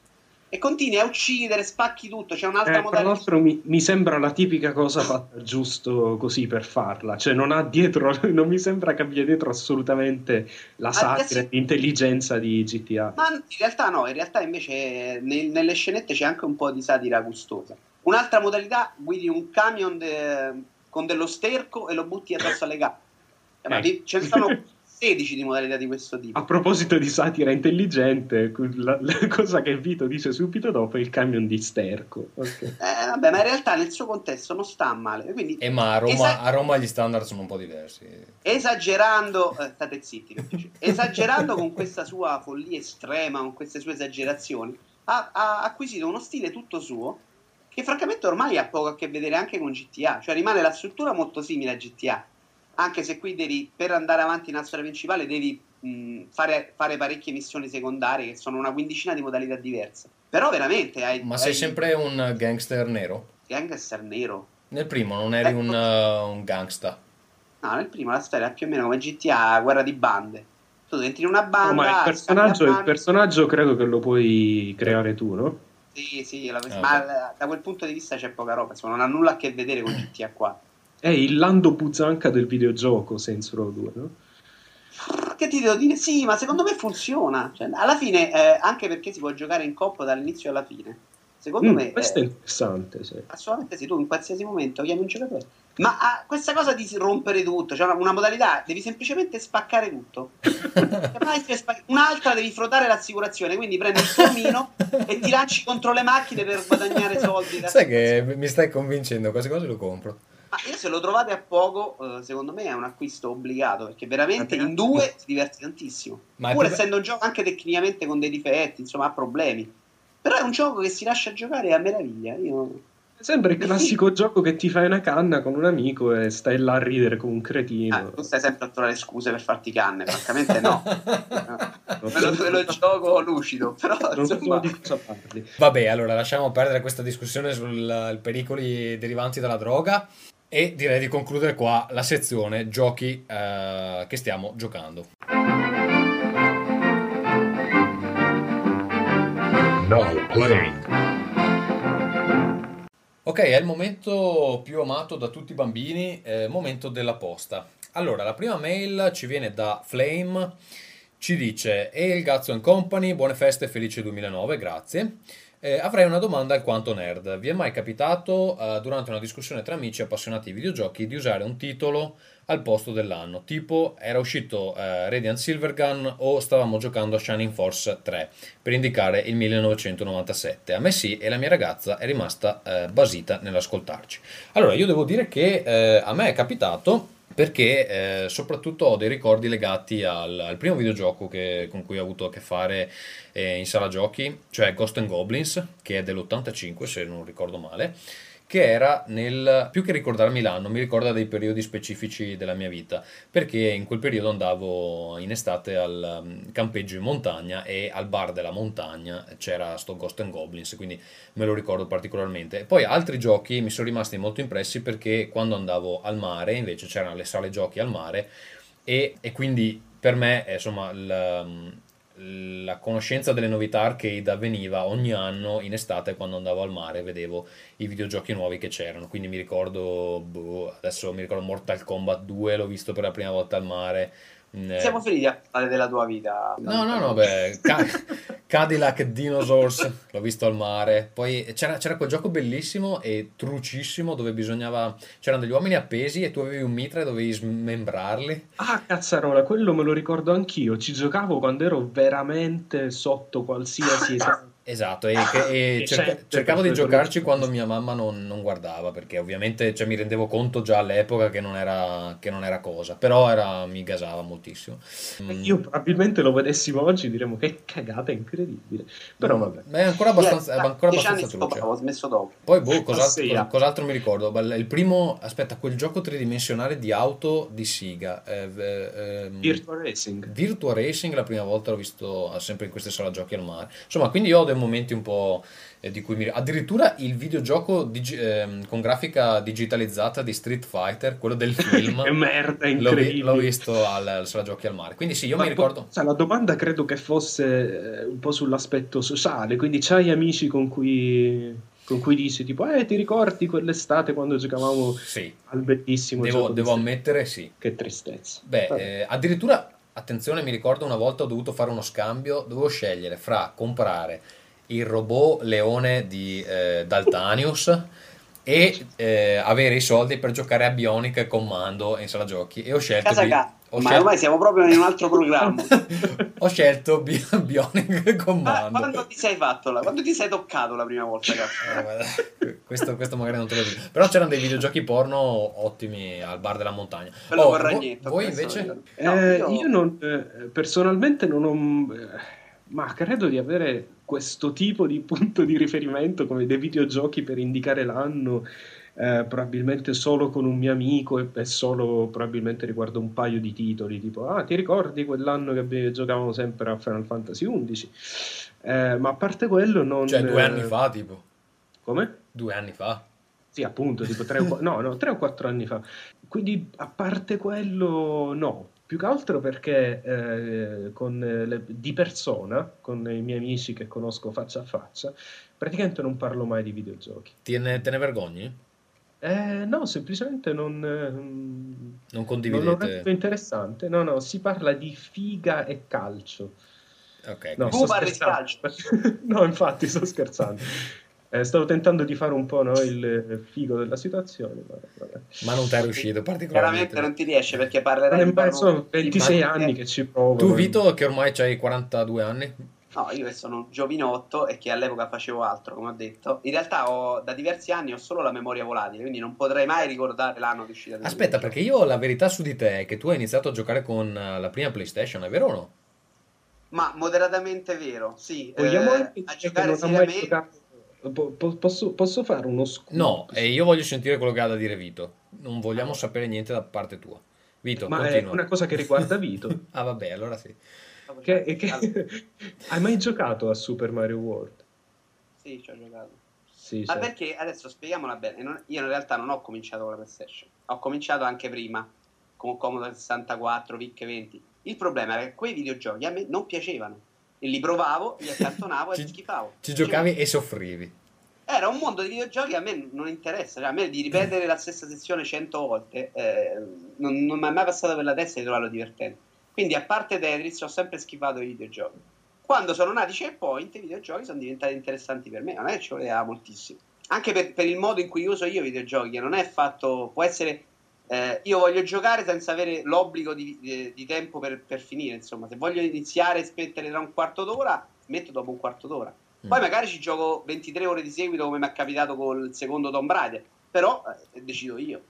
e continui a uccidere, spacchi tutto. C'è un'altra Tra modalità. l'altro mi sembra la tipica cosa fatta giusto così per farla, cioè non ha dietro, non mi sembra che abbia dietro assolutamente la satira e l'intelligenza di GTA. Ma in realtà no, in realtà invece nelle scenette c'è anche un po' di satira gustosa. Un'altra modalità, guidi un camion con dello sterco e lo butti addosso alle gambe. Ce ne sono 16 di modalità di questo tipo. A proposito di satira intelligente, la cosa che Vito dice subito dopo è il camion di sterco. Okay. Vabbè, ma in realtà nel suo contesto non sta male. Quindi, ma a Roma gli standard sono un po' diversi. Esagerando, state zitti, esagerando con questa sua follia estrema, con queste sue esagerazioni, ha acquisito uno stile tutto suo che francamente ormai ha poco a che vedere anche con GTA, cioè rimane la struttura molto simile a GTA, anche se qui devi, per andare avanti nella storia principale, devi fare parecchie missioni secondarie che sono una quindicina di modalità diverse. Però veramente Ma sei sempre un gangster nero? Gangster nero? Nel primo non eri un gangsta? No, nel primo la storia è più o meno come GTA, guerra di bande. Tu entri in una banda. No, ma il personaggio credo che lo puoi creare tu, no? Sì, ma da quel punto di vista c'è poca roba, insomma, non ha nulla a che vedere con GTA 4. È il Lando Buzzanca del videogioco Saints Row 2, no? Che ti devo dire? Sì, ma secondo me funziona. Cioè, alla fine, anche perché si può giocare in coppia dall'inizio alla fine. Secondo me. Questo è interessante, sì. Assolutamente sì, tu in qualsiasi momento chiami un giocatore. Ma questa cosa di rompere tutto, cioè una modalità, devi semplicemente spaccare tutto. Un'altra devi frottare l'assicurazione, quindi prendi il tuo omino e ti lanci contro le macchine per guadagnare soldi. Sai che mi stai convincendo, quasi quasi lo compro. Ma io se lo trovate a poco, secondo me è un acquisto obbligato, perché veramente in due si diverte tantissimo. Pur essendo un gioco anche tecnicamente con dei difetti, insomma ha problemi. Però è un gioco che si lascia giocare a meraviglia. Sembra il classico gioco che ti fai una canna con un amico e stai là a ridere come un cretino. Tu stai sempre a trovare scuse per farti canne, francamente no. Me lo gioco lucido, però non so di cosa parli. Vabbè, allora lasciamo perdere questa discussione sui pericoli derivanti dalla droga e direi di concludere qua la sezione giochi che stiamo giocando. Now playing. Ok, è il momento più amato da tutti i bambini, momento della posta. Allora, la prima mail ci viene da Flame, ci dice: "E il Gazzo & Company, buone feste e felice 2009, grazie. Avrei una domanda alquanto nerd. Vi è mai capitato, durante una discussione tra amici appassionati di videogiochi, di usare un titolo al posto dell'anno? Tipo, era uscito Radiant Silvergun o stavamo giocando a Shining Force 3, per indicare il 1997. A me sì, e la mia ragazza è rimasta basita nell'ascoltarci. Allora, io devo dire che a me è capitato, perché soprattutto ho dei ricordi legati al primo videogioco con cui ho avuto a che fare in sala giochi, cioè Ghost and Goblins, che è dell'85 se non ricordo male, che era più che ricordarmi l'anno, mi ricorda dei periodi specifici della mia vita, perché in quel periodo andavo in estate al campeggio in montagna e al bar della montagna c'era sto Ghost and Goblins, quindi me lo ricordo particolarmente. Poi altri giochi mi sono rimasti molto impressi perché quando andavo al mare invece c'erano le sale giochi al mare e quindi per me insomma la conoscenza delle novità arcade avveniva ogni anno in estate quando andavo al mare e vedevo i videogiochi nuovi che c'erano, quindi mi ricordo adesso mi ricordo Mortal Kombat 2, l'ho visto per la prima volta al mare. Siamo finiti a parlare della tua vita. No, beh, Cadillac Dinosaurs l'ho visto al mare. Poi c'era quel gioco bellissimo e trucissimo dove c'erano degli uomini appesi e tu avevi un mitra e dovevi smembrarli. Ah, cazzarola, quello me lo ricordo anch'io. Ci giocavo quando ero veramente sotto qualsiasi età. Esatto, e cercavo di giocarci quando mia mamma non guardava, perché ovviamente mi rendevo conto già all'epoca che non era cosa, però mi gasava moltissimo. Io probabilmente lo vedessimo oggi diremmo che cagata incredibile, però vabbè. Ma è ancora abbastanza truce. Ho smesso dopo. Poi cos'altro mi ricordo? Il primo, aspetta, quel gioco tridimensionale di auto di Sega, Virtua Racing la prima volta l'ho visto sempre in queste sala giochi al mare. Insomma, quindi io ho dei momenti un po' di cui addirittura il videogioco con grafica digitalizzata di Street Fighter, quello del film. Che merda, L'ho incredibile. visto al Sala Giochi al Mare. Quindi sì, io Ma mi ricordo. la domanda credo che fosse un po' sull'aspetto sociale, quindi c'hai amici con cui dici tipo, ti ricordi quell'estate quando giocavamo Sì, al bellissimo gioco di devo Street ammettere sì. Che tristezza. Beh, Vabbè. addirittura, attenzione, mi ricordo una volta ho dovuto fare uno scambio, dovevo scegliere fra comprare il robot leone di Daltanius e avere i soldi per giocare a Bionic e Commando in sala giochi e ho scelto ma ormai siamo proprio in un altro programma. ho scelto Bionic e Commando. Quando ti sei fatto quando ti sei toccato la prima volta, cazzo? Questo magari non te lo dico, però c'erano dei videogiochi porno ottimi al bar della montagna. Quello con Ragnetto, voi invece? Io non, personalmente non ho, ma credo di avere questo tipo di punto di riferimento come dei videogiochi per indicare l'anno, probabilmente solo con un mio amico e solo probabilmente riguardo un paio di titoli, tipo, ti ricordi quell'anno che giocavamo sempre a Final Fantasy XI? Ma a parte quello non... Cioè 2 anni fa, tipo? Come? 2 anni fa? Sì, appunto, tipo 3 o 4 anni fa. Quindi, a parte quello, no. Più che altro perché di persona, con i miei amici che conosco faccia a faccia, praticamente non parlo mai di videogiochi. Te ne vergogni? No, semplicemente non Non lo condividete? reputo interessante. No, si parla di figa e calcio. Ok, No, quindi- sto parli di scherzando. No, infatti, sto scherzando. Stavo tentando di fare un po', no, il figo della situazione, ma vabbè. ma non ti è riuscito particolarmente. Chiaramente non ti riesce perché parlerai di Sono 26 ma- anni che ci provo. Tu, Vito, che ormai hai 42 anni? No, io che sono giovinotto e che all'epoca facevo altro, come ho detto. In realtà da diversi anni ho solo la memoria volatile, quindi non potrei mai ricordare l'anno di uscita del Aspetta, videogioco. perché io la verità su di te è che tu hai iniziato a giocare con la prima PlayStation, è vero o no? Ma moderatamente vero, sì. Vogliamo anche A dire che giocare non ha mai seriamente... giocato. Posso fare uno scudo? No, e io voglio sentire quello che ha da dire Vito. Non vogliamo sapere niente da parte tua. Vito, Ma è continua. una cosa che riguarda Vito. Ah, vabbè, allora sì. Hai mai giocato a Super Mario World? Sì, ci ho giocato. Sì, Ma certo. perché adesso spieghiamola bene. Io in realtà non ho cominciato con la PlayStation, ho cominciato anche prima con Commodore 64, VIC 20. Il problema era che quei videogiochi a me non piacevano e li provavo, li accantonavo e Ci- schifavo. Ci giocavi e soffrivi. Era un mondo di videogiochi che a me non interessa, cioè a me di ripetere la stessa sessione 100 volte non mi è mai passato per la testa di trovarlo divertente. Quindi a parte Tetris ho sempre schifato i videogiochi. Quando sono nati Checkpoint i videogiochi sono diventati interessanti per me, non è che ci voleva moltissimo. Anche per il modo in cui uso io i videogiochi, che non è fatto, può essere io voglio giocare senza avere l'obbligo di tempo per finire, insomma, se voglio iniziare e spettere tra un quarto d'ora, metto dopo un quarto d'ora. Poi magari ci gioco 23 ore di seguito come mi è capitato col secondo Tomb Raider, però decido io.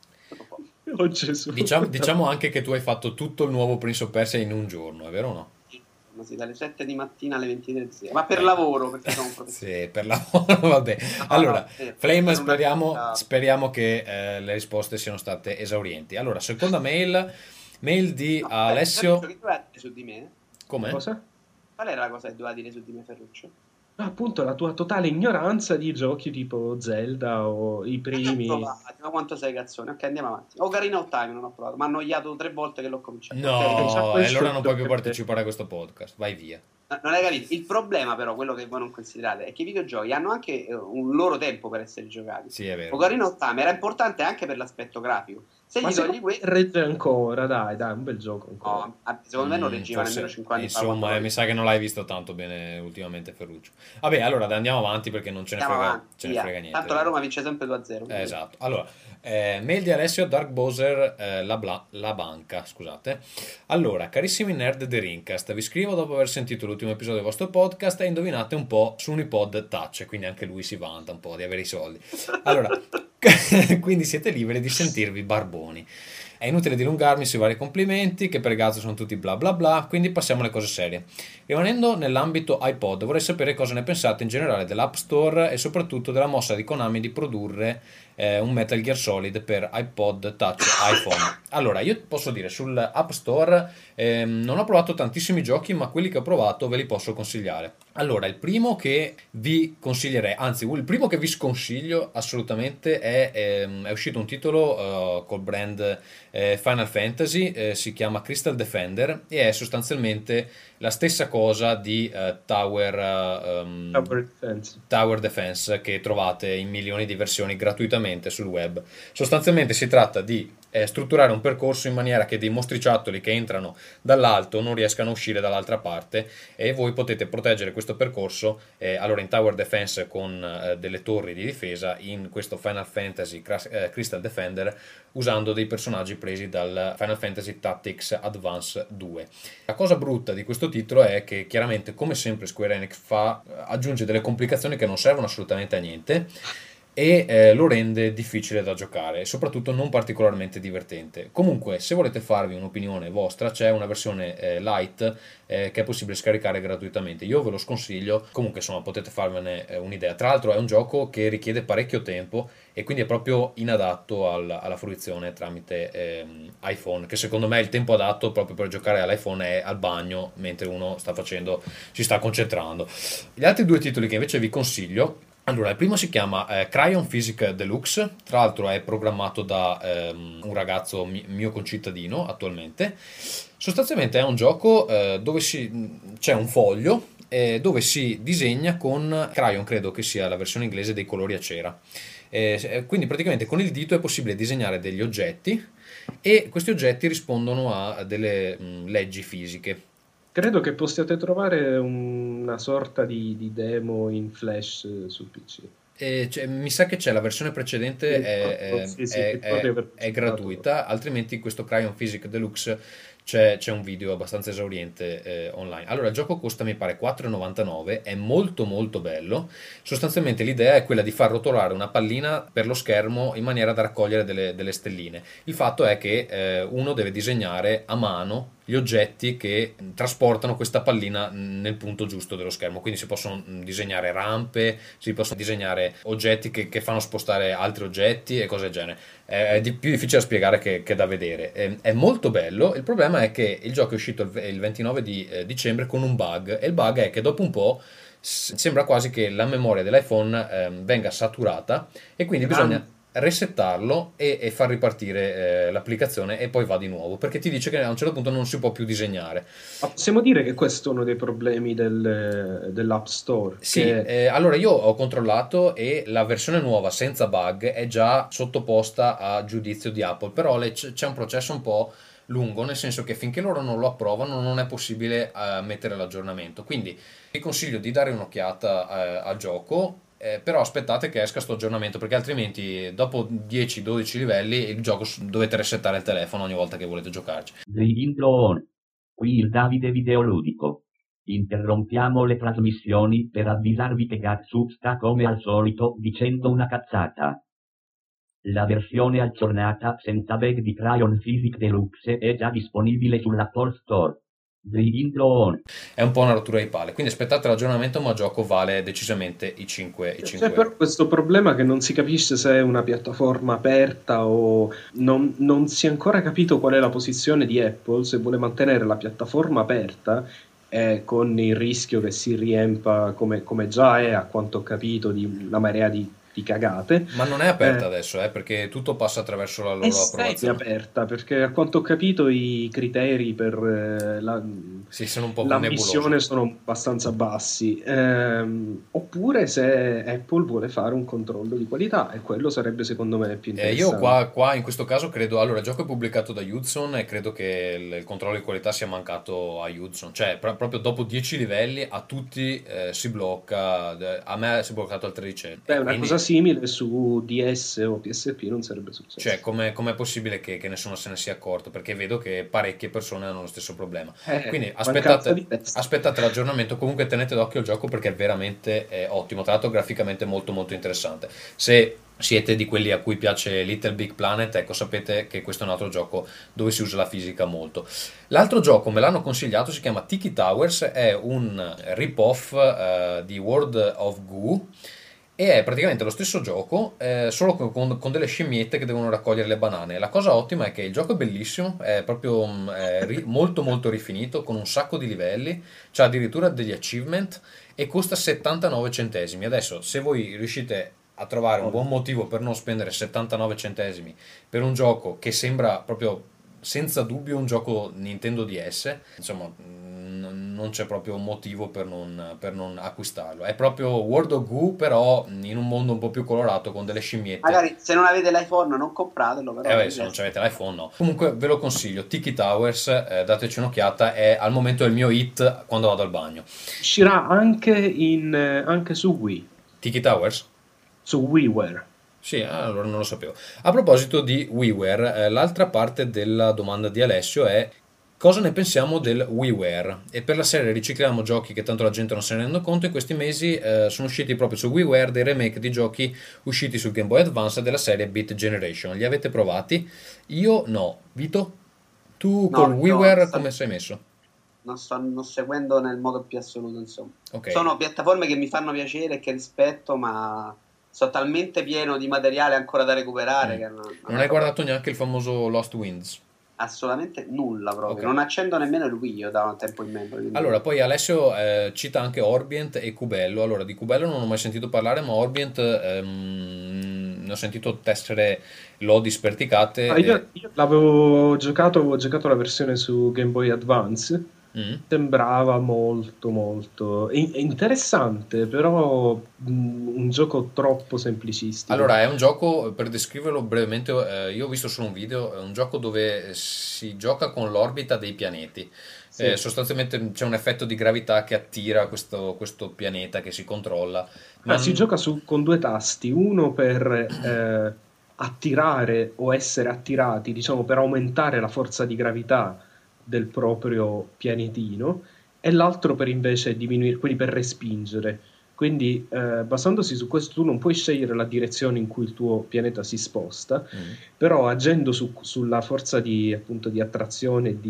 Oh Gesù. Diciamo anche che tu hai fatto tutto il nuovo Prince of Persia in un giorno, è vero o no? Sì, dalle 7 di mattina alle 23 di sera, ma per lavoro, perché sono un professore. Sì, per lavoro, vabbè. Allora, Flame, per una speriamo che le risposte siano state esaurienti. Allora, seconda mail di No, Alessio. Ferruccio, che doveva dire su di me? Com'è? Cosa? Qual era la cosa che doveva dire su di me, Ferruccio? No, appunto, la tua totale ignoranza di giochi tipo Zelda o i primi. Ma quanto sei cazzone? Ok, andiamo avanti. Ocarina of Time non ho provato, mi ha annoiato 3 volte che l'ho cominciato. No, Ok, e allora non puoi più partecipare a questo podcast. Vai via. non hai capito? Il problema però, quello che voi non considerate, è che i videogiochi hanno anche un loro tempo per essere giocati. Sì, è vero. Ocarina of Time era importante anche per l'aspetto grafico. Se Ma gli togli secondo me questo... regge ancora, dai, un bel gioco ancora. No, secondo me non reggeva Forse, nemmeno 5 anni fa. insomma, quando mi sa che non l'hai visto tanto bene ultimamente, Ferruccio. Vabbè, allora andiamo avanti perché non ce ne andiamo frega, avanti, ce ne via. frega niente. Tanto la Roma vince sempre 2-0. Esatto. Allora, mail di Alessio Dark Bowser, la banca, scusate. Allora, carissimi nerd The Rincast, vi scrivo dopo aver sentito l'ultimo episodio del vostro podcast e indovinate un po' su un iPod Touch, quindi anche lui si vanta un po' di avere i soldi. Allora, quindi siete liberi di sentirvi barboni. È inutile dilungarmi sui vari complimenti, che per Gazzo sono tutti bla bla bla, quindi passiamo alle cose serie. Rimanendo nell'ambito iPod, vorrei sapere cosa ne pensate in generale dell'App Store e soprattutto della mossa di Konami di produrre un Metal Gear Solid per iPod Touch iPhone. Allora, io posso dire, sull'App Store non ho provato tantissimi giochi, ma quelli che ho provato ve li posso consigliare. Allora, il primo che vi consiglierei, anzi, il primo che vi sconsiglio assolutamente è uscito un titolo col brand Final Fantasy, si chiama Crystal Defender e è sostanzialmente la stessa cosa di Tower Defense. Tower Defense che trovate in milioni di versioni gratuitamente sul web. Sostanzialmente si tratta di strutturare un percorso in maniera che dei mostriciattoli che entrano dall'alto non riescano a uscire dall'altra parte e voi potete proteggere questo percorso allora in Tower Defense con delle torri di difesa, in questo Final Fantasy Crystal Defender usando dei personaggi presi dal Final Fantasy Tactics Advance 2. La cosa brutta di questo titolo è che chiaramente come sempre Square Enix aggiunge delle complicazioni che non servono assolutamente a niente e lo rende difficile da giocare e soprattutto non particolarmente divertente. Comunque, se volete farvi un'opinione vostra, c'è una versione light che è possibile scaricare gratuitamente. Io ve lo sconsiglio, comunque insomma potete farvene un'idea. Tra l'altro è un gioco che richiede parecchio tempo e quindi è proprio inadatto alla fruizione tramite iPhone, che secondo me il tempo adatto proprio per giocare all'iPhone è al bagno mentre uno si sta concentrando. Gli altri due titoli che invece vi consiglio. Allora, il primo si chiama Cryon Physics Deluxe, tra l'altro è programmato da un ragazzo mio concittadino attualmente. Sostanzialmente è un gioco dove c'è un foglio dove si disegna con Crayon, credo che sia la versione inglese dei colori a cera. Quindi praticamente con il dito è possibile disegnare degli oggetti e questi oggetti rispondono a delle leggi fisiche. Credo che possiate trovare una sorta di demo in Flash sul PC. Mi sa che c'è la versione precedente Ricordo di aver è giocato. gratuita, altrimenti questo Cryon Physics Deluxe c'è un video abbastanza esauriente online. Allora, il gioco costa, mi pare, 4,99, è molto molto bello. Sostanzialmente l'idea è quella di far rotolare una pallina per lo schermo in maniera da raccogliere delle stelline. Il fatto è che uno deve disegnare a mano gli oggetti che trasportano questa pallina nel punto giusto dello schermo. Quindi si possono disegnare rampe, si possono disegnare oggetti che fanno spostare altri oggetti e cose del genere. È più difficile da spiegare che da vedere. È molto bello. Il problema è che il gioco è uscito il 29 di dicembre con un bug, e il bug è che dopo un po' sembra quasi che la memoria dell'iPhone venga saturata e quindi bisogna resettarlo e far ripartire l'applicazione e poi va di nuovo perché ti dice che a un certo punto non si può più disegnare. Ma possiamo dire che questo è uno dei problemi dell'App Store. Sì, che allora io ho controllato e la versione nuova senza bug è già sottoposta a giudizio di Apple, però c'è un processo un po' lungo, nel senso che finché loro non lo approvano non è possibile mettere l'aggiornamento. Quindi vi consiglio di dare un'occhiata al gioco. Però aspettate che esca sto aggiornamento perché altrimenti dopo 10-12 livelli il gioco dovete resettare il telefono ogni volta che volete giocarci. Intro on. Qui il Davide Videoludico. Interrompiamo le trasmissioni per avvisarvi che Gatsu sta come al solito dicendo una cazzata. La versione aggiornata senza bug di Cryon Physics Deluxe è già disponibile sull'Apple Store. Intro on. È un po' una rottura di palle, quindi aspettate l'aggiornamento, ma il gioco vale decisamente i 5 c'è euro. però questo problema che non si capisce se è una piattaforma aperta o non si è ancora capito qual è la posizione di Apple, se vuole mantenere la piattaforma aperta con il rischio che si riempa come già è, a quanto ho capito, di una marea di cagate. Ma non è aperta adesso, perché tutto passa attraverso la loro È approvazione. aperta, perché a quanto ho capito i criteri per Sì, sono un po' l'ammissione nebulosi. sono abbastanza bassi. Oppure se Apple vuole fare un controllo di qualità, e quello sarebbe secondo me più interessante. Io qua in questo caso credo, allora il gioco è pubblicato da Hudson e credo che il controllo di qualità sia mancato a Hudson, cioè proprio dopo 10 livelli a tutti si blocca, a me si è bloccato al 13. Beh, una cosa simile su DS o PSP non sarebbe successo. Cioè, com'è possibile che nessuno se ne sia accorto? Perché vedo che parecchie persone hanno lo stesso problema. Quindi aspettate l'aggiornamento. Comunque tenete d'occhio il gioco perché è veramente ottimo. Tra l'altro graficamente molto molto interessante. Se siete di quelli a cui piace Little Big Planet, ecco, sapete che questo è un altro gioco dove si usa la fisica molto. L'altro gioco me l'hanno consigliato, si chiama Tiki Towers, è un rip-off di World of Goo. E è praticamente lo stesso gioco, solo con delle scimmiette che devono raccogliere le banane. La cosa ottima è che il gioco è bellissimo, è proprio molto molto rifinito, con un sacco di livelli, c'ha addirittura degli achievement e costa 79 centesimi. Adesso, se voi riuscite a trovare un buon motivo per non spendere 79 centesimi per un gioco che sembra proprio senza dubbio un gioco Nintendo DS, insomma, non c'è proprio un motivo per non acquistarlo. È proprio World of Goo, però in un mondo un po' più colorato con delle scimmiette. Magari se non avete l'iPhone non compratelo, però se non avete l'iPhone no. Comunque ve lo consiglio, Tiki Towers, dateci un'occhiata, è al momento il mio hit quando vado al bagno. Uscirà anche su Wii. Tiki Towers? Su WiiWare. Sì, allora non lo sapevo. A proposito di WiiWare, l'altra parte della domanda di Alessio è cosa ne pensiamo del WiiWare? E per la serie ricicliamo giochi che tanto la gente non se ne rende conto. In questi mesi sono usciti proprio su WiiWare dei remake di giochi usciti sul Game Boy Advance della serie Beat Generation. Li avete provati? Io no. Vito? Tu No, col WiiWare no, come sei messo? Non sto seguendo nel modo più assoluto, insomma. Okay. Sono piattaforme che mi fanno piacere e che rispetto, ma sono talmente pieno di materiale ancora da recuperare che non hai guardato neanche il famoso Lost Winds? Assolutamente nulla proprio. Okay. Non accendo nemmeno il Wii io da un tempo in mente. Quindi... Allora, poi Alessio cita anche Orbient e Cubello. Allora, di Cubello non ho mai sentito parlare, ma Orbient ne ho sentito tessere lodi sperticate. Io avevo giocato la versione su Game Boy Advance. Sembrava molto interessante, però un gioco troppo semplicistico. Allora, è un gioco, per descriverlo brevemente, io ho visto solo un video, è un gioco dove si gioca con l'orbita dei pianeti. Sì. Sostanzialmente c'è un effetto di gravità che attira questo pianeta che si controlla. Si gioca con due tasti, uno per attirare o essere attirati, diciamo, per aumentare la forza di gravità del proprio pianetino, e l'altro per invece diminuire, quindi per respingere. Quindi basandosi su questo tu non puoi scegliere la direzione in cui il tuo pianeta si sposta, però agendo sulla forza appunto di attrazione e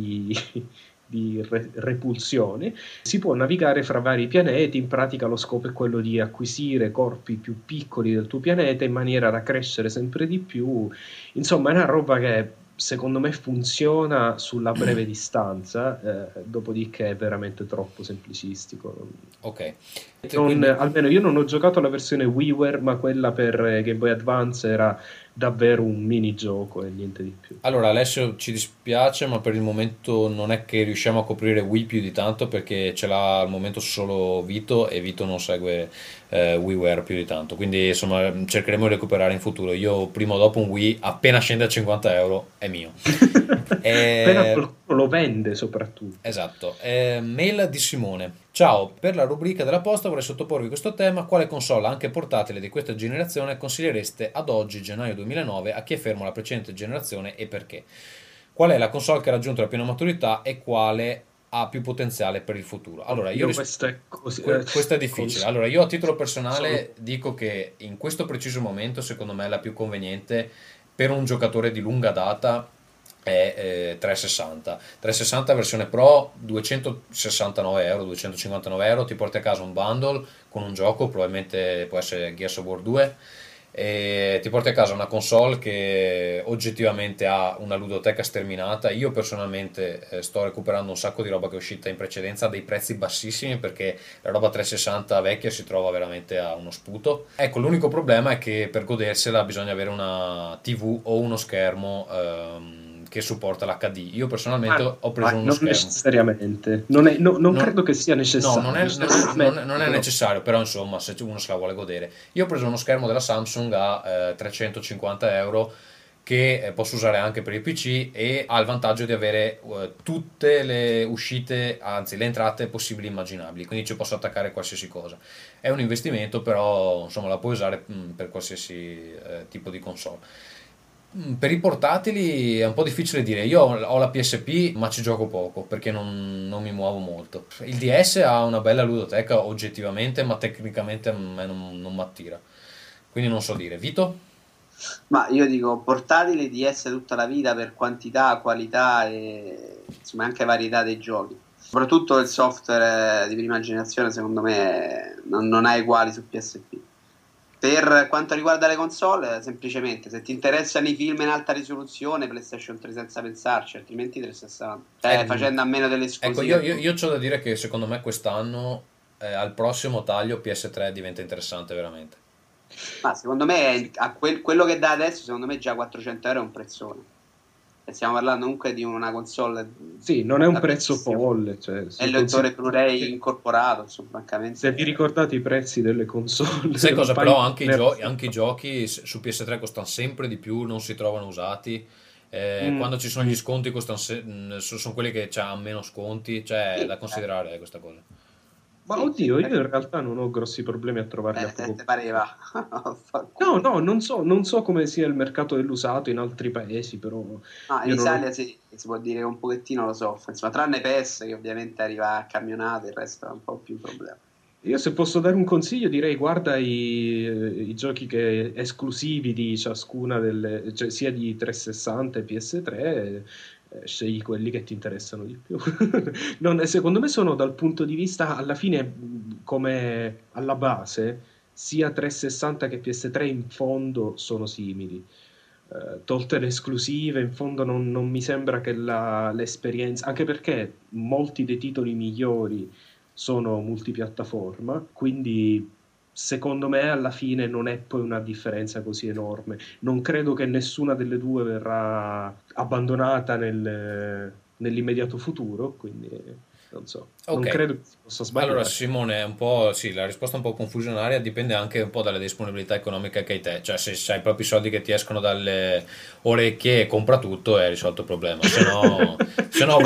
di repulsione si può navigare fra vari pianeti. In pratica lo scopo è quello di acquisire corpi più piccoli del tuo pianeta in maniera da crescere sempre di più. Insomma, è una roba che secondo me funziona sulla breve distanza, dopodiché è veramente troppo semplicistico. Ok. Almeno io non ho giocato la versione WiiWare, ma quella per Game Boy Advance era davvero un minigioco e niente di più. Allora Alessio, ci dispiace, ma per il momento non è che riusciamo a coprire Wii più di tanto, perché ce l'ha al momento solo Vito e Vito non segue WiiWare più di tanto, quindi insomma cercheremo di recuperare in futuro. Io prima o dopo un Wii, appena scende a 50 euro, è mio. Appena qualcuno lo vende soprattutto. Esatto. Mail di Simone: ciao, per la rubrica della posta vorrei sottoporvi questo tema: quale console anche portatile di questa generazione consigliereste ad oggi, gennaio 2009, a chi è fermo alla precedente generazione e perché? Qual è la console che ha raggiunto la piena maturità e quale ha più potenziale per il futuro? Allora, questa è difficile. Allora, io a titolo personale dico che in questo preciso momento secondo me la più conveniente per un giocatore di lunga data è 360 versione Pro, 269 euro, 259 euro, ti porti a casa un bundle con un gioco, probabilmente può essere Gears of War 2, e ti porti a casa una console che oggettivamente ha una ludoteca sterminata. Io personalmente sto recuperando un sacco di roba che è uscita in precedenza a dei prezzi bassissimi, perché la roba 360 vecchia si trova veramente a uno sputo. Ecco, l'unico problema è che per godersela bisogna avere una TV o uno schermo che supporta l'HD. Io personalmente ho preso uno schermo. Necessariamente. Non credo che sia necessario. No, non è necessario, però insomma, se uno se la vuole godere. Io ho preso uno schermo della Samsung a 350 euro che posso usare anche per il PC e ha il vantaggio di avere tutte le uscite, anzi le entrate possibili e immaginabili, quindi ci posso attaccare qualsiasi cosa. È un investimento, però insomma la puoi usare per qualsiasi tipo di console. Per i portatili è un po' difficile dire. Io ho la PSP, ma ci gioco poco perché non mi muovo molto. Il DS ha una bella ludoteca oggettivamente, ma tecnicamente a me non mi attira, quindi non so dire. Vito? Ma io dico portatili DS tutta la vita, per quantità, qualità e insomma anche varietà dei giochi. Soprattutto il software di prima generazione secondo me non ha uguali su PSP. Per quanto riguarda le console, semplicemente se ti interessano i film in alta risoluzione, PlayStation 3 senza pensarci, altrimenti 360, facendo a meno delle esclusive. Ecco, io c'ho da dire che secondo me quest'anno al prossimo taglio PS3 diventa interessante veramente. Ma secondo me quello che dà adesso, secondo me già 400 euro è un prezzone. E stiamo parlando comunque di una console. Sì, non è un prezzo folle. Cioè, e il lettore Blu-ray incorporato, insomma, francamente. Se vi ricordate i prezzi delle console. Sai cosa, però anche i giochi su PS3 costano sempre di più, non si trovano usati. Quando ci sono gli sconti sono quelli che hanno meno sconti, cioè è da considerare questa cosa. Ma oddio, io in realtà non ho grossi problemi a trovarli a poco. Te pareva? No, non so come sia il mercato dell'usato in altri paesi, però. In Italia si può dire un pochettino lo so, insomma, tranne PS che ovviamente arriva a camionate, il resto è un po' più un problema. Io se posso dare un consiglio direi guarda i giochi esclusivi di ciascuna cioè sia di 360 e PS3, scegli quelli che ti interessano di più. Secondo me sono dal punto di vista, alla fine, come alla base, sia 360 che PS3 in fondo sono simili. Tolte le esclusive, in fondo non mi sembra che l'esperienza, anche perché molti dei titoli migliori sono multipiattaforma, quindi secondo me alla fine non è poi una differenza così enorme. Non credo che nessuna delle due verrà abbandonata nell'immediato futuro, quindi non so. Okay. Non credo che si possa sbagliare. Allora Simone, è un po', sì, la risposta è un po' confusionaria, dipende anche un po' dalle disponibilità economiche che hai te, cioè se hai proprio i soldi che ti escono dalle orecchie e compra tutto è risolto il problema, se no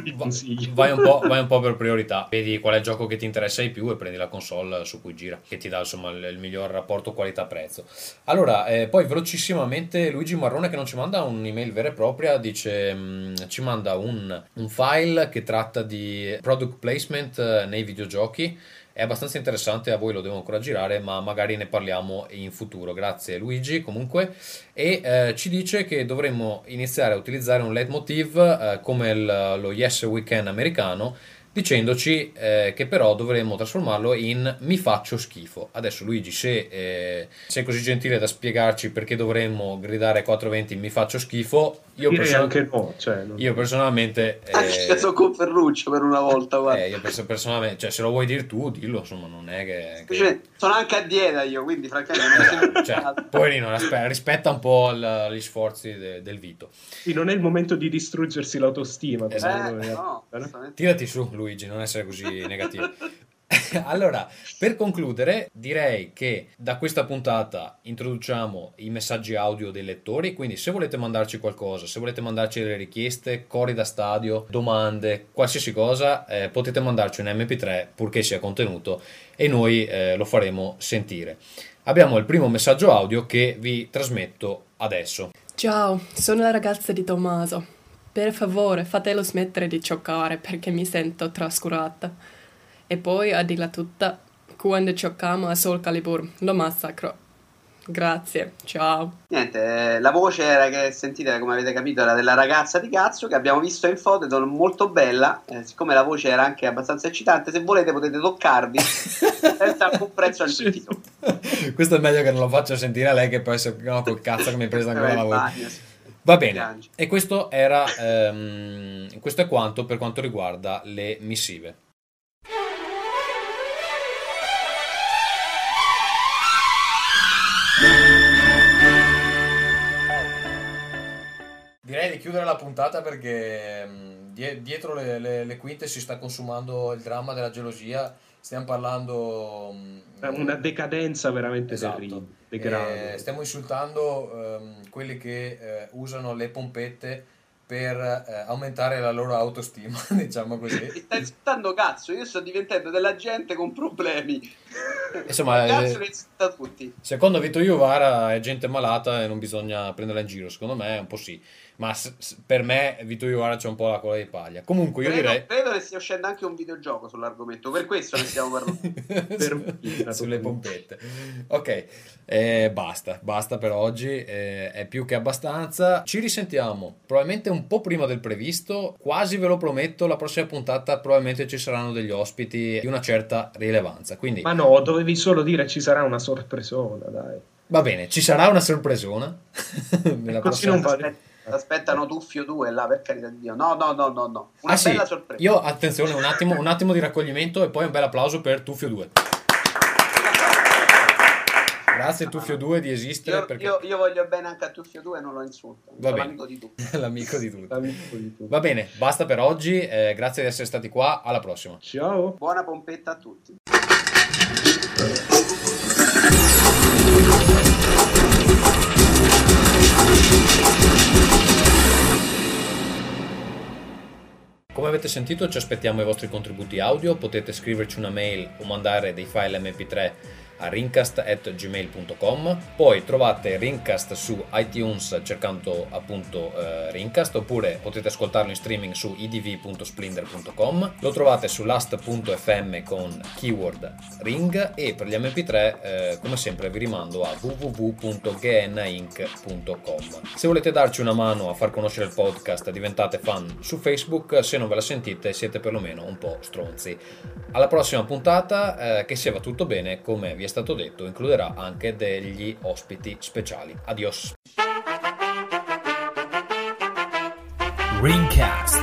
vai un po' per priorità, vedi qual è il gioco che ti interessa di più e prendi la console su cui gira, che ti dà insomma il miglior rapporto qualità-prezzo. Allora, poi velocissimamente Luigi Marrone, che non ci manda un'email vera e propria, dice ci manda un file che tratta di product placement nei videogiochi. È abbastanza interessante, a voi lo devo ancora girare, ma magari ne parliamo in futuro. Grazie Luigi comunque. E ci dice che dovremmo iniziare a utilizzare un leitmotiv come lo Yes We Can americano, dicendoci che però dovremmo trasformarlo in mi faccio schifo. Adesso Luigi, se sei così gentile da spiegarci perché dovremmo gridare 420 mi faccio schifo, io personalmente anche sono con Ferruccio per una volta, guarda. Io personalmente, cioè se lo vuoi dire tu, dillo, insomma, non è che... sono anche a dieta io, quindi francamente poverino, rispetta un po' gli sforzi del Vito. Sì, non è il momento di distruggersi l'autostima. Tirati su Luigi, non essere così negativo. Allora, per concludere, direi che da questa puntata introduciamo i messaggi audio dei lettori, quindi se volete mandarci qualcosa, se volete mandarci delle richieste, cori da stadio, domande, qualsiasi cosa, potete mandarci un MP3 purché sia contenuto e noi lo faremo sentire. Abbiamo il primo messaggio audio che vi trasmetto adesso. Ciao, sono la ragazza di Tommaso. Per favore, fatelo smettere di giocare perché mi sento trascurata. E poi, a dirla tutta, quando giochiamo a Soul Calibur lo massacro. Grazie, ciao. Niente, la voce era che sentite, come avete capito, era della ragazza di cazzo che abbiamo visto in foto ed è molto bella. Siccome la voce era anche abbastanza eccitante, se volete potete toccarvi senza alcun prezzo al sentito. Questo è meglio che non lo faccia sentire a lei, che poi no, col cazzo che mi hai preso ancora la voce. Va bene, e questo era questo è quanto per quanto riguarda le missive. Direi di chiudere la puntata perché dietro le quinte si sta consumando il dramma della gelosia. Stiamo parlando una decadenza veramente esatto. terribile. Stiamo insultando quelli che usano le pompette per aumentare la loro autostima, diciamo così. Mi stai insultando, cazzo, io sto diventando della gente con problemi. Insomma, cazzo che insulta tutti. Secondo Vito Iovara è gente malata e non bisogna prenderla in giro. Secondo me è un po' sì, ma per me Vito Iovara c'è un po' la coda di paglia. Comunque io direi credo che stia uscendo anche un videogioco sull'argomento, per questo ne stiamo parlando. Sulle pompette. Ok, basta per oggi, è più che abbastanza. Ci risentiamo probabilmente un po' prima del previsto, quasi ve lo prometto. La prossima puntata probabilmente ci saranno degli ospiti di una certa rilevanza, quindi... Ma no, dovevi solo dire ci sarà una sorpresona, dai. Va bene, ci sarà una sorpresona nella così non vale. Aspettano Tuffio 2 là, per carità di Dio. No. Una sì, bella sorpresa. Io, attenzione, un attimo di raccoglimento e poi un bel applauso per Tuffio 2. Grazie Tuffio 2 di esistere. Io voglio bene anche a Tuffio 2 e non lo insulto. Va bene. L'amico di tutti. L'amico di tutti. Va bene, basta per oggi. Grazie di essere stati qua. Alla prossima. Ciao. Buona pompetta a tutti. Come avete sentito, ci aspettiamo i vostri contributi audio. Potete scriverci una mail o mandare dei file mp3 a rincast@gmail.com. Poi trovate Rincast su iTunes cercando appunto Rincast, oppure potete ascoltarlo in streaming su idv.splinder.com. Lo trovate su last.fm con keyword ring, e per gli mp3 come sempre vi rimando a www.gnainc.com. Se volete darci una mano a far conoscere il podcast, diventate fan su Facebook. Se non ve la sentite, siete perlomeno un po' stronzi. Alla prossima puntata, che sia va tutto bene. Come vi è stato detto, includerà anche degli ospiti speciali. Adios. Ringcast.